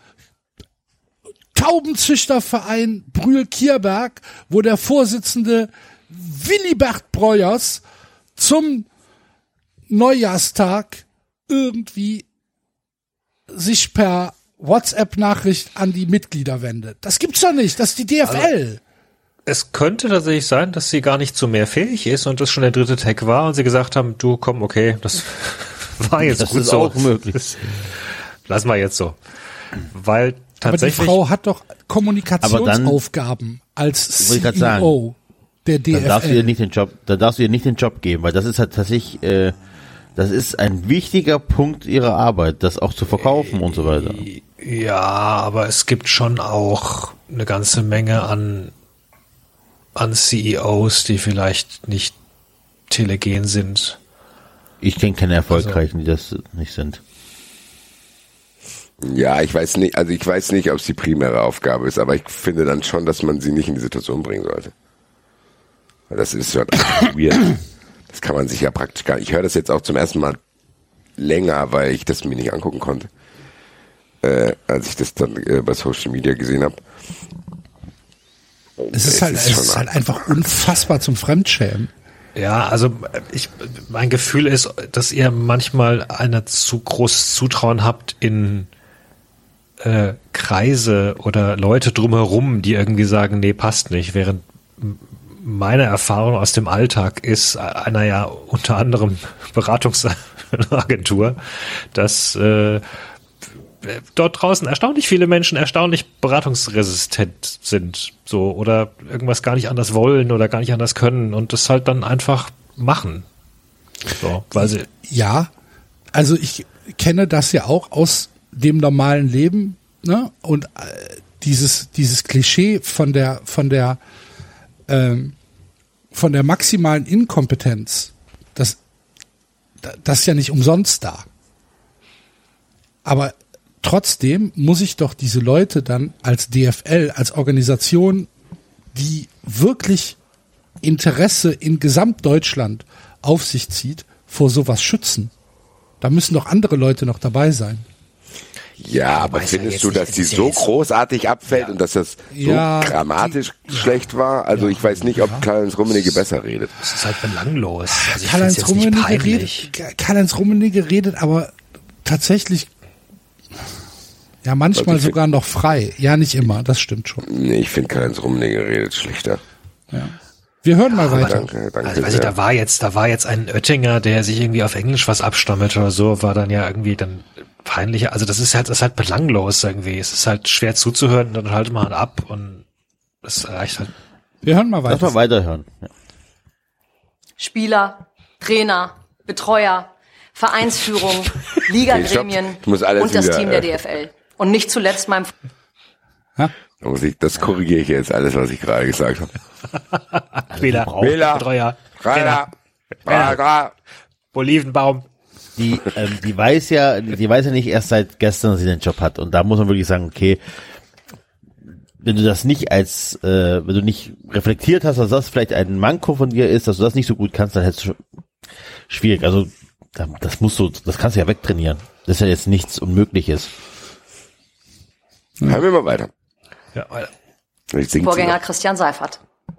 Taubenzüchterverein Brühl-Kierberg, wo der Vorsitzende Willibert Breuers zum Neujahrstag irgendwie sich per WhatsApp-Nachricht an die Mitglieder wendet. Das gibt's doch nicht, das ist die D F L. Also, es könnte tatsächlich sein, dass sie gar nicht zu mehr fähig ist und das schon der dritte Tag war und sie gesagt haben, du komm, okay, das war jetzt das gut ist so. Auch möglich. Das lassen wir jetzt so. Weil tatsächlich. Aber die Frau hat doch Kommunikationsaufgaben dann, als C E O sagen, der D F L. Da darfst du ihr nicht den Job, da darfst du ihr nicht den Job geben, weil das ist halt tatsächlich, äh, das ist ein wichtiger Punkt ihrer Arbeit, das auch zu verkaufen und so weiter. Ja, aber es gibt schon auch eine ganze Menge an, an C E Os, die vielleicht nicht telegen sind. Ich kenne keine Erfolgreichen, also, die das nicht sind. Ja, ich weiß nicht, also ich weiß nicht, ob es die primäre Aufgabe ist, aber ich finde dann schon, dass man sie nicht in die Situation bringen sollte. Weil das ist halt weird. Das kann man sich ja praktisch gar nicht. Ich höre das jetzt auch zum ersten Mal länger, weil ich das mir nicht angucken konnte, äh, als ich das dann äh, bei Social Media gesehen habe. Es ist, halt, ist, es ist halt einfach unfassbar zum Fremdschämen. Ja, also ich, mein Gefühl ist, dass ihr manchmal eine zu großes Zutrauen habt in äh, Kreise oder Leute drumherum, die irgendwie sagen, nee, passt nicht, während meine Erfahrung aus dem Alltag ist, einer ja unter anderem Beratungsagentur, dass äh, dort draußen erstaunlich viele Menschen erstaunlich beratungsresistent sind, so, oder irgendwas gar nicht anders wollen oder gar nicht anders können und das halt dann einfach machen. So, weil sie ja, also ich kenne das ja auch aus dem normalen Leben, ne? Und äh, dieses dieses Klischee von der von der ähm, von der maximalen Inkompetenz, das das ist ja nicht umsonst da. Aber trotzdem muss ich doch diese Leute dann als D F L, als Organisation, die wirklich Interesse in Gesamtdeutschland auf sich zieht, vor sowas schützen. Da müssen doch andere Leute noch dabei sein. Ja, aber findest du, dass die so großartig abfällt und dass das so ja, grammatisch die, schlecht war? Also ja, ich weiß nicht, ob ja. Karl-Heinz Rummenigge besser redet. Das ist halt belanglos. Also Karl-Heinz Rummenigge redet, Karl-Heinz Rummenigge redet aber tatsächlich ja manchmal also sogar find, noch frei. Ja, nicht immer, das stimmt schon. Nee, ich finde Karl-Heinz Rummenigge redet schlechter. Ja. Wir hören mal ja, weiter. Danke, danke also, weiß ich, da war jetzt, da war jetzt ein Oettinger, der sich irgendwie auf Englisch was abstammelt oder so, war dann ja irgendwie dann peinlicher. Also das ist halt, das ist halt belanglos irgendwie. Es ist halt schwer zuzuhören, dann halt mal ab und das reicht halt. Wir hören mal weiter. Lass mal weiterhören. Ja. Spieler, Trainer, Betreuer, Vereinsführung, Ligagremien okay, und das wieder, Team der äh, D F L. Und nicht zuletzt meinem... Ha? Da muss ich, das korrigiere ich jetzt, alles, was ich gerade gesagt habe. Wähler, Wähler, Treuer, Rainer, Rainer, Olivenbaum. Die, ähm, die weiß ja, die weiß ja nicht erst seit gestern, dass sie den Job hat. Und da muss man wirklich sagen, okay, wenn du das nicht als, äh, wenn du nicht reflektiert hast, dass das vielleicht ein Manko von dir ist, dass du das nicht so gut kannst, dann hättest du schwierig. Also das musst du, das kannst du ja wegtrainieren. Das ist ja jetzt nichts Unmögliches. Hören wir mal weiter. Ja, weiter. Vorgänger Christian Seifert.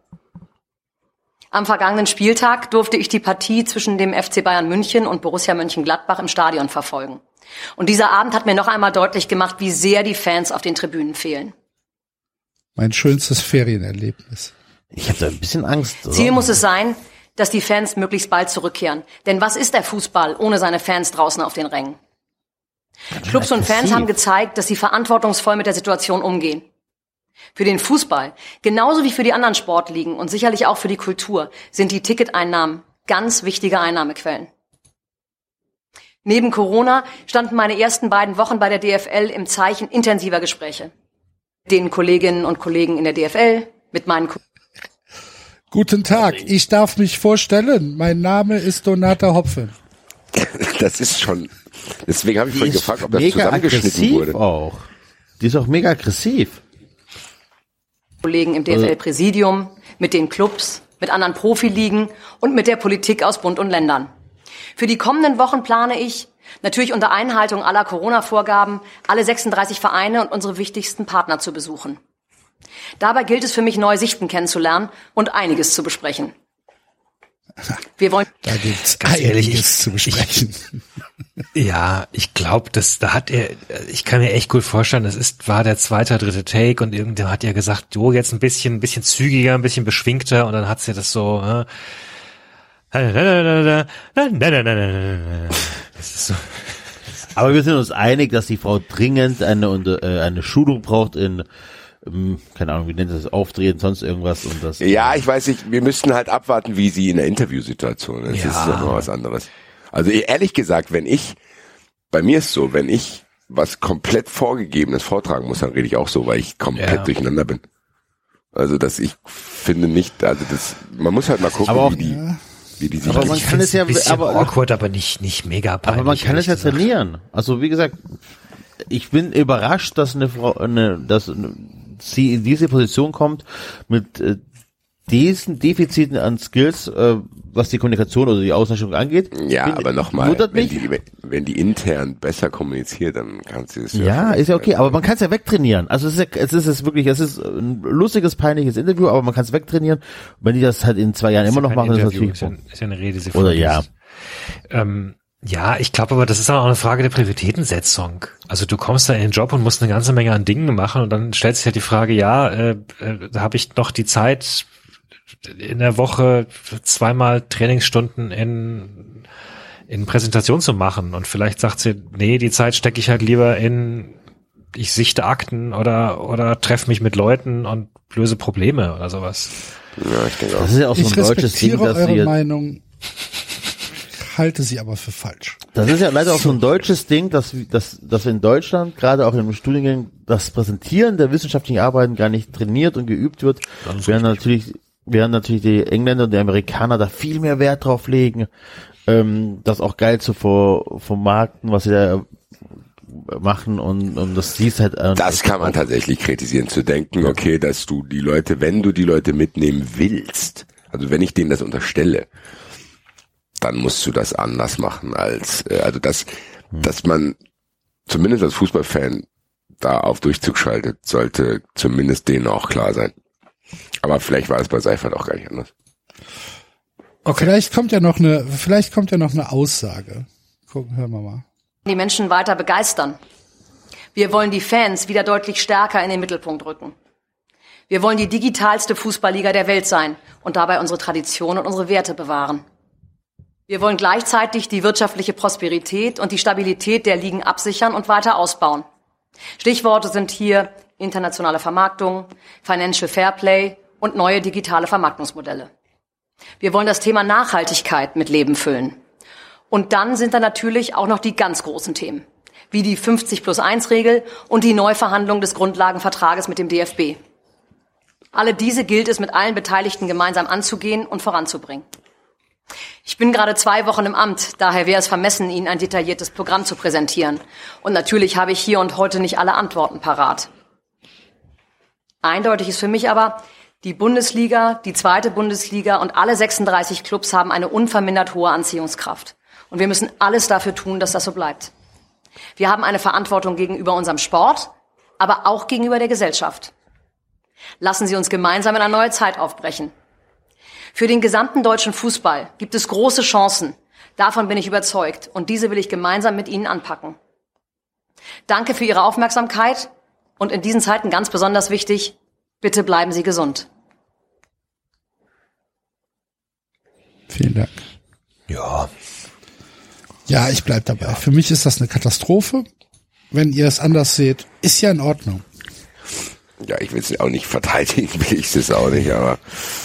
Am vergangenen Spieltag durfte ich die Partie zwischen dem F C Bayern München und Borussia Mönchengladbach im Stadion verfolgen. Und dieser Abend hat mir noch einmal deutlich gemacht, wie sehr die Fans auf den Tribünen fehlen. Mein schönstes Ferienerlebnis. Ich habe da ein bisschen Angst. Oder? Ziel muss es sein, dass die Fans möglichst bald zurückkehren. Denn was ist der Fußball ohne seine Fans draußen auf den Rängen? Clubs und Fans haben gezeigt, dass sie verantwortungsvoll mit der Situation umgehen. Für den Fußball, genauso wie für die anderen Sportligen und sicherlich auch für die Kultur, sind die Ticketeinnahmen ganz wichtige Einnahmequellen. Neben Corona standen meine ersten beiden Wochen bei der D F L im Zeichen intensiver Gespräche. Mit den Kolleginnen und Kollegen in der D F L, mit meinen Ko- Guten Tag, ich darf mich vorstellen. Mein Name ist Donata Hopfen. Das ist schon, deswegen habe ich vorhin gefragt, ob das mega zusammengeschnitten aggressiv wurde. Auch. Die ist auch mega aggressiv. Kollegen im D F L-Präsidium, mit den Clubs, mit anderen Profiligen und mit der Politik aus Bund und Ländern. Für die kommenden Wochen plane ich, natürlich unter Einhaltung aller Corona-Vorgaben, alle sechsunddreißig Vereine und unsere wichtigsten Partner zu besuchen. Dabei gilt es für mich, neue Sichten kennenzulernen und einiges zu besprechen. Wir wollen da gibt's ganz ehrlich ich, zu besprechen. Ich, ja, ich glaube, dass da hat er, ich kann mir echt gut vorstellen, das ist war der zweite, dritte Take und irgendjemand hat ja gesagt, jo, jetzt ein bisschen, ein bisschen zügiger, ein bisschen beschwingter und dann hat sie das so. Äh, das ist so. Aber wir sind uns einig, dass die Frau dringend eine äh, eine Schulung braucht in keine Ahnung, wie nennt das, Auftreten, sonst irgendwas und das. Ja, ich weiß nicht, wir müssten halt abwarten, wie sie in der Interviewsituation ist. Ja. Das ist ja noch was anderes. Also ehrlich gesagt, wenn ich, bei mir ist so, wenn ich was komplett Vorgegebenes vortragen muss, dann rede ich auch so, weil ich komplett ja. durcheinander bin. Also, dass ich finde nicht, also das, man muss halt mal gucken, aber auch, wie die, wie die sich. Aber man kann es ja, ein bisschen aber, awkward, aber nicht, nicht mega peinlich. Aber man kann es ja trainieren. Also, wie gesagt, ich bin überrascht, dass eine Frau, eine, dass sie in diese Position kommt mit äh, diesen Defiziten an Skills, äh, was die Kommunikation oder die Ausrichtung angeht. Ja, bin, aber nochmal, wenn mich. die, wenn die intern besser kommuniziert, dann kann sie es ja. Ja, ist ja okay, aber man kann es ja wegtrainieren. Also es ist ja, es ist es wirklich, es ist ein lustiges, peinliches Interview, aber man kann es wegtrainieren. Wenn die das halt in zwei Jahren immer noch machen, Interview, ist natürlich ist ja, ist ja eine Rede. Sie oder ja. Ähm, Ja, ich glaube aber, das ist auch eine Frage der Prioritätensetzung. Also du kommst da in den Job und musst eine ganze Menge an Dingen machen und dann stellt sich halt die Frage, ja, äh, äh, habe ich noch die Zeit in der Woche zweimal Trainingsstunden in in Präsentation zu machen und vielleicht sagt sie, nee, die Zeit stecke ich halt lieber in, ich sichte Akten oder oder treffe mich mit Leuten und löse Probleme oder sowas. Ja, ich denke auch. Das ist ja auch so ein Ich deutsches Ding, respektiere dass eure wir Meinung, halte sie aber für falsch. Das ist ja leider auch so ein deutsches Ding, dass, dass, dass in Deutschland, gerade auch im Studiengang, das Präsentieren der wissenschaftlichen Arbeiten gar nicht trainiert und geübt wird. Während natürlich, während natürlich die Engländer und die Amerikaner da viel mehr Wert drauf legen, ähm, das auch geil zu ver, vermarkten, was sie da machen und, und das siehst halt. Äh, Das kann man tatsächlich kritisieren, zu denken, okay, dass du die Leute, wenn du die Leute mitnehmen willst, also wenn ich denen das unterstelle, dann musst du das anders machen als, äh, also dass, hm. dass man zumindest als Fußballfan da auf Durchzug schaltet, sollte zumindest denen auch klar sein. Aber vielleicht war es bei Seifert auch gar nicht anders. Okay. Vielleicht kommt ja noch eine, vielleicht kommt ja noch eine Aussage. Gucken, hören wir mal. Die Menschen weiter begeistern. Wir wollen die Fans wieder deutlich stärker in den Mittelpunkt rücken. Wir wollen die digitalste Fußballliga der Welt sein und dabei unsere Tradition und unsere Werte bewahren. Wir wollen gleichzeitig die wirtschaftliche Prosperität und die Stabilität der Ligen absichern und weiter ausbauen. Stichworte sind hier internationale Vermarktung, Financial Fairplay und neue digitale Vermarktungsmodelle. Wir wollen das Thema Nachhaltigkeit mit Leben füllen. Und dann sind da natürlich auch noch die ganz großen Themen. wie die fünfzig plus eins Regel und die Neuverhandlung des Grundlagenvertrages mit dem D F B. Alle diese gilt es mit allen Beteiligten gemeinsam anzugehen und voranzubringen. Ich bin gerade zwei Wochen im Amt, daher wäre es vermessen, Ihnen ein detailliertes Programm zu präsentieren. Und natürlich habe ich hier und heute nicht alle Antworten parat. Eindeutig ist für mich aber, die Bundesliga, die zweite Bundesliga und alle sechsunddreißig Clubs haben eine unvermindert hohe Anziehungskraft. Und wir müssen alles dafür tun, dass das so bleibt. Wir haben eine Verantwortung gegenüber unserem Sport, aber auch gegenüber der Gesellschaft. Lassen Sie uns gemeinsam in eine neue Zeit aufbrechen. Für den gesamten deutschen Fußball gibt es große Chancen. Davon bin ich überzeugt. Und diese will ich gemeinsam mit Ihnen anpacken. Danke für Ihre Aufmerksamkeit. Und in diesen Zeiten ganz besonders wichtig, bitte bleiben Sie gesund. Vielen Dank. Ja. Ja, ich bleib dabei. Für mich ist das eine Katastrophe. Wenn ihr es anders seht, ist ja in Ordnung. Ja, ich will es auch nicht verteidigen, will ich es auch nicht, aber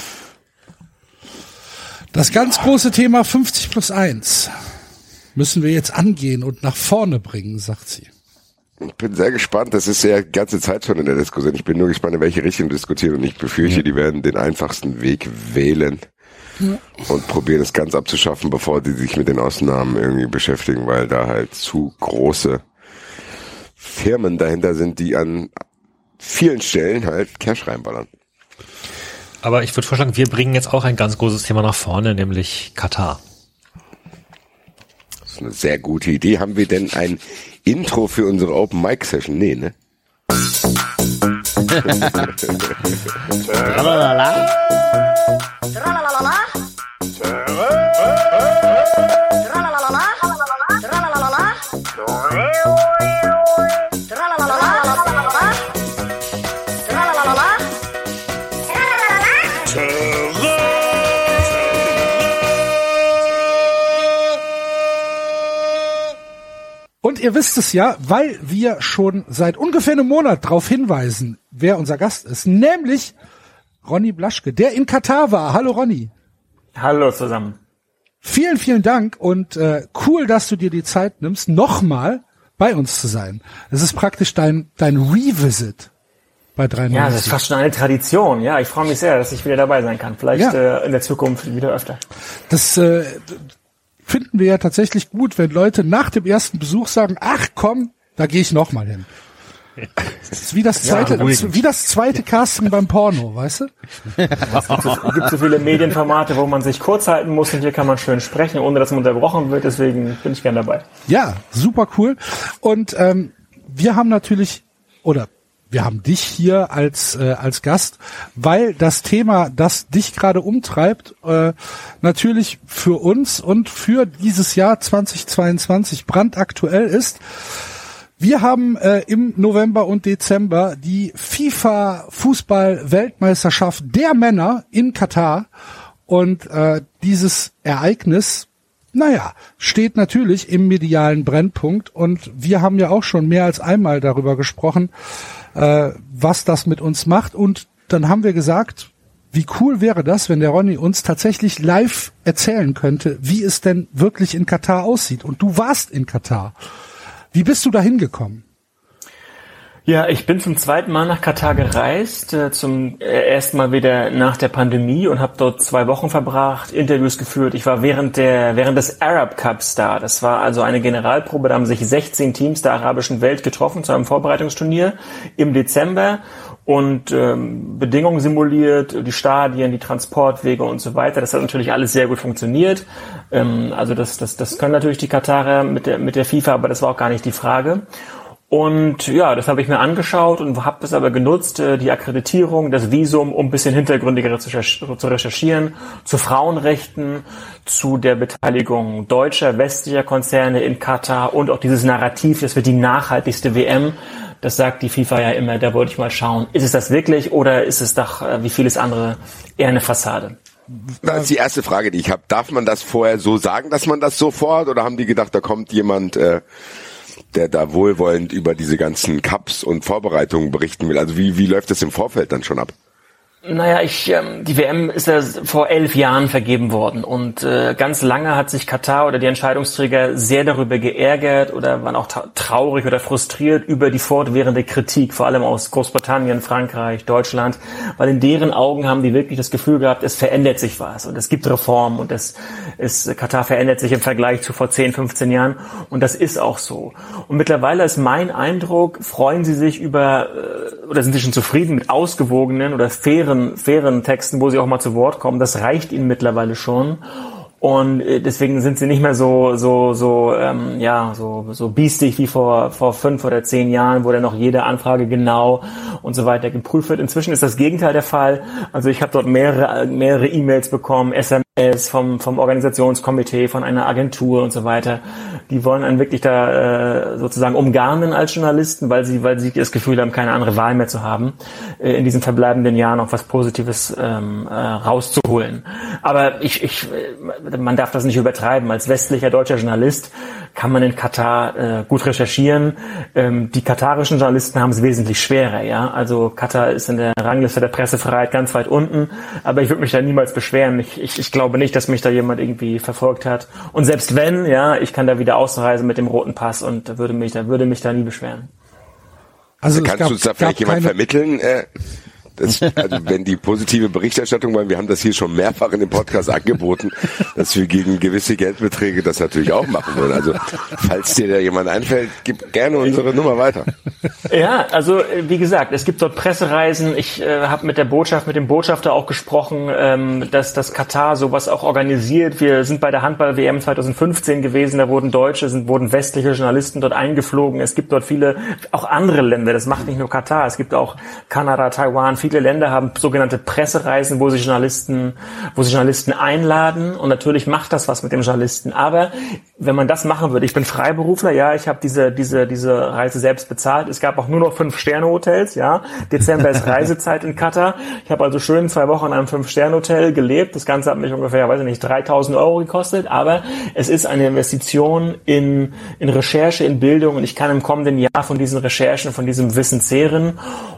das ganz große Thema fünfzig plus eins müssen wir jetzt angehen und nach vorne bringen, sagt sie. Ich bin sehr gespannt. Das ist ja die ganze Zeit schon in der Diskussion. Ich bin nur gespannt, in welche Richtung diskutieren. Und ich befürchte, ja. die werden den einfachsten Weg wählen ja. und probieren es ganz abzuschaffen, bevor die sich mit den Ausnahmen irgendwie beschäftigen, weil da halt zu große Firmen dahinter sind, die an vielen Stellen halt Cash reinballern. Aber ich würde vorschlagen, wir bringen jetzt auch ein ganz großes Thema nach vorne, nämlich Katar. Das ist eine sehr gute Idee. Haben wir denn ein Intro für unsere Open Mic Session? Nee, ne? Tralalala. Tralalala. Tralalala. Tralalala. Und ihr wisst es ja, weil wir schon seit ungefähr einem Monat darauf hinweisen, wer unser Gast ist, nämlich Ronny Blaschke, der in Katar war. Hallo Ronny. Hallo zusammen. Vielen, vielen Dank und äh, cool, dass du dir die Zeit nimmst, nochmal bei uns zu sein. Es ist praktisch dein dein Revisit bei dreiundneunzig. Ja, das ist fast schon eine Tradition. Ja, ich freue mich sehr, dass ich wieder dabei sein kann. Vielleicht ja. äh, in der Zukunft wieder öfter. Das äh, finden wir ja tatsächlich gut, wenn Leute nach dem ersten Besuch sagen, ach komm, da gehe ich nochmal hin. Das ist wie das zweite, ja, wie das zweite Casting beim Porno, weißt du? Es gibt, so, gibt so viele Medienformate, wo man sich kurz halten muss und hier kann man schön sprechen, ohne dass man unterbrochen wird, deswegen bin ich gern dabei. Ja, super cool. Und ähm, wir haben natürlich, oder wir haben dich hier als äh, als Gast, weil das Thema, das dich gerade umtreibt, äh, natürlich für uns und für dieses Jahr zweitausendzweiundzwanzig brandaktuell ist. Wir haben äh, im November und Dezember die FIFA-Fußball-Weltmeisterschaft der Männer in Katar und äh, dieses Ereignis, naja, steht natürlich im medialen Brennpunkt und wir haben ja auch schon mehr als einmal darüber gesprochen, äh, was das mit uns macht und dann haben wir gesagt, wie cool wäre das, wenn der Ronny uns tatsächlich live erzählen könnte, wie es denn wirklich in Katar aussieht und du warst in Katar. Wie bist du da hingekommen? Ja, ich bin zum zweiten Mal nach Katar gereist, äh, zum äh, ersten Mal wieder nach der Pandemie und habe dort zwei Wochen verbracht, Interviews geführt. Ich war während der während des Arab Cups da. Das war also eine Generalprobe, da haben sich sechzehn Teams der arabischen Welt getroffen zu einem Vorbereitungsturnier im Dezember und ähm, Bedingungen simuliert, die Stadien, die Transportwege und so weiter. Das hat natürlich alles sehr gut funktioniert. Ähm, also das das das können natürlich die Katarer mit der mit der FIFA, aber das war auch gar nicht die Frage. Und ja, das habe ich mir angeschaut und habe das aber genutzt, die Akkreditierung, das Visum, um ein bisschen hintergründiger zu recherchieren, zu Frauenrechten, zu der Beteiligung deutscher, westlicher Konzerne in Katar und auch dieses Narrativ, das wird die nachhaltigste W M. Das sagt die FIFA ja immer, da wollte ich mal schauen, ist es das wirklich oder ist es doch, wie vieles andere, eher eine Fassade? Das ist die erste Frage, die ich habe. Darf man das vorher so sagen, dass man das so vorhat oder haben die gedacht, da kommt jemand... Äh der da wohlwollend über diese ganzen Cups und Vorbereitungen berichten will. Also wie wie läuft das im Vorfeld dann schon ab? Naja, ich, ähm, die W M ist ja vor elf Jahren vergeben worden und äh, ganz lange hat sich Katar oder die Entscheidungsträger sehr darüber geärgert oder waren auch ta- traurig oder frustriert über die fortwährende Kritik, vor allem aus Großbritannien, Frankreich, Deutschland, weil in deren Augen haben die wirklich das Gefühl gehabt, es verändert sich was und es gibt Reformen und es ist, Katar verändert sich im Vergleich zu vor zehn, fünfzehn Jahren und das ist auch so. Und mittlerweile ist mein Eindruck, freuen sie sich über äh, oder sind sie schon zufrieden mit ausgewogenen oder fairen fairen Texten, wo sie auch mal zu Wort kommen. Das reicht ihnen mittlerweile schon. Und deswegen sind sie nicht mehr so so so ähm, ja so so biestig wie vor vor fünf oder zehn Jahren, wo dann noch jede Anfrage genau und so weiter geprüft wird. Inzwischen ist das Gegenteil der Fall. Also ich habe dort mehrere mehrere E-Mails bekommen, S M S vom vom Organisationskomitee, von einer Agentur und so weiter. Die wollen einen wirklich da äh, sozusagen umgarnen als Journalisten, weil sie weil sie das Gefühl haben, keine andere Wahl mehr zu haben, äh, in diesem verbleibenden Jahr noch was Positives ähm, äh, rauszuholen. Aber ich ich man darf das nicht übertreiben. Als westlicher deutscher Journalist kann man in Katar äh, gut recherchieren. Ähm, die katarischen Journalisten haben es wesentlich schwerer. Ja, also Katar ist in der Rangliste der Pressefreiheit ganz weit unten. Aber ich würde mich da niemals beschweren. Ich, ich, ich glaube nicht, dass mich da jemand irgendwie verfolgt hat. Und selbst wenn, ja, ich kann da wieder ausreisen mit dem roten Pass und würde mich da würde mich da nie beschweren. Also kannst du uns da vielleicht jemand vermitteln? Äh Das, also wenn die positive Berichterstattung, weil wir haben das hier schon mehrfach in dem Podcast angeboten, dass wir gegen gewisse Geldbeträge das natürlich auch machen wollen. Also falls dir da jemand einfällt, gib gerne unsere Nummer weiter. Ja, also wie gesagt, es gibt dort Pressereisen. Ich äh, habe mit der Botschaft, mit dem Botschafter auch gesprochen, ähm, dass das Katar sowas auch organisiert. Wir sind bei der Handball-W M zwanzig fünfzehn gewesen, da wurden Deutsche, sind, wurden westliche Journalisten dort eingeflogen. Es gibt dort viele, auch andere Länder, das macht nicht nur Katar, es gibt auch Kanada, Taiwan, viele Länder haben sogenannte Pressereisen, wo sie Journalisten, wo sie Journalisten einladen und natürlich macht das was mit dem Journalisten. Aber wenn man das machen würde, ich bin Freiberufler, ja, ich habe diese diese diese Reise selbst bezahlt. Es gab auch nur noch Fünf-Sterne-Hotels, ja. Dezember ist Reisezeit in Katar. Ich habe also schön zwei Wochen in einem Fünf-Sterne-Hotel gelebt. Das Ganze hat mich ungefähr, weiß ich nicht, dreitausend Euro gekostet. Aber es ist eine Investition in in Recherche, in Bildung und ich kann im kommenden Jahr von diesen Recherchen, von diesem Wissen zehren.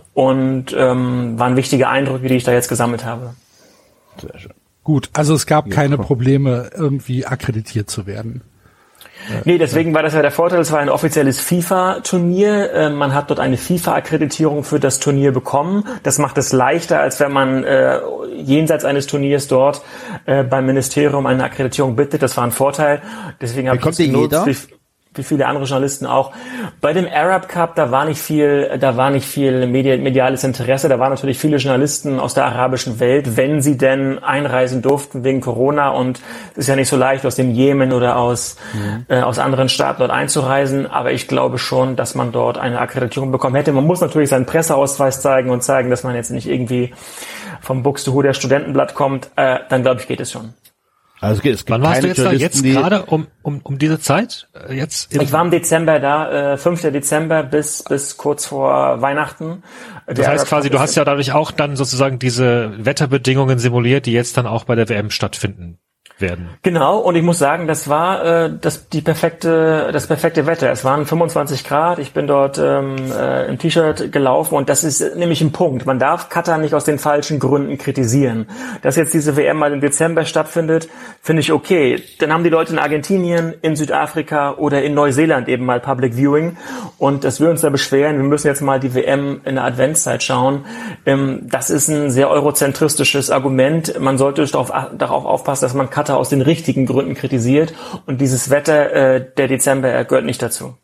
Und ähm, waren wichtige Eindrücke, die ich da jetzt gesammelt habe. Sehr schön. Gut, also es gab ja, keine komm. Probleme, irgendwie akkreditiert zu werden. Nee, deswegen war das ja der Vorteil, es war ein offizielles FIFA-Turnier. Äh, man hat dort eine FIFA-Akkreditierung für das Turnier bekommen. Das macht es leichter, als wenn man äh, jenseits eines Turniers dort äh, beim Ministerium eine Akkreditierung bittet. Das war ein Vorteil. Deswegen habe ich es genutzt. Wie viele andere Journalisten auch. Bei dem Arab Cup, da war nicht viel, da war nicht viel medi- mediales Interesse. Da waren natürlich viele Journalisten aus der arabischen Welt, wenn sie denn einreisen durften wegen Corona. Und es ist ja nicht so leicht, aus dem Jemen oder aus, mhm. äh, aus anderen Staaten dort einzureisen. Aber ich glaube schon, dass man dort eine Akkreditierung bekommen hätte. Man muss natürlich seinen Presseausweis zeigen und zeigen, dass man jetzt nicht irgendwie vom Buxtehude der Studentenblatt kommt. Äh, dann glaube ich, geht es schon. Also es gibt Wann warst du jetzt da? Jetzt gerade um, um, um diese Zeit? Jetzt ich war im Dezember da, äh, fünfter Dezember bis, bis kurz vor Weihnachten. Das der heißt quasi, du hast ja dadurch auch dann sozusagen diese Wetterbedingungen simuliert, die jetzt dann auch bei der W M stattfinden werden. Genau, und ich muss sagen, das war äh, das die perfekte das perfekte Wetter. Es waren fünfundzwanzig Grad, ich bin dort ähm, äh, im T-Shirt gelaufen und das ist nämlich ein Punkt. Man darf Katar nicht aus den falschen Gründen kritisieren. Dass jetzt diese W M mal im Dezember stattfindet, finde ich okay. Dann haben die Leute in Argentinien, in Südafrika oder in Neuseeland eben mal Public Viewing und dass wir uns da beschweren, wir müssen jetzt mal die W M in der Adventszeit schauen. Ähm, das ist ein sehr eurozentristisches Argument. Man sollte darauf, darauf aufpassen, dass man Katar aus den richtigen Gründen kritisiert und dieses Wetter, äh, der Dezember, gehört nicht dazu.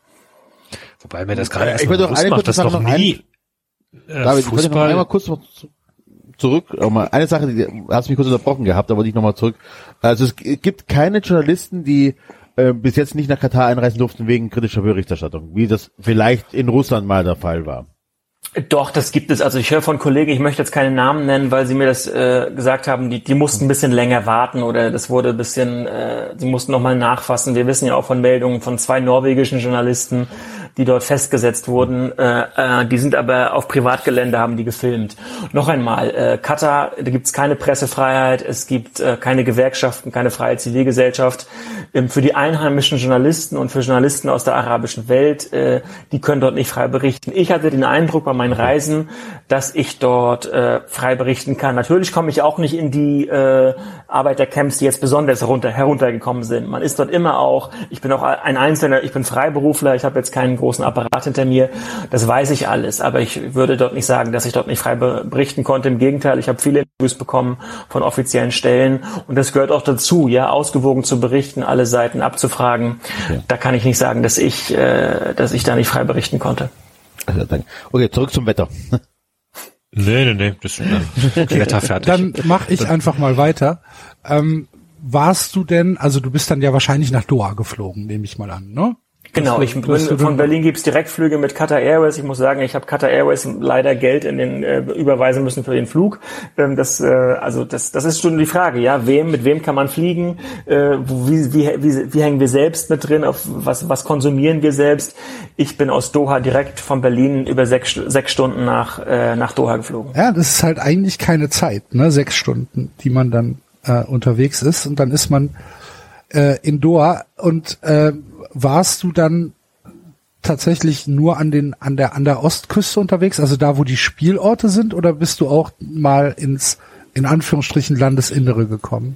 Wobei mir das gerade ich würde doch eine macht, das doch nie äh, David, ich wollte noch einmal kurz noch zurück, auch mal eine Sache, die hast mich kurz unterbrochen gehabt, da wollte ich nochmal zurück. Also es gibt keine Journalisten, die äh, bis jetzt nicht nach Katar einreisen durften wegen kritischer Berichterstattung, wie das vielleicht in Russland mal der Fall war. Doch, das gibt es. Also ich höre von Kollegen, ich möchte jetzt keine Namen nennen, weil sie mir das äh, gesagt haben, die, die mussten ein bisschen länger warten oder das wurde ein bisschen, äh, sie mussten nochmal nachfassen. Wir wissen ja auch von Meldungen von zwei norwegischen Journalisten, die dort festgesetzt wurden. Äh, äh, die sind aber auf Privatgelände, haben die gefilmt. Noch einmal, äh, Katar, da gibt's keine Pressefreiheit, es gibt äh, keine Gewerkschaften, keine freie Zivilgesellschaft. Ähm, für die einheimischen Journalisten und für Journalisten aus der arabischen Welt, äh, die können dort nicht frei berichten. Ich hatte den Eindruck bei meinen Reisen, dass ich dort äh, frei berichten kann. Natürlich komme ich auch nicht in die äh, Arbeitercamps, die jetzt besonders runter, heruntergekommen sind. Man ist dort immer auch, ich bin auch ein Einzelner, ich bin Freiberufler, ich habe jetzt keinen großen Apparat hinter mir, das weiß ich alles, aber ich würde dort nicht sagen, dass ich dort nicht frei berichten konnte. Im Gegenteil, ich habe viele Interviews bekommen von offiziellen Stellen und das gehört auch dazu, ja, ausgewogen zu berichten, alle Seiten abzufragen. Okay. Da kann ich nicht sagen, dass ich, äh, dass ich da nicht frei berichten konnte. Also, danke. Okay, zurück zum Wetter. Nee, nee, nee, das ist äh, Wetter fertig. Dann mache ich einfach mal weiter. Ähm, warst du denn, also du bist dann ja wahrscheinlich nach Doha geflogen, nehme ich mal an, ne? Genau, ich bin, von Berlin gibt's Direktflüge mit Qatar Airways. Ich muss sagen, ich habe Qatar Airways leider Geld in den äh, überweisen müssen für den Flug. Ähm, das, äh, also das, das ist schon die Frage, ja, wem, mit wem kann man fliegen? Äh, wie, wie, wie, wie hängen wir selbst mit drin? Auf was, was konsumieren wir selbst? Ich bin aus Doha direkt von Berlin über sechs, sechs Stunden nach äh, nach Doha geflogen. Ja, das ist halt eigentlich keine Zeit, ne? Sechs Stunden, die man dann äh, unterwegs ist und dann ist man äh, in Doha und äh, warst du dann tatsächlich nur an den an der an der Ostküste unterwegs, also da, wo die Spielorte sind, oder bist du auch mal ins in Anführungsstrichen Landesinnere gekommen?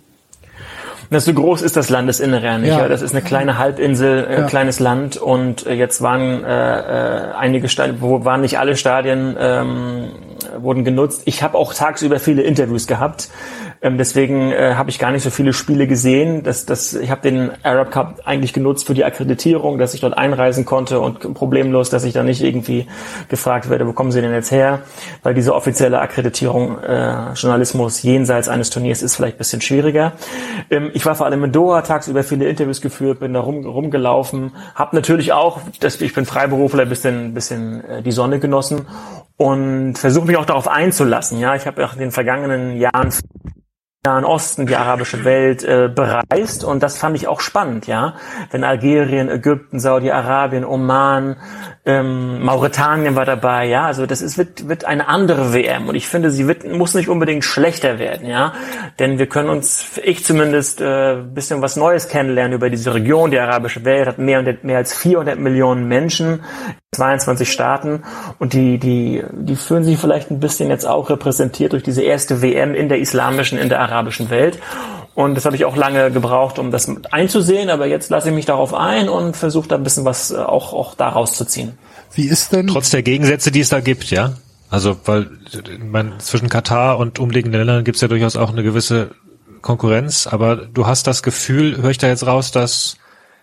Das so groß ist das Landesinnere ja nicht. Ja. Das ist eine kleine Halbinsel, äh, ja. kleines Land und äh, jetzt waren äh, äh, einige Stadien, wo waren nicht alle Stadien ähm, wurden genutzt. Ich habe auch tagsüber viele Interviews gehabt. Ähm, deswegen äh, habe ich gar nicht so viele Spiele gesehen. Das, das, ich habe den Arab Cup eigentlich genutzt für die Akkreditierung, dass ich dort einreisen konnte und problemlos, dass ich da nicht irgendwie gefragt werde, wo kommen Sie denn jetzt her? Weil diese offizielle Akkreditierung, äh, Journalismus jenseits eines Turniers ist vielleicht ein bisschen schwieriger. Ähm, ich war vor allem in Doha, tagsüber viele Interviews geführt, bin da rum, rumgelaufen, habe natürlich auch, das, ich bin Freiberufler, ein bisschen, bisschen äh, die Sonne genossen und versuche mich auch darauf einzulassen. Ja, ich habe auch in den vergangenen Jahren Nahen Osten, die arabische Welt äh, bereist und das fand ich auch spannend, ja. Wenn Algerien, Ägypten, Saudi-Arabien, Oman, ähm, Mauretanien war dabei, ja. Also das ist wird wird eine andere W M und ich finde, sie wird muss nicht unbedingt schlechter werden, ja. Denn wir können uns, ich zumindest, äh, bisschen was Neues kennenlernen über diese Region. Die arabische Welt hat mehr und mehr als vierhundert Millionen Menschen. zweiundzwanzig Staaten und die die die fühlen sich vielleicht ein bisschen jetzt auch repräsentiert durch diese erste W M in der islamischen, in der arabischen Welt und das habe ich auch lange gebraucht, um das einzusehen, aber jetzt lasse ich mich darauf ein und versuche da ein bisschen was auch auch da rauszuziehen. Wie ist denn trotz der Gegensätze, die es da gibt, ja? Also weil man zwischen Katar und umliegenden Ländern gibt es ja durchaus auch eine gewisse Konkurrenz, aber du hast das Gefühl, höre ich da jetzt raus, dass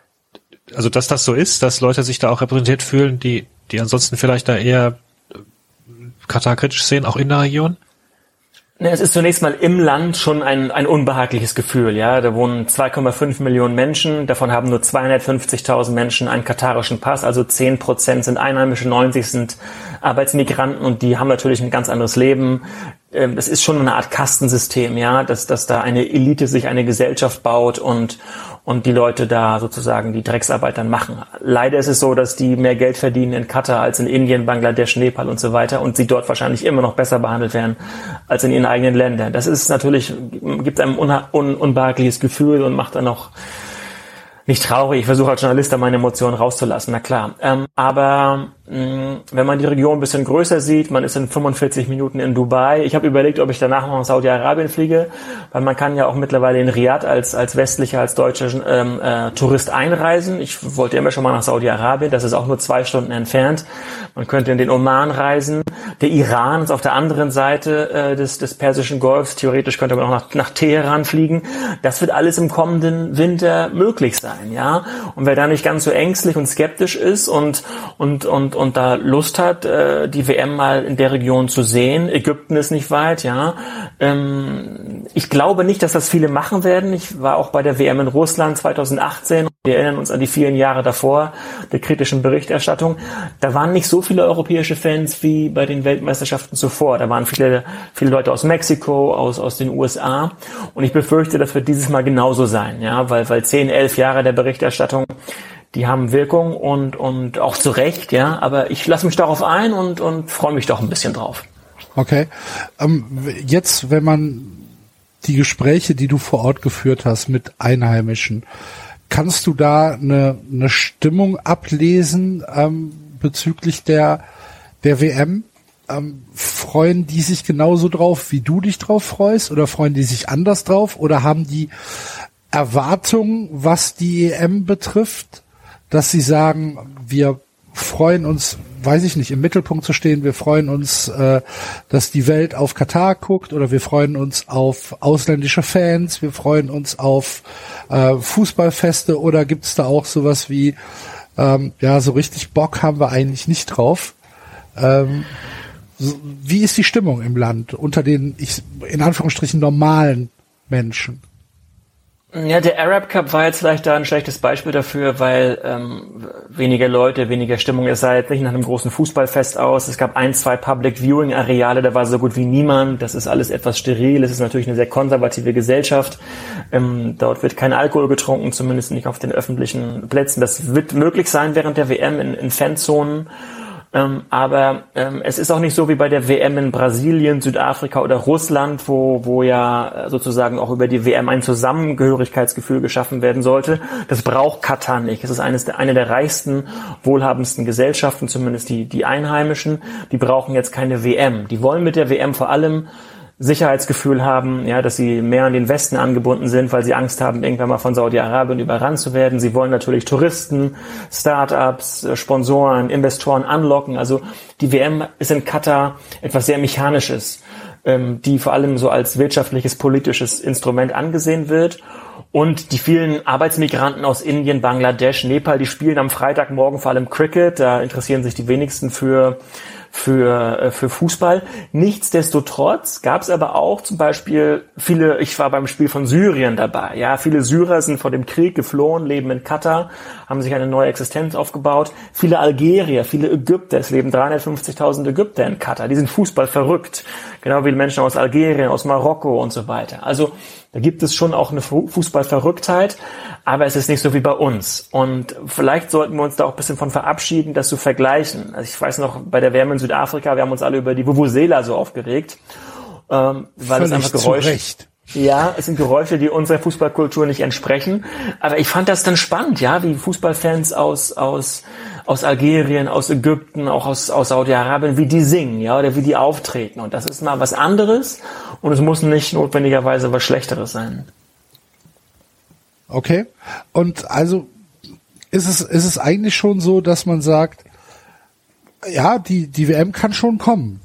also dass das so ist, dass Leute sich da auch repräsentiert fühlen, die die ansonsten vielleicht da eher Katar kritisch sehen, auch in der Region? Es ist zunächst mal im Land schon ein ein unbehagliches Gefühl, ja. Da wohnen zwei Komma fünf Millionen Menschen, davon haben nur zweihundertfünfzigtausend Menschen einen katarischen Pass, also zehn Prozent sind Einheimische, neunzig sind Arbeitsmigranten und die haben natürlich ein ganz anderes Leben. Das ist schon eine Art Kastensystem, ja, dass dass da eine Elite sich eine Gesellschaft baut und und die Leute da sozusagen die Drecksarbeit dann machen. Leider ist es so, dass die mehr Geld verdienen in Katar als in Indien, Bangladesch, Nepal und so weiter und sie dort wahrscheinlich immer noch besser behandelt werden als in ihren eigenen Ländern. Das ist natürlich, gibt einem un, un, unbehagliches Gefühl und macht dann noch nicht traurig. Ich versuche als Journalist da meine Emotionen rauszulassen, na klar. Ähm, aber mh, wenn man die Region ein bisschen größer sieht, man ist in fünfundvierzig Minuten in Dubai. Ich habe überlegt, ob ich danach noch nach Saudi-Arabien fliege, weil man kann ja auch mittlerweile in Riyadh als als westlicher, als deutscher ähm, äh, Tourist einreisen. Ich wollte immer schon mal nach Saudi-Arabien, das ist auch nur zwei Stunden entfernt. Man könnte in den Oman reisen. Der Iran ist auf der anderen Seite äh, des, des Persischen Golfs. Theoretisch könnte man auch nach, nach Teheran fliegen. Das wird alles im kommenden Winter möglich sein, ja. Und wer da nicht ganz so ängstlich und skeptisch ist und und und und da Lust hat, äh, die W M mal in der Region zu sehen, Ägypten ist nicht weit, ja. Ähm, ich glaube nicht, dass das viele machen werden. Ich war auch bei der W M in Russland zweitausendachtzehn. Wir erinnern uns an die vielen Jahre davor, der kritischen Berichterstattung. Da waren nicht so viele europäische Fans wie bei den Weltmeisterschaften zuvor. Da waren viele, viele Leute aus Mexiko, aus, aus den U S A. Und ich befürchte, das wird dieses Mal genauso sein, ja, weil, weil zehn, elf Jahre der Berichterstattung, die haben Wirkung und und auch zu Recht, ja. Aber ich lasse mich darauf ein und und freue mich doch ein bisschen drauf. Okay. Ähm, jetzt, wenn man die Gespräche, die du vor Ort geführt hast mit Einheimischen, kannst du da eine, eine Stimmung ablesen ähm, bezüglich der der W M? Ähm, freuen die sich genauso drauf, wie du dich drauf freust, oder freuen die sich anders drauf, oder haben die Erwartungen, was die E M betrifft, dass sie sagen, wir freuen uns, weiß ich nicht, im Mittelpunkt zu stehen, wir freuen uns, äh, dass die Welt auf Katar guckt, oder wir freuen uns auf ausländische Fans, wir freuen uns auf äh, Fußballfeste, oder gibt's da auch sowas wie, ähm, ja, so richtig Bock haben wir eigentlich nicht drauf. Ähm, so, wie ist die Stimmung im Land unter den, ich, in Anführungsstrichen, normalen Menschen? Ja, der Arab Cup war jetzt vielleicht da ein schlechtes Beispiel dafür, weil ähm, weniger Leute, weniger Stimmung. Es sah jetzt nicht nach einem großen Fußballfest aus. Es gab ein, zwei Public Viewing Areale, da war so gut wie niemand. Das ist alles etwas steril. Es ist natürlich eine sehr konservative Gesellschaft. Ähm, dort wird kein Alkohol getrunken, zumindest nicht auf den öffentlichen Plätzen. Das wird möglich sein während der W M in, in Fanzonen. Ähm, aber ähm, es ist auch nicht so wie bei der W M in Brasilien, Südafrika oder Russland, wo wo ja sozusagen auch über die W M ein Zusammengehörigkeitsgefühl geschaffen werden sollte. Das braucht Katar nicht. Es ist eines der, eine der reichsten, wohlhabendsten Gesellschaften, zumindest die die Einheimischen. Die brauchen jetzt keine W M. Die wollen mit der W M vor allem Sicherheitsgefühl haben, ja, dass sie mehr an den Westen angebunden sind, weil sie Angst haben, irgendwann mal von Saudi-Arabien überrannt zu werden. Sie wollen natürlich Touristen, Start-ups, Sponsoren, Investoren anlocken. Also die W M ist in Katar etwas sehr Mechanisches, ähm, die vor allem so als wirtschaftliches, politisches Instrument angesehen wird. Und die vielen Arbeitsmigranten aus Indien, Bangladesch, Nepal, die spielen am Freitagmorgen vor allem Cricket. Da interessieren sich die wenigsten für für für Fußball. Nichtsdestotrotz gab es aber auch zum Beispiel viele, ich war beim Spiel von Syrien dabei, ja, viele Syrer sind vor dem Krieg geflohen, leben in Katar, haben sich eine neue Existenz aufgebaut. Viele Algerier, viele Ägypter, es leben dreihundertfünfzigtausend Ägypter in Katar, die sind Fußball verrückt, genau wie Menschen aus Algerien, aus Marokko und so weiter. Also da gibt es schon auch eine Fußballverrücktheit, aber es ist nicht so wie bei uns. Und vielleicht sollten wir uns da auch ein bisschen von verabschieden, das zu vergleichen. Also ich weiß noch, bei der W M in Südafrika, wir haben uns alle über die Vuvuzela so aufgeregt, ähm, weil es einfach Geräusche, ja, es sind Geräusche, die unserer Fußballkultur nicht entsprechen. Aber ich fand das dann spannend, ja, wie Fußballfans aus aus aus Algerien, aus Ägypten, auch aus aus Saudi-Arabien, wie die singen, ja, oder wie die auftreten. Und das ist mal was anderes. Und es muss nicht notwendigerweise was Schlechteres sein. Okay. Und also ist es ist es eigentlich schon so, dass man sagt, ja, die die W M kann schon kommen.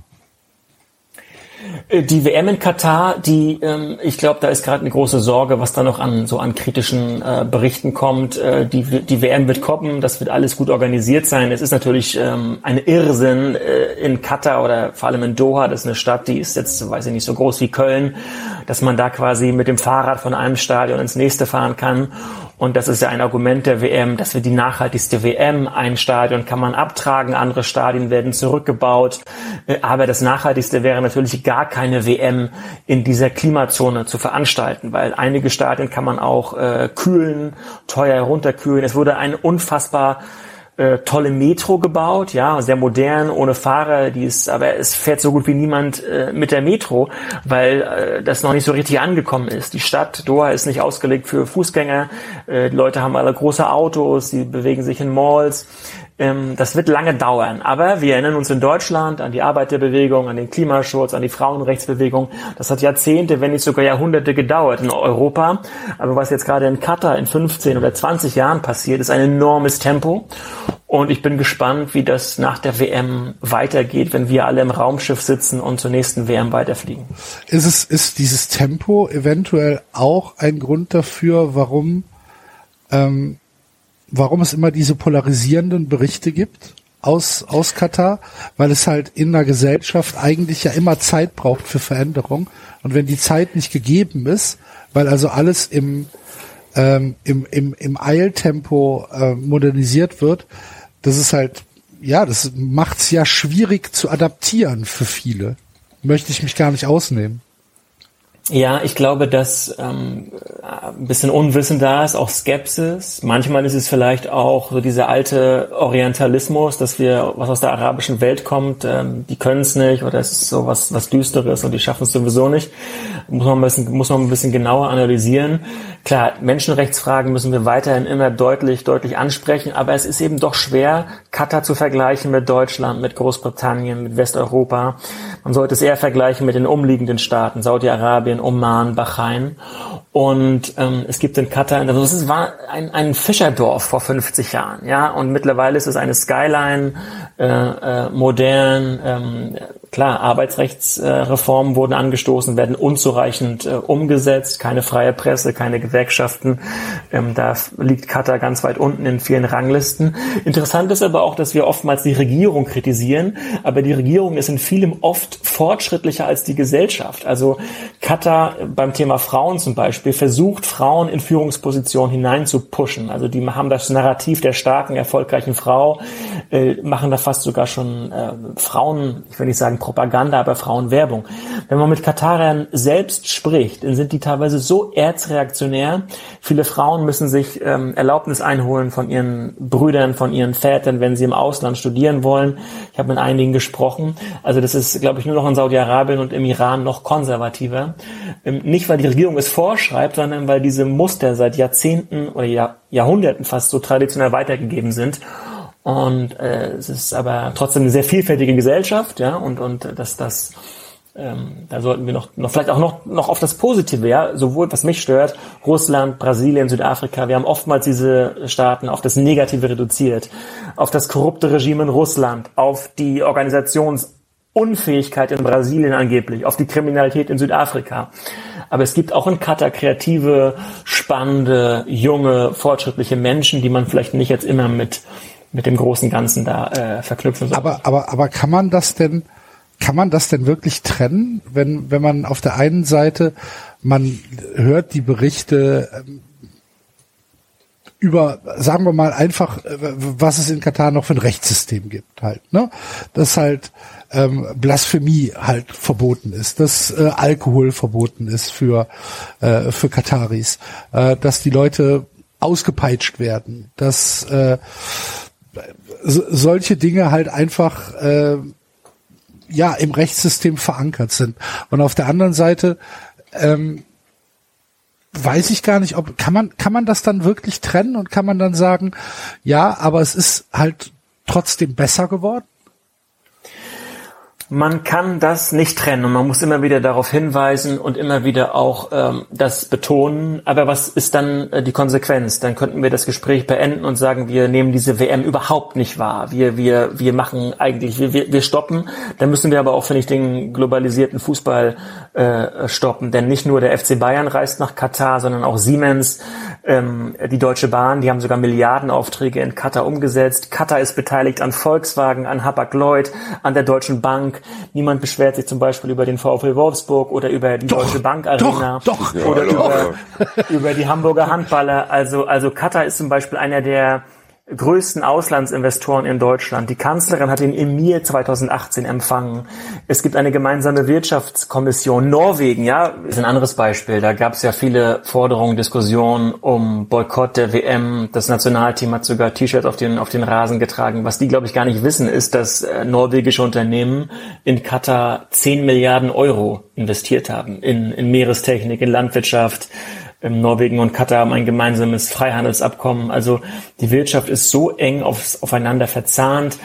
Die W M in Katar, die, ähm, ich glaube, da ist gerade eine große Sorge, was da noch an so an kritischen äh, Berichten kommt. Äh, die die W M wird kommen, das wird alles gut organisiert sein. Es ist natürlich ähm, ein Irrsinn äh, in Katar oder vor allem in Doha, das ist eine Stadt, die ist jetzt, weiß ich nicht, so groß wie Köln, dass man da quasi mit dem Fahrrad von einem Stadion ins nächste fahren kann. Und das ist ja ein Argument der W M, das wird die nachhaltigste W M. Ein Stadion kann man abtragen, andere Stadien werden zurückgebaut. Aber das Nachhaltigste wäre natürlich gar keine W M in dieser Klimazone zu veranstalten, weil einige Stadien kann man auch äh, kühlen, teuer herunterkühlen. Es wurde ein unfassbar äh, tolle Metro gebaut, ja, sehr modern, ohne Fahrer, die ist, aber es fährt so gut wie niemand äh, mit der Metro, weil äh, das noch nicht so richtig angekommen ist. Die Stadt Doha ist nicht ausgelegt für Fußgänger, äh, die Leute haben alle große Autos, sie bewegen sich in Malls. Ähm, das wird lange dauern, aber wir erinnern uns in Deutschland an die Arbeiterbewegung, an den Klimaschutz, an die Frauenrechtsbewegung. Das hat Jahrzehnte, wenn nicht sogar Jahrhunderte gedauert in Europa. Aber was jetzt gerade in Katar in fünfzehn oder zwanzig Jahren passiert, ist ein enormes Tempo. Und ich bin gespannt, wie das nach der W M weitergeht, wenn wir alle im Raumschiff sitzen und zur nächsten W M weiterfliegen. Ist es, ist dieses Tempo eventuell auch ein Grund dafür, warum, ähm, warum es immer diese polarisierenden Berichte gibt aus, aus Katar? Weil es halt in der Gesellschaft eigentlich ja immer Zeit braucht für Veränderung. Und wenn die Zeit nicht gegeben ist, weil also alles im, ähm, im, im, im Eiltempo äh, modernisiert wird, das ist halt, ja, das macht's ja schwierig zu adaptieren für viele. Möchte ich mich gar nicht ausnehmen. Ja, ich glaube, dass ähm, ein bisschen Unwissen da ist, auch Skepsis. Manchmal ist es vielleicht auch so dieser alte Orientalismus, dass wir, was aus der arabischen Welt kommt, ähm, die können es nicht oder es ist so was was Düsteres und die schaffen es sowieso nicht. Muss man ein bisschen, muss man ein bisschen genauer analysieren. Klar, Menschenrechtsfragen müssen wir weiterhin immer deutlich, deutlich ansprechen, aber es ist eben doch schwer, Katar zu vergleichen mit Deutschland, mit Großbritannien, mit Westeuropa. Man sollte es eher vergleichen mit den umliegenden Staaten, Saudi-Arabien, Oman, Bahrain. Und ähm, es gibt in Katar, also es war ein, ein Fischerdorf vor fünfzig Jahren, ja, und mittlerweile ist es eine Skyline, äh, äh, modern, ähm, klar, Arbeitsrechtsreformen äh, wurden angestoßen, werden unzureichend äh, umgesetzt, keine freie Presse, keine Gewerkschaften, ähm, da liegt Katar ganz weit unten in vielen Ranglisten. Interessant ist aber auch, dass wir oftmals die Regierung kritisieren, aber die Regierung ist in vielem oft fortschrittlicher als die Gesellschaft. Also Katar beim Thema Frauen zum Beispiel versucht, Frauen in Führungspositionen hinein zu pushen. Also die haben das Narrativ der starken, erfolgreichen Frau, äh, machen da fast sogar schon äh, Frauen, ich will nicht sagen Propaganda, aber Frauenwerbung. Wenn man mit Katarern selbst spricht, dann sind die teilweise so erzreaktionär. Viele Frauen müssen sich ähm, Erlaubnis einholen von ihren Brüdern, von ihren Vätern, wenn sie im Ausland studieren wollen. Ich habe mit einigen gesprochen. Also das ist, glaube ich, nur noch in Saudi-Arabien und im Iran noch konservativer. Ähm, nicht, weil die Regierung es vorschreibt, sondern weil diese Muster seit Jahrzehnten oder Jahr, Jahrhunderten fast so traditionell weitergegeben sind. Und äh, es ist aber trotzdem eine sehr vielfältige Gesellschaft, ja, und und dass das ähm, da sollten wir noch noch vielleicht auch noch noch auf das Positive, ja, sowohl was mich stört, Russland, Brasilien, Südafrika, wir haben oftmals diese Staaten auf das Negative reduziert, auf das korrupte Regime in Russland, auf die Organisationsunfähigkeit in Brasilien angeblich, auf die Kriminalität in Südafrika. Aber es gibt auch in Katar kreative, spannende, junge, fortschrittliche Menschen, die man vielleicht nicht jetzt immer mit mit dem großen Ganzen da äh, verknüpfen soll. Aber aber aber kann man das denn kann man das denn wirklich trennen, wenn wenn man auf der einen Seite man hört die Berichte ähm, über, sagen wir mal einfach, äh, was es in Katar noch für ein Rechtssystem gibt halt, ne? Dass halt ähm, Blasphemie halt verboten ist, dass äh, Alkohol verboten ist für äh, für Kataris, äh, dass die Leute ausgepeitscht werden, dass äh, so, solche Dinge halt einfach äh, ja im Rechtssystem verankert sind. Und auf der anderen Seite ähm, weiß ich gar nicht, ob kann man kann man das dann wirklich trennen und kann man dann sagen, ja, aber es ist halt trotzdem besser geworden? Man kann das nicht trennen und man muss immer wieder darauf hinweisen und immer wieder auch ähm, das betonen. Aber was ist dann äh, die Konsequenz? Dann könnten wir das Gespräch beenden und sagen, wir nehmen diese W M überhaupt nicht wahr. Wir wir wir machen eigentlich, wir wir, wir stoppen. Dann müssen wir aber auch, finde ich, den globalisierten Fußball äh, stoppen. Denn nicht nur der F C Bayern reist nach Katar, sondern auch Siemens, ähm, die Deutsche Bahn, die haben sogar Milliardenaufträge in Katar umgesetzt. Katar ist beteiligt an Volkswagen, an Hapag-Lloyd, an der Deutschen Bank. Niemand beschwert sich zum Beispiel über den VfL Wolfsburg oder über die doch, Deutsche Bank Arena doch, doch, oder ja, über, über die Hamburger Handballer. Also, also Katar ist zum Beispiel einer der größten Auslandsinvestoren in Deutschland. Die Kanzlerin hat den Emir zweitausendachtzehn empfangen. Es gibt eine gemeinsame Wirtschaftskommission. Norwegen, ja, ist ein anderes Beispiel. Da gab es ja viele Forderungen, Diskussionen um Boykott der W M. Das Nationalteam hat sogar T-Shirts auf den auf den Rasen getragen. Was die, glaube ich, gar nicht wissen, ist, dass äh, norwegische Unternehmen in Katar zehn Milliarden Euro investiert haben in, in Meerestechnik, in Landwirtschaft. Norwegen und Katar haben ein gemeinsames Freihandelsabkommen. Also die Wirtschaft ist so eng auf, aufeinander verzahnt.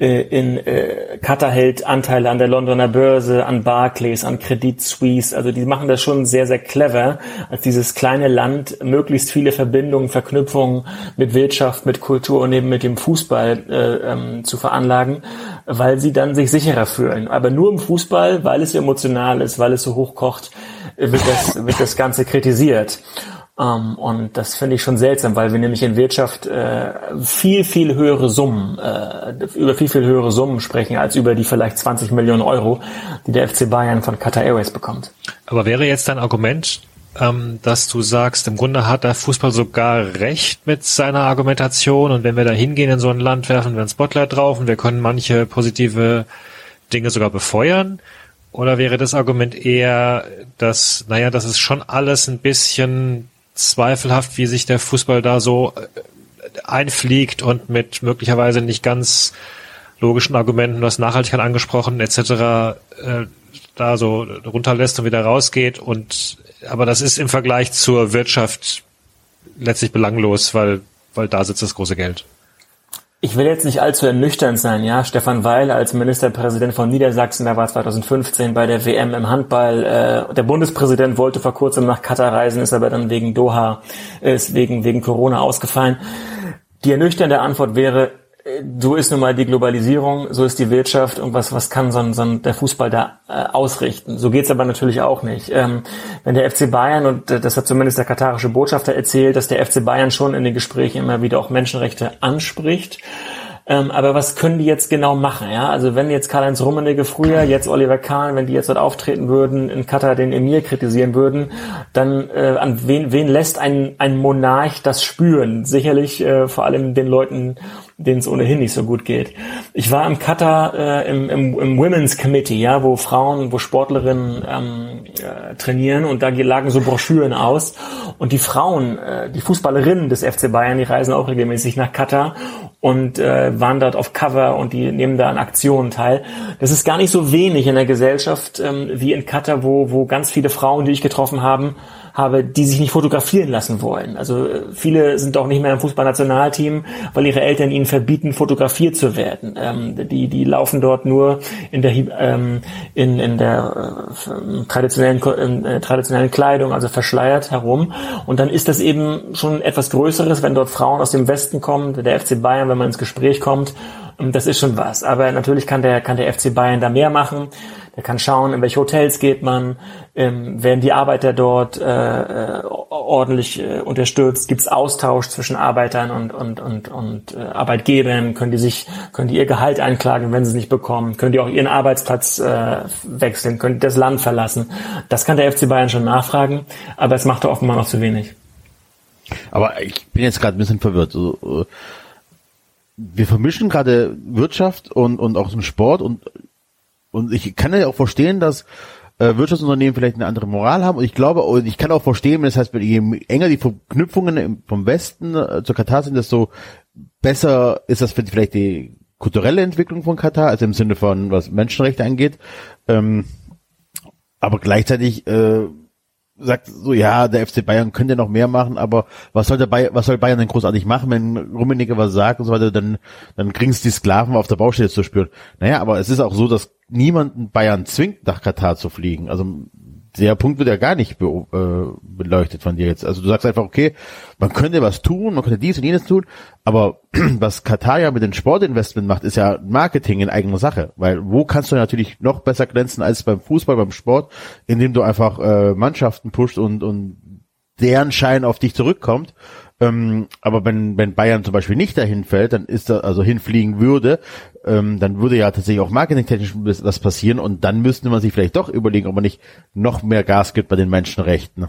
In äh, Katar hält Anteile an der Londoner Börse, an Barclays, an Credit Suisse. Also die machen das schon sehr, sehr clever, als dieses kleine Land möglichst viele Verbindungen, Verknüpfungen mit Wirtschaft, mit Kultur und eben mit dem Fußball äh, ähm, zu veranlagen, weil sie dann sich sicherer fühlen. Aber nur im Fußball, weil es emotional ist, weil es so hochkocht, wird das, wird das Ganze kritisiert. Um, und das finde ich schon seltsam, weil wir nämlich in Wirtschaft äh, viel, viel höhere Summen, äh, über viel, viel höhere Summen sprechen, als über die vielleicht zwanzig Millionen Euro, die der F C Bayern von Qatar Airways bekommt. Aber wäre jetzt dein Argument, ähm, dass du sagst, im Grunde hat der Fußball sogar recht mit seiner Argumentation, und wenn wir da hingehen in so ein Land, werfen wir ein Spotlight drauf und wir können manche positive Dinge sogar befeuern? Oder wäre das Argument eher, dass, naja, das ist schon alles ein bisschen zweifelhaft, wie sich der Fußball da so einfliegt und mit möglicherweise nicht ganz logischen Argumenten, du hast Nachhaltigkeit angesprochen, et cetera, äh, da so runterlässt und wieder rausgeht. Und aber das ist im Vergleich zur Wirtschaft letztlich belanglos, weil weil da sitzt das große Geld. Ich will jetzt nicht allzu ernüchternd sein, ja. Stefan Weil als Ministerpräsident von Niedersachsen, der war zwanzig fünfzehn bei der W M im Handball. Äh, der Bundespräsident wollte vor kurzem nach Katar reisen, ist aber dann wegen Doha, ist wegen wegen Corona ausgefallen. Die ernüchternde Antwort wäre, so ist nun mal die Globalisierung, so ist die Wirtschaft und was, was kann so ein, so ein, der Fußball da äh, ausrichten. So geht's aber natürlich auch nicht. Ähm, wenn der F C Bayern, und äh, das hat zumindest der katarische Botschafter erzählt, dass der F C Bayern schon in den Gesprächen immer wieder auch Menschenrechte anspricht. Ähm, aber was können die jetzt genau machen? Ja, also wenn jetzt Karl-Heinz Rummenigge früher, jetzt Oliver Kahn, wenn die jetzt dort auftreten würden, in Katar den Emir kritisieren würden, dann äh, an wen, wen lässt ein, ein Monarch das spüren? Sicherlich äh, vor allem den Leuten, denen es ohnehin nicht so gut geht. Ich war im Katar äh, im, im, im Women's Committee, ja, wo Frauen, wo Sportlerinnen ähm, äh, trainieren, und da lagen so Broschüren aus, und die Frauen, äh, die Fußballerinnen des F C Bayern, die reisen auch regelmäßig nach Katar und äh, waren dort auf Cover, und die nehmen da an Aktionen teil. Das ist gar nicht so wenig in der Gesellschaft ähm, wie in Katar, wo wo ganz viele Frauen, die ich getroffen haben, habe, die sich nicht fotografieren lassen wollen. Also viele sind auch nicht mehr im Fußballnationalteam, weil ihre Eltern ihnen verbieten, fotografiert zu werden. Ähm, die die laufen dort nur in der ähm, in in der äh, traditionellen äh, traditionellen Kleidung, also verschleiert herum. Und dann ist das eben schon etwas Größeres, wenn dort Frauen aus dem Westen kommen, der F C Bayern, wenn man ins Gespräch kommt. Das ist schon was. Aber natürlich kann der kann der F C Bayern da mehr machen. Der kann schauen, in welche Hotels geht man, ähm, werden die Arbeiter dort äh, ordentlich äh, unterstützt, gibt es Austausch zwischen Arbeitern und und und und äh, Arbeitgebern, können die sich können die ihr Gehalt einklagen, wenn sie es nicht bekommen, können die auch ihren Arbeitsplatz äh, wechseln, können die das Land verlassen. Das kann der F C Bayern schon nachfragen, aber es macht er offenbar noch zu wenig. Aber ich bin jetzt gerade ein bisschen verwirrt. Also, wir vermischen gerade Wirtschaft und und auch so einen Sport, und Und ich kann ja auch verstehen, dass äh, Wirtschaftsunternehmen vielleicht eine andere Moral haben. Und ich glaube, und ich kann auch verstehen, das heißt, je enger die Verknüpfungen im, vom Westen äh, zur Katar sind, desto besser ist das für die, vielleicht die kulturelle Entwicklung von Katar, also im Sinne von, was Menschenrechte angeht. Ähm, aber gleichzeitig äh, sagt so, ja, der F C Bayern könnte noch mehr machen, aber was soll der Bayern, was soll Bayern denn großartig machen, wenn Rummenigge was sagt und so weiter, dann, dann kriegen es die Sklaven auf der Baustelle zu spüren. Naja, aber es ist auch so, dass niemanden Bayern zwingt, nach Katar zu fliegen. Also der Punkt wird ja gar nicht be- äh, beleuchtet von dir jetzt. Also du sagst einfach, okay, man könnte was tun, man könnte dies und jenes tun, aber was Katar ja mit dem Sportinvestment macht, ist ja Marketing in eigener Sache. Weil wo kannst du natürlich noch besser glänzen als beim Fußball, beim Sport, indem du einfach äh, Mannschaften pusht und und deren Schein auf dich zurückkommt. Ähm, aber wenn wenn Bayern zum Beispiel nicht dahin fällt, dann ist er, also hinfliegen würde, ähm, dann würde ja tatsächlich auch marketingtechnisch was passieren, und dann müsste man sich vielleicht doch überlegen, ob man nicht noch mehr Gas gibt bei den Menschenrechten.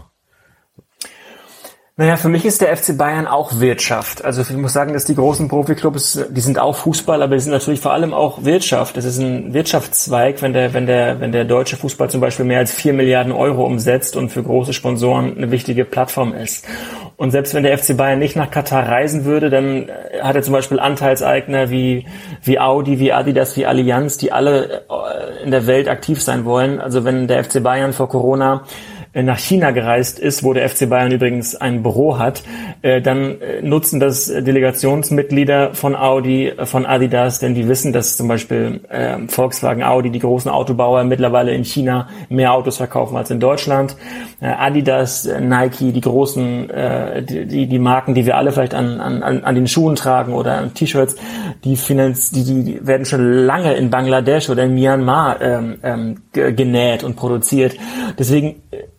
Naja, für mich ist der F C Bayern auch Wirtschaft. Also ich muss sagen, dass die großen Profiklubs, die sind auch Fußball, aber die sind natürlich vor allem auch Wirtschaft. Es ist ein Wirtschaftszweig, wenn der, wenn der, wenn der deutsche Fußball zum Beispiel mehr als vier Milliarden Euro umsetzt und für große Sponsoren eine wichtige Plattform ist. Und selbst wenn der F C Bayern nicht nach Katar reisen würde, dann hat er zum Beispiel Anteilseigner wie, wie Audi, wie Adidas, wie Allianz, die alle in der Welt aktiv sein wollen. Also wenn der F C Bayern vor Corona nach China gereist ist, wo der F C Bayern übrigens ein Büro hat, äh, dann äh, nutzen das Delegationsmitglieder von Audi, äh, von Adidas, denn die wissen, dass zum Beispiel äh, Volkswagen, Audi, die großen Autobauer mittlerweile in China mehr Autos verkaufen als in Deutschland. Äh, Adidas, äh, Nike, die großen, äh, die, die Marken, die wir alle vielleicht an, an, an den Schuhen tragen oder an T-Shirts, die, Finanz, die, die werden schon lange in Bangladesch oder in Myanmar ähm, ähm, genäht und produziert. Deswegen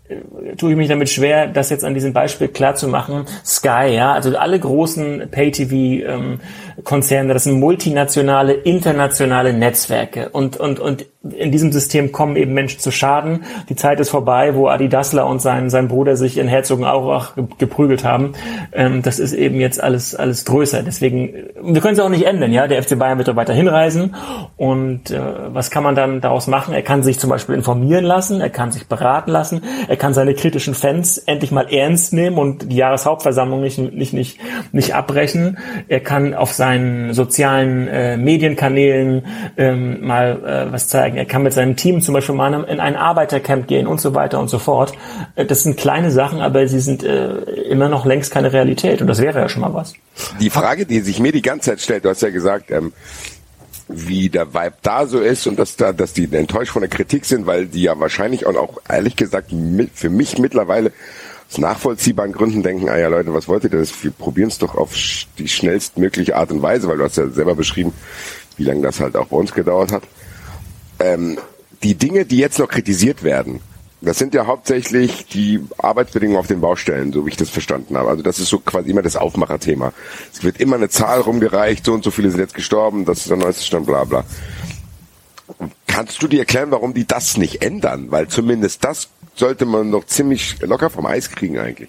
tue ich mich damit schwer, das jetzt an diesem Beispiel klar zu machen. Sky, ja, also alle großen Pay-T V-Konzerne, das sind multinationale, internationale Netzwerke und und und in diesem System kommen eben Menschen zu Schaden. Die Zeit ist vorbei, wo Adi Dassler und sein sein Bruder sich in Herzogenaurach geprügelt haben. Ähm, das ist eben jetzt alles alles größer. Deswegen, wir können es auch nicht ändern, ja. Der F C Bayern wird da weiter hinreisen und äh, was kann man dann daraus machen? Er kann sich zum Beispiel informieren lassen, er kann sich beraten lassen, er kann seine kritischen Fans endlich mal ernst nehmen und die Jahreshauptversammlung nicht nicht nicht nicht abbrechen. Er kann auf seinen sozialen äh, Medienkanälen ähm, mal äh, was zeigen. Er kann mit seinem Team zum Beispiel mal in ein Arbeitercamp gehen und so weiter und so fort. Das sind kleine Sachen, aber sie sind äh, immer noch längst keine Realität und das wäre ja schon mal was. Die Frage, die sich mir die ganze Zeit stellt, du hast ja gesagt, ähm, wie der Vibe da so ist und dass da, dass die enttäuscht von der Kritik sind, weil die ja wahrscheinlich und auch ehrlich gesagt mit, für mich mittlerweile aus nachvollziehbaren Gründen denken, ah ja Leute, was wollt ihr denn? Wir probieren es doch auf die schnellstmögliche Art und Weise, weil du hast ja selber beschrieben, wie lange das halt auch bei uns gedauert hat. Ähm, die Dinge, die jetzt noch kritisiert werden, das sind ja hauptsächlich die Arbeitsbedingungen auf den Baustellen, so wie ich das verstanden habe. Also das ist so quasi immer das Aufmacherthema. Es wird immer eine Zahl rumgereicht, so und so viele sind jetzt gestorben, das ist der neueste Stand, bla bla. Kannst du dir erklären, warum die das nicht ändern? Weil zumindest das sollte man noch ziemlich locker vom Eis kriegen eigentlich.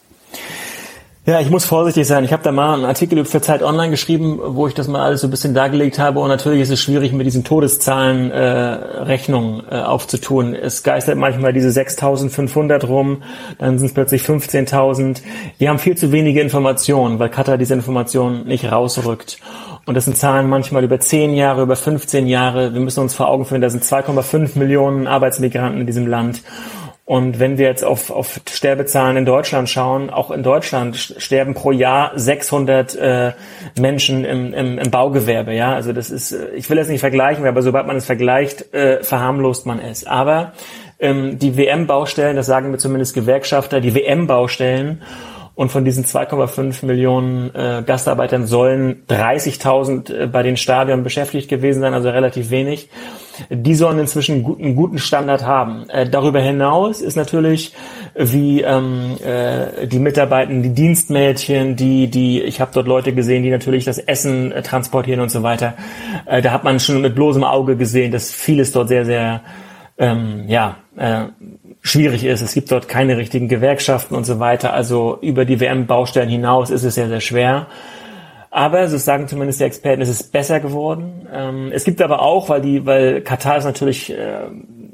Ja, ich muss vorsichtig sein. Ich habe da mal einen Artikel für Zeit Online geschrieben, wo ich das mal alles so ein bisschen dargelegt habe. Und natürlich ist es schwierig, mit diesen Todeszahlen äh, Rechnungen äh, aufzutun. Es geistert manchmal diese sechstausendfünfhundert rum, dann sind es plötzlich fünfzehntausend. Wir haben viel zu wenige Informationen, weil Katar diese Informationen nicht rausrückt. Und das sind Zahlen manchmal über zehn Jahre, über fünfzehn Jahre. Wir müssen uns vor Augen führen, da sind zwei Komma fünf Millionen Arbeitsmigranten in diesem Land. Und wenn wir jetzt auf, auf Sterbezahlen in Deutschland schauen, auch in Deutschland sterben pro Jahr sechshundert äh, Menschen im, im, im Baugewerbe. Ja, also das ist, ich will das nicht vergleichen, aber sobald man es vergleicht, äh, verharmlost man es. Aber ähm, die W M-Baustellen, das sagen mir zumindest Gewerkschafter, die W M-Baustellen und von diesen zwei Komma fünf Millionen äh, Gastarbeitern sollen dreißigtausend äh, bei den Stadien beschäftigt gewesen sein, also relativ wenig. Die sollen inzwischen einen guten, einen guten Standard haben. Äh, darüber hinaus ist natürlich, wie ähm, äh, die Mitarbeitenden, die Dienstmädchen, die, die, ich habe dort Leute gesehen, die natürlich das Essen äh, transportieren und so weiter. Äh, da hat man schon mit bloßem Auge gesehen, dass vieles dort sehr, sehr ähm, ja äh, schwierig ist. Es gibt dort keine richtigen Gewerkschaften und so weiter. Also über die W M-Baustellen hinaus ist es sehr, sehr schwer. Aber, so sagen zumindest die Experten, es ist besser geworden. Ähm, es gibt aber auch, weil die, weil Katar ist natürlich, äh,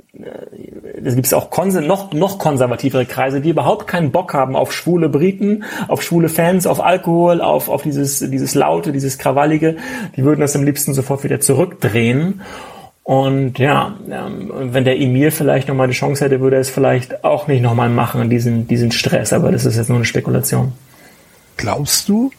es gibt auch konser- noch noch konservativere Kreise, die überhaupt keinen Bock haben auf schwule Briten, auf schwule Fans, auf Alkohol, auf auf dieses dieses Laute, dieses Krawallige. Die würden das am liebsten sofort wieder zurückdrehen. Und ja, ähm, wenn der Emir vielleicht nochmal die Chance hätte, würde er es vielleicht auch nicht nochmal machen, diesen diesen Stress. Aber das ist jetzt nur eine Spekulation. Glaubst du?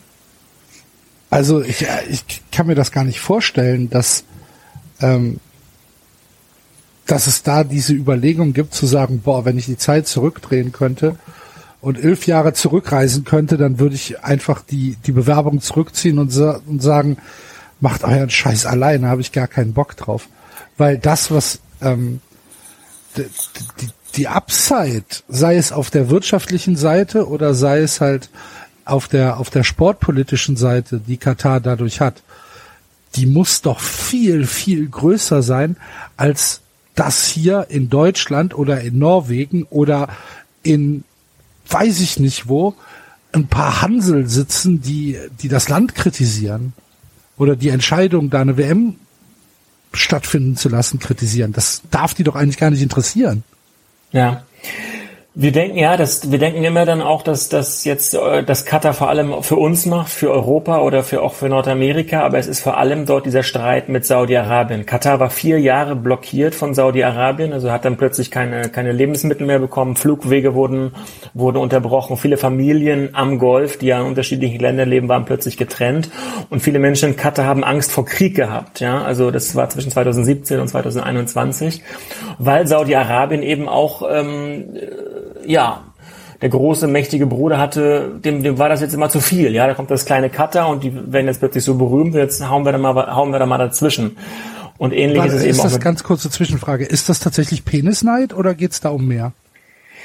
Also ich, ich kann mir das gar nicht vorstellen, dass, ähm, dass es da diese Überlegung gibt, zu sagen, boah, wenn ich die Zeit zurückdrehen könnte und elf Jahre zurückreisen könnte, dann würde ich einfach die, die Bewerbung zurückziehen und, sa- und sagen, macht euren Scheiß alleine, habe ich gar keinen Bock drauf. Weil das, was ähm, die, die, die Upside, sei es auf der wirtschaftlichen Seite oder sei es halt auf der auf der sportpolitischen Seite, die Katar dadurch hat, die muss doch viel, viel größer sein, als das hier in Deutschland oder in Norwegen oder in weiß ich nicht wo ein paar Hansel sitzen, die die das Land kritisieren oder die Entscheidung, da eine W M stattfinden zu lassen, kritisieren. Das darf die doch eigentlich gar nicht interessieren. Ja. Wir denken ja, dass wir denken immer dann auch, dass das jetzt äh, das Katar vor allem für uns macht, für Europa oder für auch für Nordamerika, aber es ist vor allem dort dieser Streit mit Saudi-Arabien. Katar war vier Jahre blockiert von Saudi-Arabien, also hat dann plötzlich keine keine Lebensmittel mehr bekommen, Flugwege wurden wurden unterbrochen, viele Familien am Golf, die ja in unterschiedlichen Ländern leben, waren plötzlich getrennt und viele Menschen in Katar haben Angst vor Krieg gehabt, ja, also das war zwischen zweitausendsiebzehn und zweitausendeinundzwanzig, weil Saudi-Arabien eben auch ähm, ja, der große, mächtige Bruder hatte, dem, dem war das jetzt immer zu viel, ja, da kommt das kleine Katar und die werden jetzt plötzlich so berühmt, jetzt hauen wir da mal, hauen wir da mal dazwischen. Und ähnlich Warte, ist es ist eben das auch. Mit, ganz kurze Zwischenfrage, ist das tatsächlich Penisneid oder geht's da um mehr?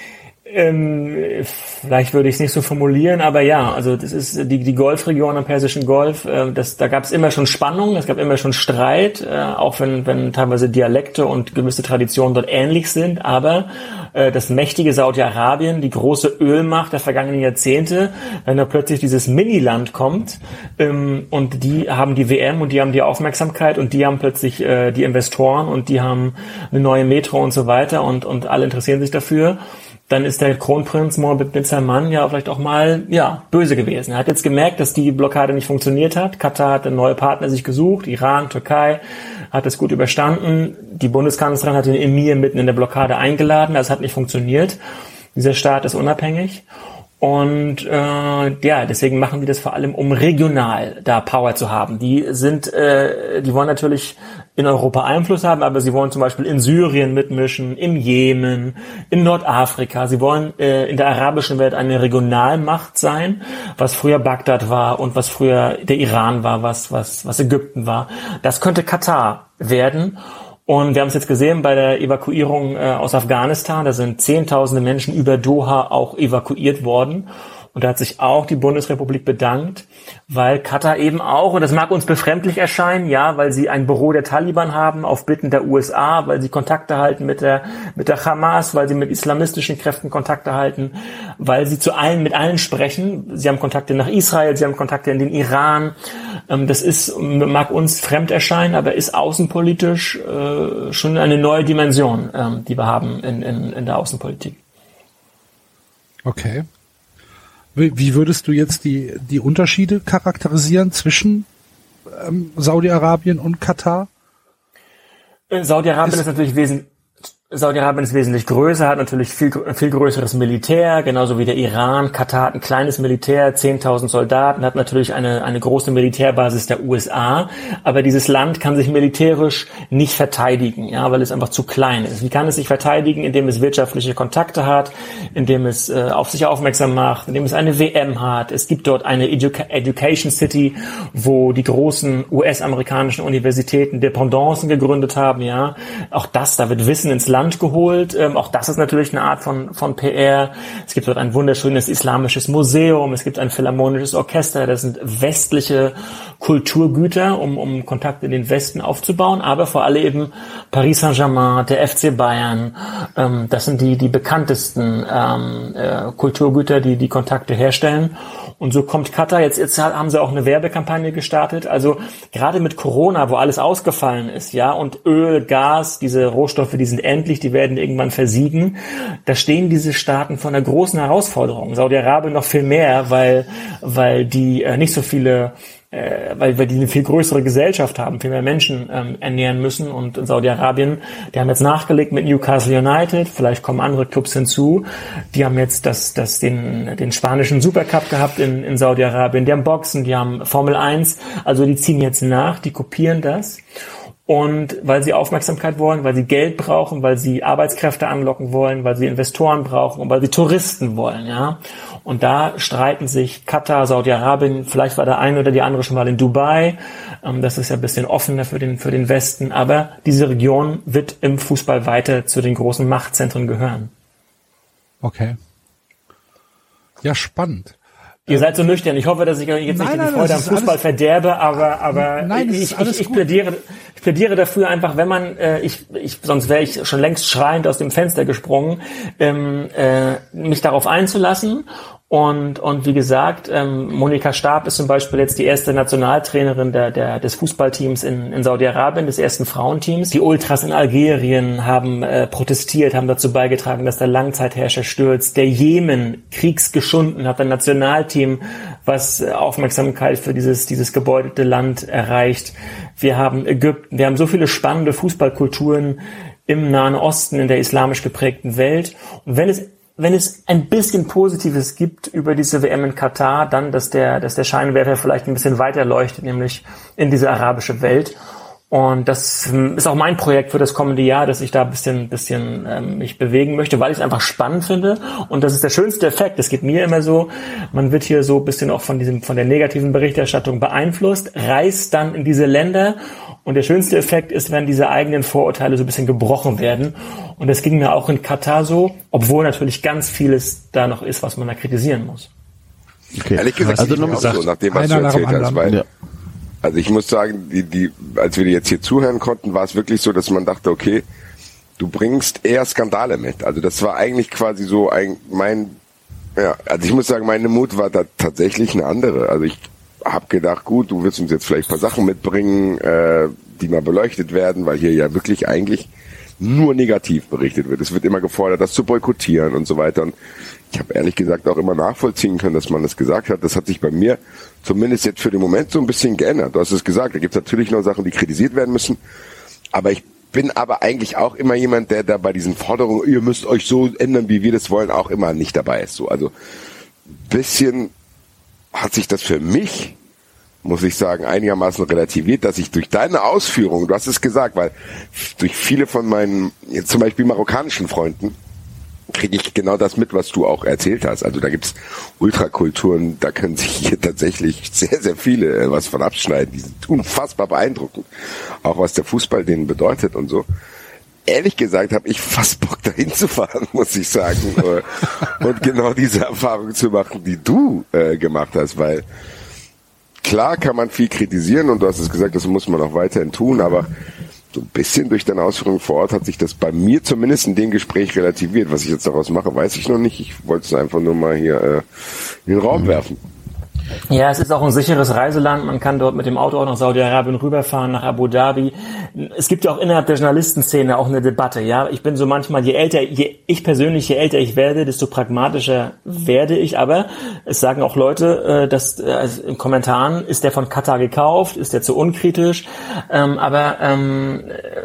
Ähm, vielleicht würde ich es nicht so formulieren, aber ja, also das ist die die Golfregion am Persischen Golf, äh, das, da gab es immer schon Spannung, es gab immer schon Streit, äh, auch wenn wenn teilweise Dialekte und gewisse Traditionen dort ähnlich sind, aber äh, das mächtige Saudi-Arabien, die große Ölmacht der vergangenen Jahrzehnte, wenn da plötzlich dieses Miniland kommt ähm, und die haben die W M und die haben die Aufmerksamkeit und die haben plötzlich äh, die Investoren und die haben eine neue Metro und so weiter und und alle interessieren sich dafür. Dann ist der Kronprinz Mohammed bin Salman ja vielleicht auch mal, ja, böse gewesen. Er hat jetzt gemerkt, dass die Blockade nicht funktioniert hat. Katar hat einen neuen Partner sich gesucht, Iran, Türkei, hat es gut überstanden. Die Bundeskanzlerin hat den Emir mitten in der Blockade eingeladen, das hat nicht funktioniert. Dieser Staat ist unabhängig. Und äh, ja, deswegen machen die das vor allem, um regional da Power zu haben. Die sind, äh, die wollen natürlich in Europa Einfluss haben, aber sie wollen zum Beispiel in Syrien mitmischen, im Jemen, in Nordafrika. Sie wollen äh, in der arabischen Welt eine Regionalmacht sein, was früher Bagdad war und was früher der Iran war, was was was Ägypten war. Das könnte Katar werden. Und wir haben es jetzt gesehen bei der Evakuierung äh, aus Afghanistan. Da sind Zehntausende Menschen über Doha auch evakuiert worden. Und da hat sich auch die Bundesrepublik bedankt, weil Katar eben auch, und das mag uns befremdlich erscheinen, ja, weil sie ein Büro der Taliban haben auf Bitten der U S A, weil sie Kontakte halten mit der mit der Hamas, weil sie mit islamistischen Kräften Kontakte halten, weil sie zu allen mit allen sprechen. Sie haben Kontakte nach Israel, sie haben Kontakte in den Iran. Das ist, mag uns fremd erscheinen, aber ist außenpolitisch äh, schon eine neue Dimension, ähm, die wir haben in, in, in der Außenpolitik. Okay. Wie würdest du jetzt die die Unterschiede charakterisieren zwischen ähm, Saudi-Arabien und Katar? Saudi-Arabien ist, ist natürlich wesentlich Saudi-Arabien ist wesentlich größer, hat natürlich viel viel größeres Militär, genauso wie der Iran. Katar hat ein kleines Militär, zehntausend Soldaten, hat natürlich eine eine große Militärbasis der U S A, aber dieses Land kann sich militärisch nicht verteidigen, ja, weil es einfach zu klein ist. Wie kann es sich verteidigen? Indem es wirtschaftliche Kontakte hat, indem es äh, auf sich aufmerksam macht, indem es eine W M hat. Es gibt dort eine Educa- Education City, wo die großen U S-amerikanischen Universitäten Dependancen gegründet haben, ja. Auch das, da wird Wissen ins Land geholt. Ähm, auch das ist natürlich eine Art von von P R. Es gibt dort ein wunderschönes islamisches Museum. Es gibt ein philharmonisches Orchester. Das sind westliche Kulturgüter, um um Kontakte in den Westen aufzubauen. Aber vor allem eben Paris Saint-Germain, der F C Bayern. Ähm, das sind die die bekanntesten ähm, äh, Kulturgüter, die die Kontakte herstellen. Und so kommt Katar, jetzt, jetzt haben sie auch eine Werbekampagne gestartet, also gerade mit Corona, wo alles ausgefallen ist, ja, und Öl, Gas, diese Rohstoffe, die sind endlich, die werden irgendwann versiegen, da stehen diese Staaten vor einer großen Herausforderung. Saudi-Arabien noch viel mehr, weil, weil die äh, nicht so viele Äh, weil, weil die eine viel größere Gesellschaft haben, viel mehr Menschen ähm, ernähren müssen. Und in Saudi-Arabien, die haben jetzt nachgelegt mit Newcastle United, vielleicht kommen andere Clubs hinzu, die haben jetzt das, das den, den spanischen Supercup gehabt in, in Saudi-Arabien, die haben Boxen, die haben Formel eins, also die ziehen jetzt nach, die kopieren das. Und weil sie Aufmerksamkeit wollen, weil sie Geld brauchen, weil sie Arbeitskräfte anlocken wollen, weil sie Investoren brauchen und weil sie Touristen wollen, ja. Und da streiten sich Katar, Saudi-Arabien, vielleicht war der eine oder die andere schon mal in Dubai. Das ist ja ein bisschen offener für den, für den Westen. Aber diese Region wird im Fußball weiter zu den großen Machtzentren gehören. Okay. Ja, spannend. Ihr seid so nüchtern. Ich hoffe, dass ich jetzt nicht die Freude am Fußball alles, verderbe, aber aber nein, ich, ich, ich plädiere ich plädiere dafür einfach, wenn man äh, ich ich sonst wäre ich schon längst schreiend aus dem Fenster gesprungen, ähm, äh, mich darauf einzulassen. Und und wie gesagt, ähm, Monika Stab ist zum Beispiel jetzt die erste Nationaltrainerin der der des Fußballteams in in Saudi-Arabien, des ersten Frauenteams. Die Ultras in Algerien haben äh, protestiert, haben dazu beigetragen, dass der Langzeitherrscher stürzt. Der Jemen, kriegsgeschunden, hat ein Nationalteam, was äh, Aufmerksamkeit für dieses dieses gebeutete Land erreicht. Wir haben Ägypten, wir haben so viele spannende Fußballkulturen im Nahen Osten, in der islamisch geprägten Welt. Und wenn es Wenn es ein bisschen Positives gibt über diese W M in Katar, dann, dass der, dass der Scheinwerfer vielleicht ein bisschen weiter leuchtet, nämlich in diese arabische Welt. Und das ist auch mein Projekt für das kommende Jahr, dass ich da ein bisschen, bisschen ähm, mich bewegen möchte, weil ich es einfach spannend finde. Und das ist der schönste Effekt. Es geht mir immer so, man wird hier so ein bisschen auch von diesem, von der negativen Berichterstattung beeinflusst, reist dann in diese Länder Und der schönste Effekt ist, wenn diese eigenen Vorurteile so ein bisschen gebrochen werden. Und das ging mir auch in Katar so, obwohl natürlich ganz vieles da noch ist, was man da kritisieren muss. Okay. Ehrlich gesagt, also noch so, nach dem, was du erzählt hast, weil, ja. also ich muss sagen, die, die, als wir jetzt hier zuhören konnten, war es wirklich so, dass man dachte, okay, du bringst eher Skandale mit. Also das war eigentlich quasi so ein, mein, ja, also ich muss sagen, meine Mut war da tatsächlich eine andere. Also ich habe gedacht, gut, du willst uns jetzt vielleicht ein paar Sachen mitbringen, äh, die mal beleuchtet werden, weil hier ja wirklich eigentlich nur negativ berichtet wird. Es wird immer gefordert, das zu boykottieren und so weiter. Und ich habe ehrlich gesagt auch immer nachvollziehen können, dass man das gesagt hat. Das hat sich bei mir zumindest jetzt für den Moment so ein bisschen geändert. Du hast es gesagt, da gibt es natürlich noch Sachen, die kritisiert werden müssen. Aber ich bin aber eigentlich auch immer jemand, der da bei diesen Forderungen, ihr müsst euch so ändern, wie wir das wollen, auch immer nicht dabei ist. So, also bisschen hat sich das für mich, muss ich sagen, einigermaßen relativiert, dass ich durch deine Ausführungen, du hast es gesagt, weil durch viele von meinen, jetzt zum Beispiel marokkanischen Freunden, kriege ich genau das mit, was du auch erzählt hast. Also da gibt's Ultrakulturen, da können sich hier tatsächlich sehr, sehr viele was von abschneiden. Die sind unfassbar beeindruckend. Auch was der Fußball denen bedeutet und so. Ehrlich gesagt habe ich fast Bock, dahin zu fahren, muss ich sagen. Und genau diese Erfahrung zu machen, die du äh, gemacht hast. Weil klar kann man viel kritisieren und du hast es gesagt, das muss man auch weiterhin tun, aber so ein bisschen durch deine Ausführungen vor Ort hat sich das bei mir zumindest in dem Gespräch relativiert. Was ich jetzt daraus mache, weiß ich noch nicht. Ich wollte es einfach nur mal hier äh, in den Raum werfen. Ja, es ist auch ein sicheres Reiseland. Man kann dort mit dem Auto auch nach Saudi-Arabien rüberfahren, nach Abu Dhabi. Es gibt ja auch innerhalb der Journalistenszene auch eine Debatte. Ja, ich bin so manchmal, je älter, je, ich persönlich, je älter ich werde, desto pragmatischer werde ich. Aber es sagen auch Leute, dass also in Kommentaren, ist der von Katar gekauft, ist der zu unkritisch. Ähm, aber ähm,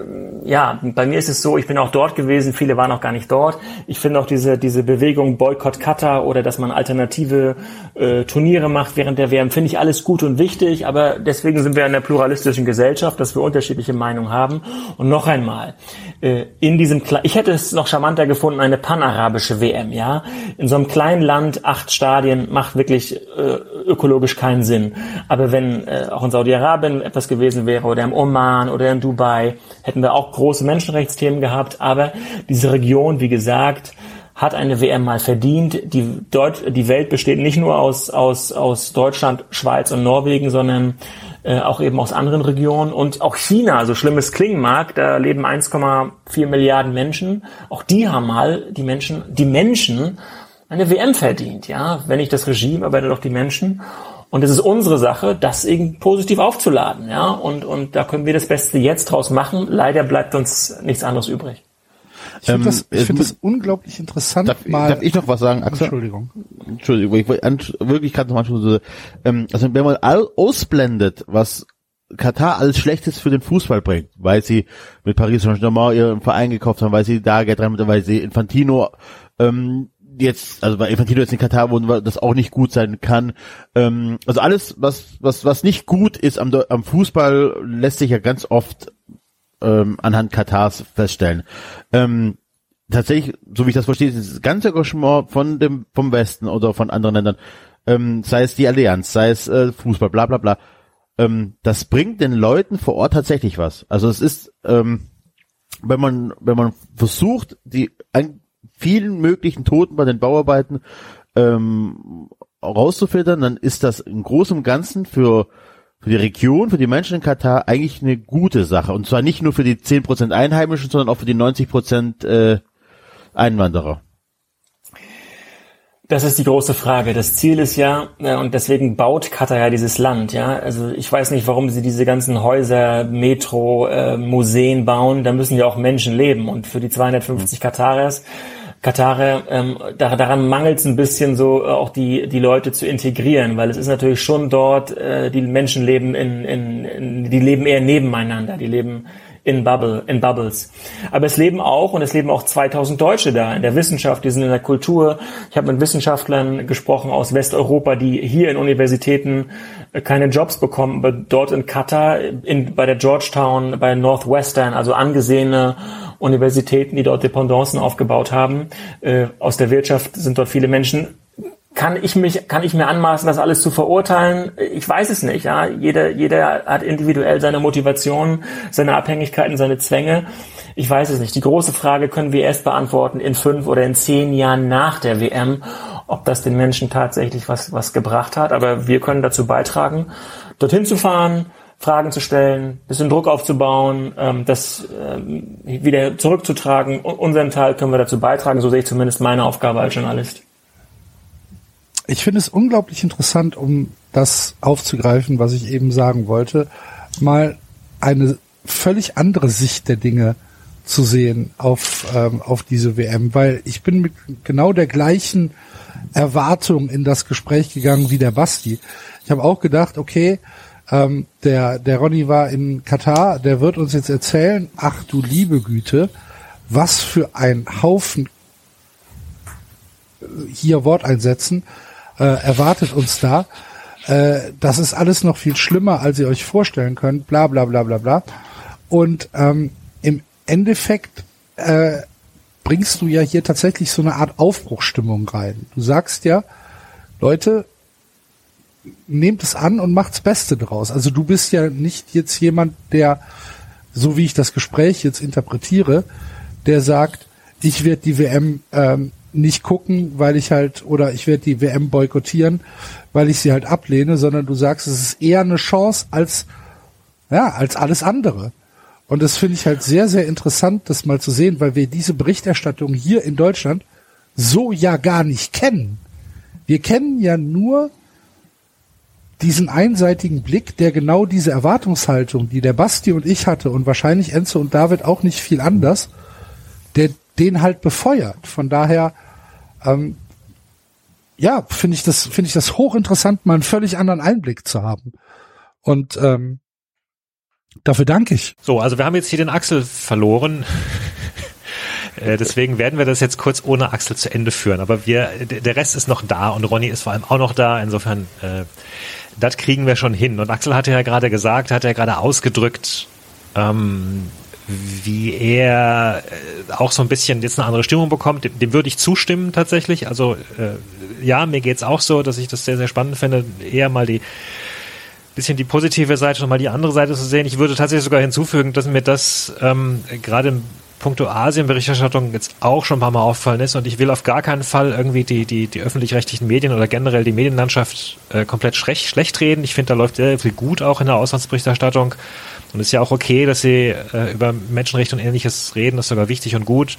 ja, bei mir ist es so, ich bin auch dort gewesen. Viele waren auch gar nicht dort. Ich finde auch diese diese Bewegung Boykott Katar oder dass man alternative äh, Turniere macht während der W M, finde ich alles gut und wichtig, aber deswegen sind wir in einer pluralistischen Gesellschaft, dass wir unterschiedliche Meinungen haben. Und noch einmal, äh, in diesem, Kle- ich hätte es noch charmanter gefunden, eine panarabische W M, ja. In so einem kleinen Land, acht Stadien, macht wirklich äh, ökologisch keinen Sinn. Aber wenn äh, auch in Saudi-Arabien etwas gewesen wäre oder im Oman oder in Dubai, hätten wir auch große Menschenrechtsthemen gehabt, aber diese Region, wie gesagt, hat eine W M mal verdient. Die, Deut- die Welt besteht nicht nur aus, aus, aus Deutschland, Schweiz und Norwegen, sondern äh, auch eben aus anderen Regionen. Und auch China, so schlimm es klingen mag, da leben eins Komma vier Milliarden Menschen. Auch die haben mal, die Menschen, die Menschen eine W M verdient, ja. Wenn nicht das Regime, aber doch die Menschen. Und es ist unsere Sache, das eben positiv aufzuladen, ja. Und, und da können wir das Beste jetzt draus machen. Leider bleibt uns nichts anderes übrig. Ich finde das, ich find das unglaublich interessant. Darf, mal, darf ich noch was sagen, Axel? Entschuldigung. Entschuldigung, ich wollte wirklich gerade nochmal so, ähm, also wenn man all ausblendet, was Katar alles Schlechtes für den Fußball bringt, weil sie mit Paris Saint-Germain ihren Verein gekauft haben, weil sie da Geld rein, weil sie Infantino ähm, jetzt, also bei Infantino jetzt in Katar wohnen, das auch nicht gut sein kann. Ähm, also alles, was was was nicht gut ist am, am Fußball, lässt sich ja ganz oft ähm, anhand Katars feststellen. Ähm, tatsächlich, so wie ich das verstehe, ist das ganze Engagement von dem vom Westen oder von anderen Ländern, ähm, sei es die Allianz, sei es äh, Fußball, bla bla bla, ähm, das bringt den Leuten vor Ort tatsächlich was. Also es ist, ähm, wenn man wenn man versucht, die an vielen möglichen Toten bei den Bauarbeiten ähm, rauszufiltern, dann ist das im Großen und Ganzen für für die Region, für die Menschen in Katar eigentlich eine gute Sache. Und zwar nicht nur für die zehn Prozent Einheimischen, sondern auch für die neunzig Prozent äh, Einwanderer. Das ist die große Frage. Das Ziel ist ja, und deswegen baut Katar ja dieses Land, ja. Also ich weiß nicht, warum sie diese ganzen Häuser, Metro, äh, Museen bauen. Da müssen ja auch Menschen leben. Und für die zweihundertfünfzig mhm. Katarers, Katarer, ähm, da, daran mangelt es ein bisschen so, äh, auch die die Leute zu integrieren, weil es ist natürlich schon dort, äh, die Menschen leben in, in, in, die leben eher nebeneinander, die leben in Bubble, in Bubbles. Aber es leben auch, und es leben auch zweitausend Deutsche da, in der Wissenschaft, die sind in der Kultur. Ich habe mit Wissenschaftlern gesprochen aus Westeuropa, die hier in Universitäten keine Jobs bekommen, aber dort in Katar, in, bei der Georgetown, bei Northwestern, also angesehene Universitäten, die dort Dependancen aufgebaut haben. Äh, aus der Wirtschaft sind dort viele Menschen. kann ich mich, kann ich mir anmaßen, das alles zu verurteilen? Ich weiß es nicht, ja. Jeder, jeder hat individuell seine Motivation, seine Abhängigkeiten, seine Zwänge. Ich weiß es nicht. Die große Frage können wir erst beantworten in fünf oder in zehn Jahren nach der W M, ob das den Menschen tatsächlich was, was gebracht hat. Aber wir können dazu beitragen, dorthin zu fahren, Fragen zu stellen, bisschen Druck aufzubauen, ähm, das ähm, wieder zurückzutragen. Unseren Teil können wir dazu beitragen. So sehe ich zumindest meine Aufgabe als Journalist. Ich finde es unglaublich interessant, um das aufzugreifen, was ich eben sagen wollte, mal eine völlig andere Sicht der Dinge zu sehen auf ähm, auf diese W M, weil ich bin mit genau der gleichen Erwartung in das Gespräch gegangen wie der Basti. Ich habe auch gedacht, okay, ähm, der der Ronny war in Katar, der wird uns jetzt erzählen, ach du liebe Güte, was für ein Haufen, hier Wort einsetzen, äh, erwartet uns da. Äh, das ist alles noch viel schlimmer, als ihr euch vorstellen könnt, bla bla bla bla bla. Und ähm, im Endeffekt äh, bringst du ja hier tatsächlich so eine Art Aufbruchsstimmung rein. Du sagst ja, Leute, nehmt es an und macht's Beste draus. Also du bist ja nicht jetzt jemand, der, so wie ich das Gespräch jetzt interpretiere, der sagt, ich werde die W M ähm, nicht gucken, weil ich halt, oder ich werde die W M boykottieren, weil ich sie halt ablehne, sondern du sagst, es ist eher eine Chance als, ja, als alles andere. Und das finde ich halt sehr, sehr interessant, das mal zu sehen, weil wir diese Berichterstattung hier in Deutschland so ja gar nicht kennen. Wir kennen ja nur diesen einseitigen Blick, der genau diese Erwartungshaltung, die der Basti und ich hatte und wahrscheinlich Enzo und David auch nicht viel anders, der den halt befeuert. Von daher, ähm, ja, finde ich das, finde ich das hochinteressant, mal einen völlig anderen Einblick zu haben. Und ähm, dafür danke ich. So, also wir haben jetzt hier den Axel verloren. äh, deswegen werden wir das jetzt kurz ohne Axel zu Ende führen. Aber wir, der Rest ist noch da und Ronny ist vor allem auch noch da. Insofern, äh, das kriegen wir schon hin. Und Axel hatte ja gerade gesagt, hat ja gerade ausgedrückt, ähm, wie er äh, auch so ein bisschen jetzt eine andere Stimmung bekommt. Dem, dem würde ich zustimmen tatsächlich. Also äh, ja, mir geht's auch so, dass ich das sehr, sehr spannend finde, eher mal die bisschen die positive Seite und mal die andere Seite zu sehen. Ich würde tatsächlich sogar hinzufügen, dass mir das ähm, gerade im puncto Asien-Berichterstattung jetzt auch schon ein paar Mal auffallen ist und ich will auf gar keinen Fall irgendwie die die die öffentlich-rechtlichen Medien oder generell die Medienlandschaft äh, komplett schlecht, schlecht reden. Ich finde, da läuft sehr viel gut auch in der Auslandsberichterstattung und es ist ja auch okay, dass sie äh, über Menschenrechte und Ähnliches reden, das ist sogar wichtig und gut.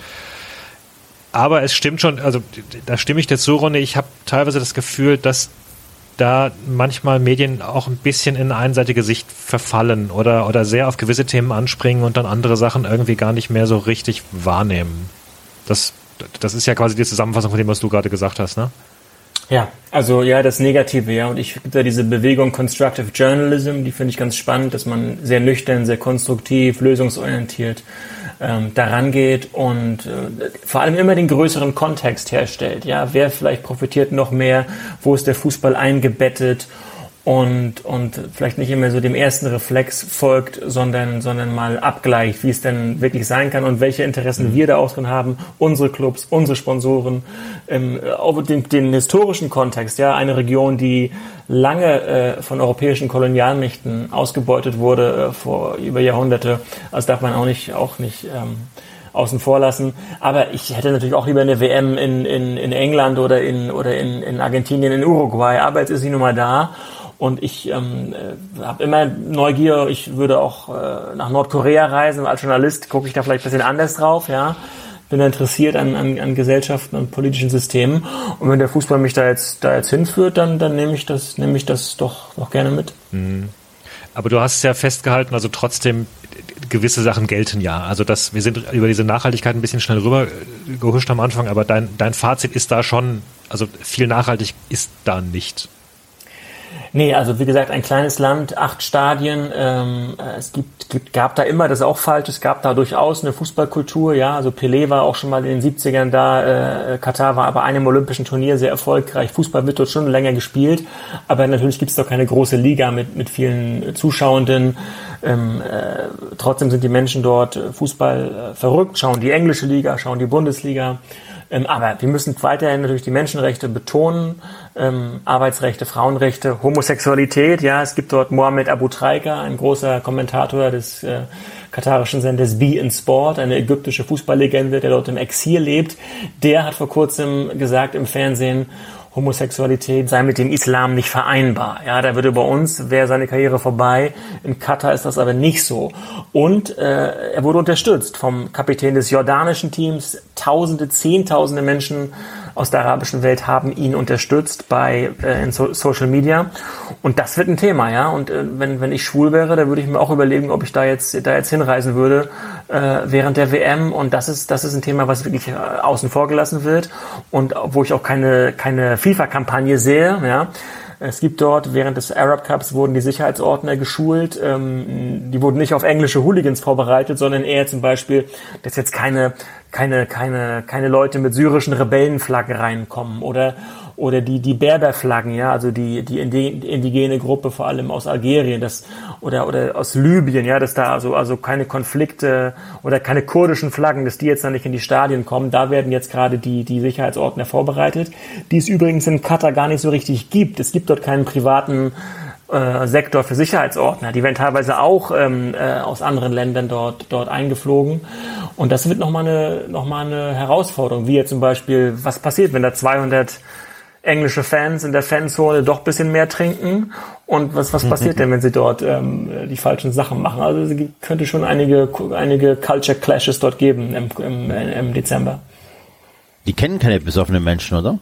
Aber es stimmt schon, also da stimme ich dir zu, Ronny, ich habe teilweise das Gefühl, dass da manchmal Medien auch ein bisschen in eine einseitige Sicht verfallen oder oder sehr auf gewisse Themen anspringen und dann andere Sachen irgendwie gar nicht mehr so richtig wahrnehmen. Das das ist ja quasi die Zusammenfassung von dem, was du gerade gesagt hast, ne? Ja, also ja, das Negative, ja. Und ich finde da diese Bewegung Constructive Journalism, die finde ich ganz spannend, dass man sehr nüchtern, sehr konstruktiv, lösungsorientiert ähm, daran geht und äh, vor allem immer den größeren Kontext herstellt. Ja, wer vielleicht profitiert noch mehr, wo ist der Fußball eingebettet und und vielleicht nicht immer so dem ersten Reflex folgt, sondern sondern mal abgleicht, wie es denn wirklich sein kann und welche Interessen mhm. wir da auch drin haben, unsere Clubs, unsere Sponsoren, ähm, auch den, den historischen Kontext, ja, eine Region, die lange äh, von europäischen Kolonialmächten ausgebeutet wurde, äh, vor über Jahrhunderte, also darf man auch nicht auch nicht ähm, außen vor lassen. Aber ich hätte natürlich auch lieber eine W M in in in England oder in oder in in Argentinien, in Uruguay, aber jetzt ist sie nun mal da. Und ich ähm, habe immer Neugier, ich würde auch äh, nach Nordkorea reisen, als Journalist gucke ich da vielleicht ein bisschen anders drauf, ja. Bin da interessiert an, an, an Gesellschaften und politischen Systemen. Und wenn der Fußball mich da jetzt da jetzt hinführt, dann dann nehme ich das nehme ich das doch doch gerne mit. Mhm. Aber du hast es ja festgehalten, also trotzdem gewisse Sachen gelten ja. Also das, wir sind über diese Nachhaltigkeit ein bisschen schnell rüber gehuscht am Anfang, aber dein dein Fazit ist da schon, also viel nachhaltig ist da nicht. Nee, also wie gesagt, ein kleines Land, acht Stadien, ähm, es gibt, gibt, gab da immer, das ist auch falsch, es gab da durchaus eine Fußballkultur, ja, also Pelé war auch schon mal in den siebzigern da, äh, Katar war bei einem olympischen Turnier sehr erfolgreich, Fußball wird dort schon länger gespielt, aber natürlich gibt es doch keine große Liga mit, mit vielen Zuschauenden, ähm, äh, trotzdem sind die Menschen dort Fußball äh, verrückt, schauen die englische Liga, schauen die Bundesliga, Ähm, aber wir müssen weiterhin natürlich die Menschenrechte betonen, ähm, Arbeitsrechte, Frauenrechte, Homosexualität. Ja, es gibt dort Mohamed Abu Traika, ein großer Kommentator des äh, katarischen Senders Be in Sport, eine ägyptische Fußballlegende, der dort im Exil lebt. Der hat vor kurzem gesagt im Fernsehen, Homosexualität sei mit dem Islam nicht vereinbar. Ja, da würde bei uns, wäre seine Karriere vorbei. In Katar ist das aber nicht so. Und äh, er wurde unterstützt vom Kapitän des jordanischen Teams. Tausende, Zehntausende Menschen aus der arabischen Welt haben ihn unterstützt bei äh, in so- Social Media. Und das wird ein Thema, ja. Und äh, wenn wenn ich schwul wäre, dann würde ich mir auch überlegen, ob ich da jetzt da jetzt hinreisen würde äh, während der W M. Und das ist das ist ein Thema, was wirklich äh, außen vor gelassen wird und wo ich auch keine keine FIFA-Kampagne sehe, ja. Es gibt dort, während des Arab Cups wurden die Sicherheitsordner geschult. Ähm, die wurden nicht auf englische Hooligans vorbereitet, sondern eher zum Beispiel, dass jetzt keine, keine, keine, keine Leute mit syrischen Rebellenflaggen reinkommen oder, oder die, die Berberflaggen, ja, also die, die indigene Gruppe, vor allem aus Algerien, das, oder, oder aus Libyen, ja, dass da also, also keine Konflikte oder keine kurdischen Flaggen, dass die jetzt dann nicht in die Stadien kommen. Da werden jetzt gerade die, die Sicherheitsordner vorbereitet, die es übrigens in Katar gar nicht so richtig gibt. Es gibt dort keinen privaten äh, Sektor für Sicherheitsordner. Die werden teilweise auch ähm, äh, aus anderen Ländern dort, dort eingeflogen. Und das wird nochmal eine, noch mal eine Herausforderung, wie jetzt zum Beispiel, was passiert, wenn da zweihundert englische Fans in der Fanzone doch ein bisschen mehr trinken und was was passiert denn, wenn sie dort ähm, die falschen Sachen machen? Also es könnte schon einige einige Culture Clashes dort geben im, im, im Dezember. Die kennen keine besoffenen Menschen, oder?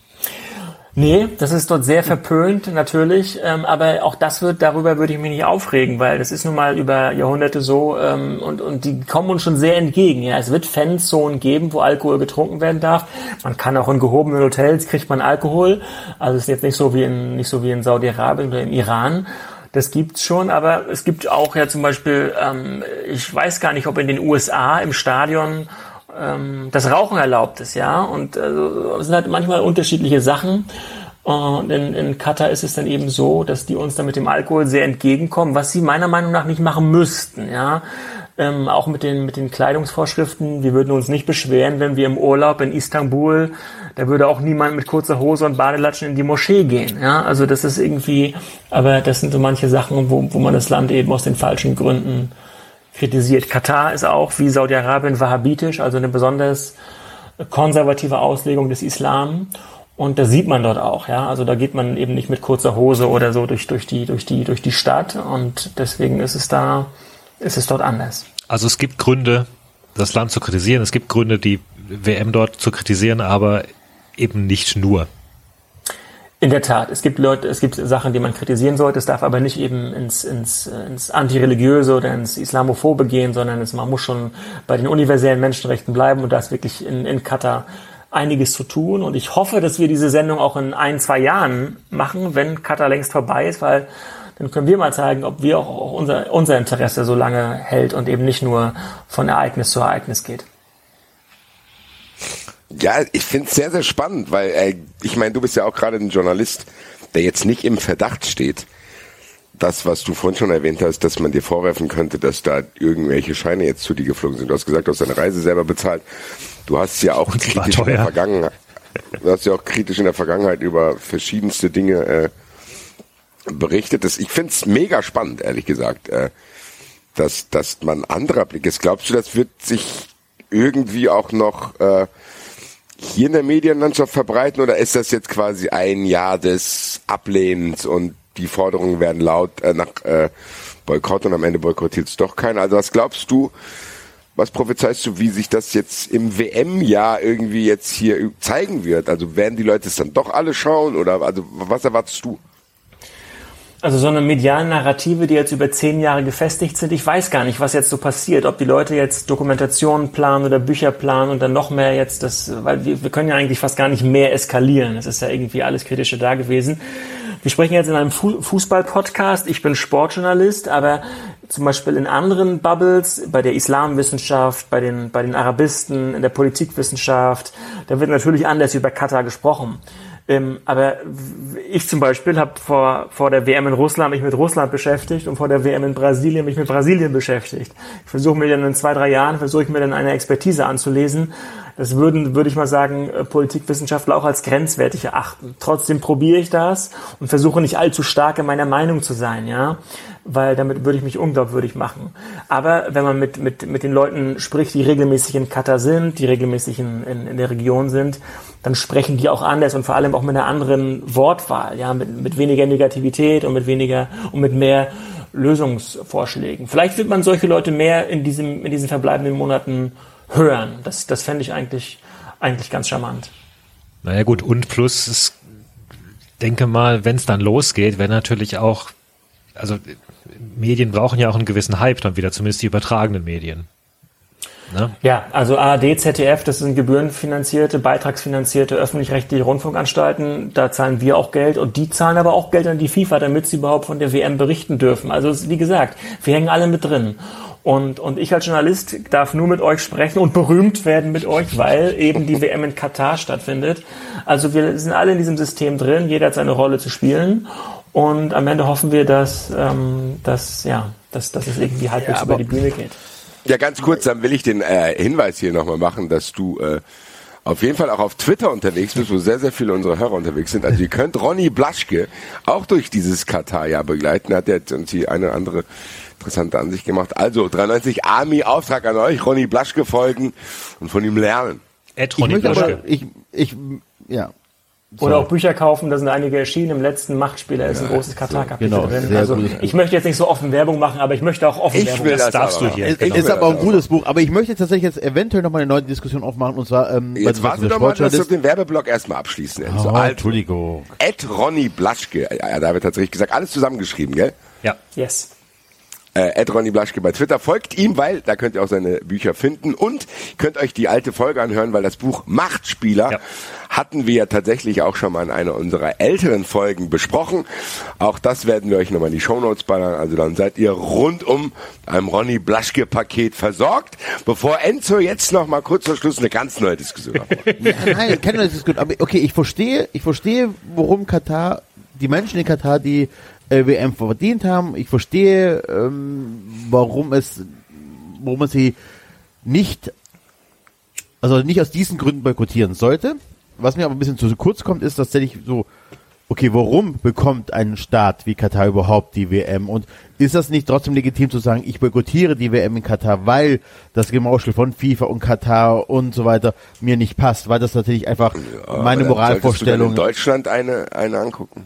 Nee, das ist dort sehr verpönt, natürlich, ähm, aber auch das wird, darüber würde ich mich nicht aufregen, weil das ist nun mal über Jahrhunderte so, ähm, und, und die kommen uns schon sehr entgegen, ja. Es wird Fanzonen geben, wo Alkohol getrunken werden darf. Man kann auch in gehobenen Hotels kriegt man Alkohol. Also es ist jetzt nicht so wie in, nicht so wie in Saudi-Arabien oder im Iran. Das gibt's schon, aber es gibt auch ja zum Beispiel, ähm, ich weiß gar nicht, ob in den U S A im Stadion das Rauchen erlaubt ist, ja, und also, es sind halt manchmal unterschiedliche Sachen. Und in, in Katar ist es dann eben so, dass die uns dann mit dem Alkohol sehr entgegenkommen, was sie meiner Meinung nach nicht machen müssten, ja. Ähm, auch mit den mit den Kleidungsvorschriften. Wir würden uns nicht beschweren, wenn wir im Urlaub in Istanbul, da würde auch niemand mit kurzer Hose und Badelatschen in die Moschee gehen, ja. Also das ist irgendwie, aber das sind so manche Sachen, wo wo man das Land eben aus den falschen Gründen kritisiert. Katar ist auch wie Saudi-Arabien wahhabitisch, also eine besonders konservative Auslegung des Islam. Und das sieht man dort auch, ja. Also da geht man eben nicht mit kurzer Hose oder so durch, durch die, durch die, durch die Stadt. Und deswegen ist es da, ist es dort anders. Also es gibt Gründe, das Land zu kritisieren. Es gibt Gründe, die W M dort zu kritisieren, aber eben nicht nur. In der Tat, es gibt Leute, es gibt Sachen, die man kritisieren sollte. Es darf aber nicht eben ins, ins, ins Antireligiöse oder ins Islamophobe gehen, sondern es, man muss schon bei den universellen Menschenrechten bleiben. Und da ist wirklich in, in Katar einiges zu tun. Und ich hoffe, dass wir diese Sendung auch in ein, zwei Jahren machen, wenn Katar längst vorbei ist, weil dann können wir mal zeigen, ob wir auch unser, unser Interesse so lange hält und eben nicht nur von Ereignis zu Ereignis geht. Ja, ich finde es sehr, sehr spannend, weil äh, ich meine, du bist ja auch gerade ein Journalist, der jetzt nicht im Verdacht steht, das, was du vorhin schon erwähnt hast, dass man dir vorwerfen könnte, dass da irgendwelche Scheine jetzt zu dir geflogen sind. Du hast gesagt, du hast deine Reise selber bezahlt. Du hast ja auch kritisch in der Vergangenheit, du hast ja auch kritisch in der Vergangenheit über verschiedenste Dinge äh, berichtet. Das, ich finde es mega spannend, ehrlich gesagt, äh, dass, dass man anderer Blick ist. Glaubst du, das wird sich irgendwie auch noch äh, hier in der Medienlandschaft verbreiten, oder ist das jetzt quasi ein Jahr des Ablehnens und die Forderungen werden laut äh, nach äh, Boykott und am Ende boykottiert es doch keiner? Also was glaubst du, was prophezeist du, wie sich das jetzt im W M-Jahr irgendwie jetzt hier zeigen wird? Also werden die Leute es dann doch alle schauen, oder also was erwartest du? Also so eine mediale Narrative, die jetzt über zehn Jahre gefestigt sind, ich weiß gar nicht, was jetzt so passiert, ob die Leute jetzt Dokumentationen planen oder Bücher planen und dann noch mehr jetzt das, weil wir, wir können ja eigentlich fast gar nicht mehr eskalieren, es ist ja irgendwie alles Kritische da gewesen. Wir sprechen jetzt in einem Fußball-Podcast, ich bin Sportjournalist, aber zum Beispiel in anderen Bubbles, bei der Islamwissenschaft, bei den, bei den Arabisten, in der Politikwissenschaft, da wird natürlich anders über Katar gesprochen. Ähm, aber ich zum Beispiel habe vor vor der W M in Russland mich mit Russland beschäftigt und vor der W M in Brasilien mich mit Brasilien beschäftigt. Ich versuche mir dann in zwei, drei Jahren, versuche ich mir dann eine Expertise anzulesen. Das würden, würde ich mal sagen, Politikwissenschaftler auch als grenzwertig erachten. Trotzdem probiere ich das und versuche nicht allzu stark in meiner Meinung zu sein, ja, weil damit würde ich mich unglaubwürdig machen. Aber wenn man mit mit mit den Leuten spricht, die regelmäßig in Katar sind, die regelmäßig in, in, in der Region sind, dann sprechen die auch anders und vor allem auch mit einer anderen Wortwahl, ja, mit mit weniger Negativität und mit weniger und mit mehr Lösungsvorschlägen. Vielleicht wird man solche Leute mehr in diesem in diesen verbleibenden Monaten hören. Das, das fände ich eigentlich, eigentlich ganz charmant. Naja gut, und plus, ich denke mal, wenn es dann losgeht, wenn natürlich auch, also Medien brauchen ja auch einen gewissen Hype dann wieder, zumindest die übertragenen Medien. Ne? Ja, also A R D, Z D F, das sind gebührenfinanzierte, beitragsfinanzierte öffentlich-rechtliche Rundfunkanstalten, da zahlen wir auch Geld und die zahlen aber auch Geld an die FIFA, damit sie überhaupt von der W M berichten dürfen. Also wie gesagt, wir hängen alle mit drin. Und, und ich als Journalist darf nur mit euch sprechen und berühmt werden mit euch, weil eben die W M in Katar stattfindet. Also wir sind alle in diesem System drin, jeder hat seine Rolle zu spielen und am Ende hoffen wir, dass, ähm, dass, ja, dass, dass es irgendwie halbwegs ja, über die Bühne geht. Ja, ganz kurz, dann will ich den äh, Hinweis hier nochmal machen, dass du äh, auf jeden Fall auch auf Twitter unterwegs bist, wo sehr, sehr viele unserer Hörer unterwegs sind. Also ihr könnt Ronny Blaschke auch durch dieses Katar-Jahr begleiten, hat er jetzt uns die eine oder andere interessante Ansicht gemacht. Also dreiundneunzig Army, Auftrag an euch, Ronny Blaschke folgen und von ihm lernen. Ed Ronny Blaschke. Ich, ich, ja. So. Oder auch Bücher kaufen, da sind einige erschienen. Im letzten Machtspieler ist ein ja, großes Katar-Kapitel genau, drin. Also gut. Ich möchte jetzt nicht so offen Werbung machen, aber ich möchte auch offen ich Werbung machen. Das, das darfst du hier. Es genau. ist aber auch ein gutes Buch. Aber ich möchte tatsächlich jetzt eventuell nochmal eine neue Diskussion aufmachen. Und zwar, ähm, jetzt warte doch mal, dass du den Werbeblock erstmal abschließen. Oh, so, Entschuldigung. Ed Ronny Blaschke. Ja, da wird tatsächlich gesagt, alles zusammengeschrieben, gell? Ja. Yes. Äh, Ed Ronny Blaschke bei Twitter. Folgt ihm, weil da könnt ihr auch seine Bücher finden und könnt euch die alte Folge anhören, weil das Buch Machtspieler ja. hatten wir ja tatsächlich auch schon mal in einer unserer älteren Folgen besprochen. Auch das werden wir euch nochmal in die Shownotes ballern. Also dann seid ihr rundum einem Ronny Blaschke Paket versorgt, bevor Enzo jetzt nochmal kurz vor Schluss eine ganz neue Diskussion hat. Ja, nein, keine neue Diskussion. Aber okay, ich verstehe, ich verstehe, warum Katar, die Menschen in Katar, die W M verdient haben. Ich verstehe, ähm, warum es, warum man sie nicht, also nicht aus diesen Gründen boykottieren sollte. Was mir aber ein bisschen zu kurz kommt, ist tatsächlich so, okay, warum bekommt ein Staat wie Katar überhaupt die W M? Und ist das nicht trotzdem legitim zu sagen, ich boykottiere die W M in Katar, weil das Gemauschel von FIFA und Katar und so weiter mir nicht passt, weil das natürlich einfach ja, meine Moralvorstellung. In Deutschland eine, eine angucken.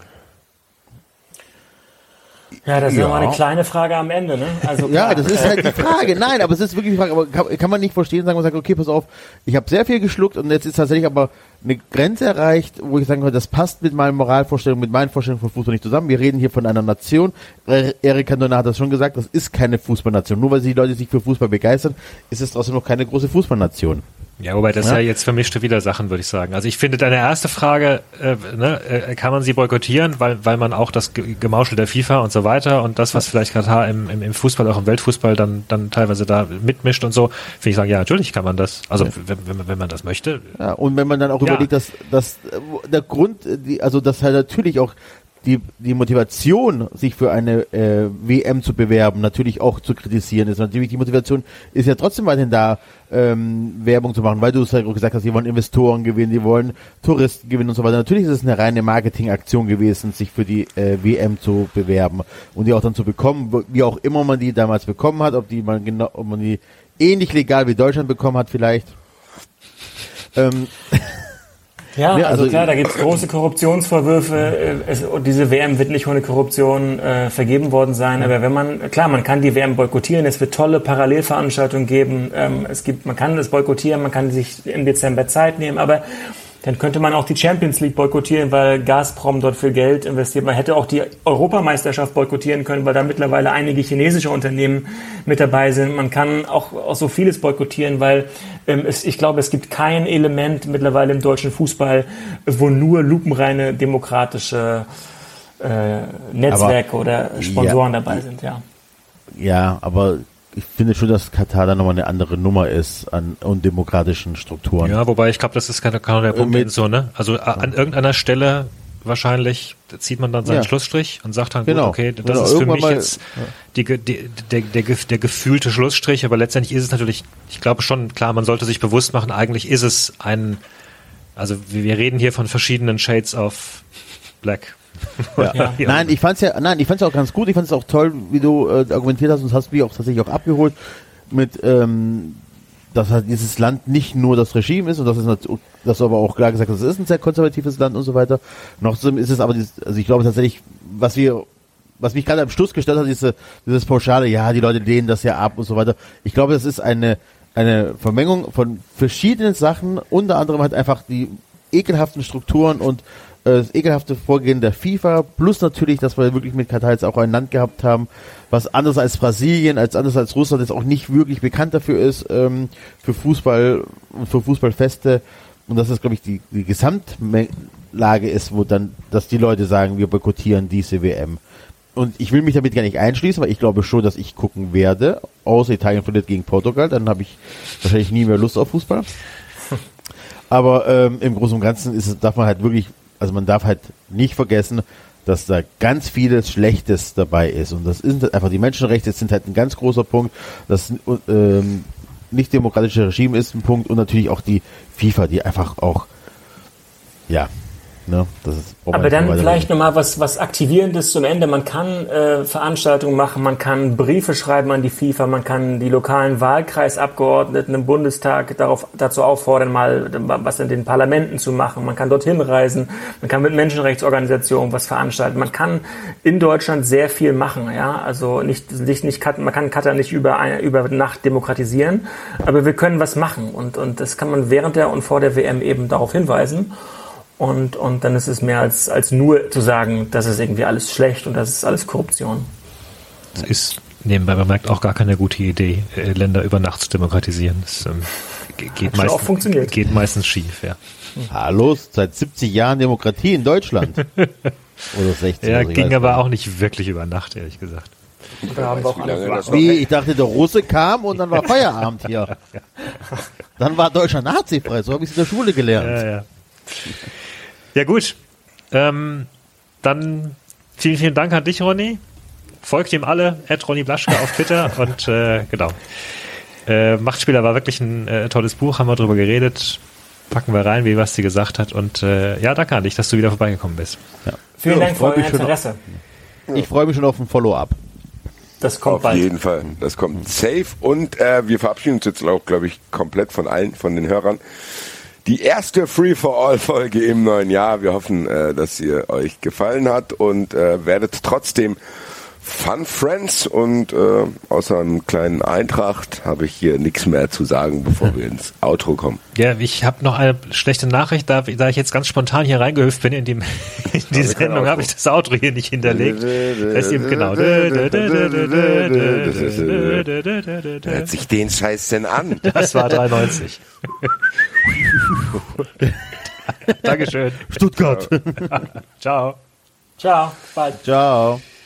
Ja, das ist ja mal eine kleine Frage am Ende, ne? Also ja, das ist halt die Frage. Nein, aber es ist wirklich die Frage. Aber kann, kann man nicht verstehen, sagen man sagt, okay, pass auf, ich habe sehr viel geschluckt und jetzt ist tatsächlich aber eine Grenze erreicht, wo ich sagen kann, das passt mit meinen Moralvorstellungen, mit meinen Vorstellungen von Fußball nicht zusammen. Wir reden hier von einer Nation. Eric Cantona hat das schon gesagt, das ist keine Fußballnation. Nur weil die Leute sich für Fußball begeistern, ist es trotzdem noch keine große Fußballnation. Ja, wobei das ja, ja jetzt vermischte Widersachen, würde ich sagen. Also ich finde deine erste Frage, äh, ne, äh, kann man sie boykottieren, weil weil man auch das Gemauschel der FIFA und so weiter und das, was vielleicht Katar im, im, im Fußball, auch im Weltfußball dann dann teilweise da mitmischt und so, finde ich sagen, ja, natürlich kann man das, also ja. wenn, wenn, wenn man das möchte. Ja, und wenn man dann auch ja. überlegt, dass, dass der Grund, die, also dass halt natürlich auch die die Motivation, sich für eine äh, W M zu bewerben, natürlich auch zu kritisieren ist. Natürlich die Motivation ist ja trotzdem weiterhin da, ähm, Werbung zu machen, weil du es ja gesagt hast, die wollen Investoren gewinnen, die wollen Touristen gewinnen und so weiter. Natürlich ist es eine reine Marketingaktion gewesen, sich für die äh, W M zu bewerben und die auch dann zu bekommen, wie auch immer man die damals bekommen hat, ob die man genau, ob man die ähnlich legal wie Deutschland bekommen hat vielleicht. Ähm, Ja, also, also klar, da gibt es große Korruptionsvorwürfe. Es, diese W M wird nicht ohne Korruption äh, vergeben worden sein. Aber wenn man, klar, man kann die W M boykottieren. Es wird tolle Parallelveranstaltungen geben. Ähm, es gibt, man kann das boykottieren, man kann sich im Dezember Zeit nehmen. Aber dann könnte man auch die Champions League boykottieren, weil Gazprom dort viel Geld investiert. Man hätte auch die Europameisterschaft boykottieren können, weil da mittlerweile einige chinesische Unternehmen mit dabei sind. Man kann auch, auch so vieles boykottieren, weil ähm, es, ich glaube, es gibt kein Element mittlerweile im deutschen Fußball, wo nur lupenreine demokratische äh, Netzwerke aber, oder Sponsoren ja, dabei sind. Ja, ja, aber ich finde schon, dass Katar da nochmal eine andere Nummer ist an undemokratischen Strukturen. Ja, wobei ich glaube, das ist keine, keine der Punkt mit, so, ne? Also an irgendeiner Stelle wahrscheinlich zieht man dann seinen ja. Schlussstrich und sagt dann, gut, genau. okay, das genau. ist für mich mal, jetzt ja. die, die, der, der, der gefühlte Schlussstrich, aber letztendlich ist es natürlich, ich glaube schon, klar, man sollte sich bewusst machen, eigentlich ist es ein, also wir reden hier von verschiedenen Shades of Black. Ja. Ja. Nein, ich fand's ja, nein, ich fand's auch ganz gut, ich fand's auch toll, wie du äh, argumentiert hast und hast mich auch tatsächlich auch abgeholt mit, ähm, dass halt dieses Land nicht nur das Regime ist und das ist das aber auch klar gesagt, das ist ein sehr konservatives Land und so weiter. Noch so ist es aber, dieses, also ich glaube tatsächlich, was wir, was mich gerade am Schluss gestellt hat, diese, dieses pauschale, ja, die Leute lehnen das ja ab und so weiter. Ich glaube, das ist eine, eine Vermengung von verschiedenen Sachen, unter anderem halt einfach die ekelhaften Strukturen und äh, das ekelhafte Vorgehen der FIFA, plus natürlich, dass wir wirklich mit Katar jetzt auch ein Land gehabt haben, was anders als Brasilien, als anders als Russland jetzt auch nicht wirklich bekannt dafür ist, ähm, für Fußball und für Fußballfeste. Und dass das, glaube ich, die, die Gesamtlage ist, wo dann, dass die Leute sagen, wir boykottieren diese W M. Und ich will mich damit gar nicht einschließen, weil ich glaube schon, dass ich gucken werde, außer Italien verliert gegen Portugal, dann habe ich wahrscheinlich nie mehr Lust auf Fußball. Aber ähm, im Großen und Ganzen ist es, darf man halt wirklich, also man darf halt nicht vergessen, dass da ganz vieles Schlechtes dabei ist. Und das sind einfach, die Menschenrechte sind halt ein ganz großer Punkt. Das ähm, nicht demokratische Regime ist ein Punkt und natürlich auch die FIFA, die einfach auch, ja, ne, das ist. Aber dann vielleicht nochmal was, was Aktivierendes zum Ende. Man kann äh, Veranstaltungen machen, man kann Briefe schreiben an die FIFA, man kann die lokalen Wahlkreisabgeordneten im Bundestag darauf, dazu auffordern, mal was in den Parlamenten zu machen. Man kann dorthin reisen, man kann mit Menschenrechtsorganisationen was veranstalten. Man kann in Deutschland sehr viel machen, ja. Also nicht, nicht, nicht, man kann Katar nicht über, eine, über Nacht demokratisieren, aber wir können was machen und, und das kann man während der und vor der W M eben darauf hinweisen. Und, und dann ist es mehr als, als nur zu sagen, das ist irgendwie alles schlecht und das ist alles Korruption. Es ist nebenbei bemerkt auch gar keine gute Idee, Länder über Nacht zu demokratisieren. Das ähm, geht, meistens, geht meistens schief, ja. Hallo, seit siebzig Jahren Demokratie in Deutschland. Oder sechzig. Ja, ging aber nicht. auch nicht wirklich über Nacht, ehrlich gesagt. Da haben wir auch alle Wie, ich dachte, der Russe kam und dann war Feierabend hier. Dann war Deutschland nazifrei, so habe ich es in der Schule gelernt. Ja, ja. Ja gut, ähm, dann vielen, vielen Dank an dich, Ronny. Folgt ihm alle, at Ronny Blaschke auf Twitter und äh, genau. Äh, Machtspieler war wirklich ein äh, tolles Buch, haben wir drüber geredet. Packen wir rein, wie Basti gesagt hat. Und äh, ja, danke an dich, dass du wieder vorbeigekommen bist. Ja. Vielen ja, Dank für euer Interesse. Auf, ich freue mich schon auf ein Follow-up. Das kommt auf bald. Auf jeden Fall, das kommt safe. Und äh, wir verabschieden uns jetzt auch, glaube ich, komplett von allen, von den Hörern. Die erste Free-for-All-Folge im neuen Jahr. Wir hoffen, äh, dass sie euch gefallen hat und äh, werdet trotzdem Fun Friends. Und äh, außer einem kleinen Eintracht habe ich hier nichts mehr zu sagen, bevor wir ins Outro kommen. Ja, ich habe noch eine schlechte Nachricht, da, da ich jetzt ganz spontan hier reingehüpft bin in die, in die Sendung, habe ich das Outro hier nicht hinterlegt. Das ist eben genau. Wer hört sich den Scheiß denn an? Das war dreiundneunzig. Dankeschön. Stuttgart. Ciao. Ciao. Bald. Ciao.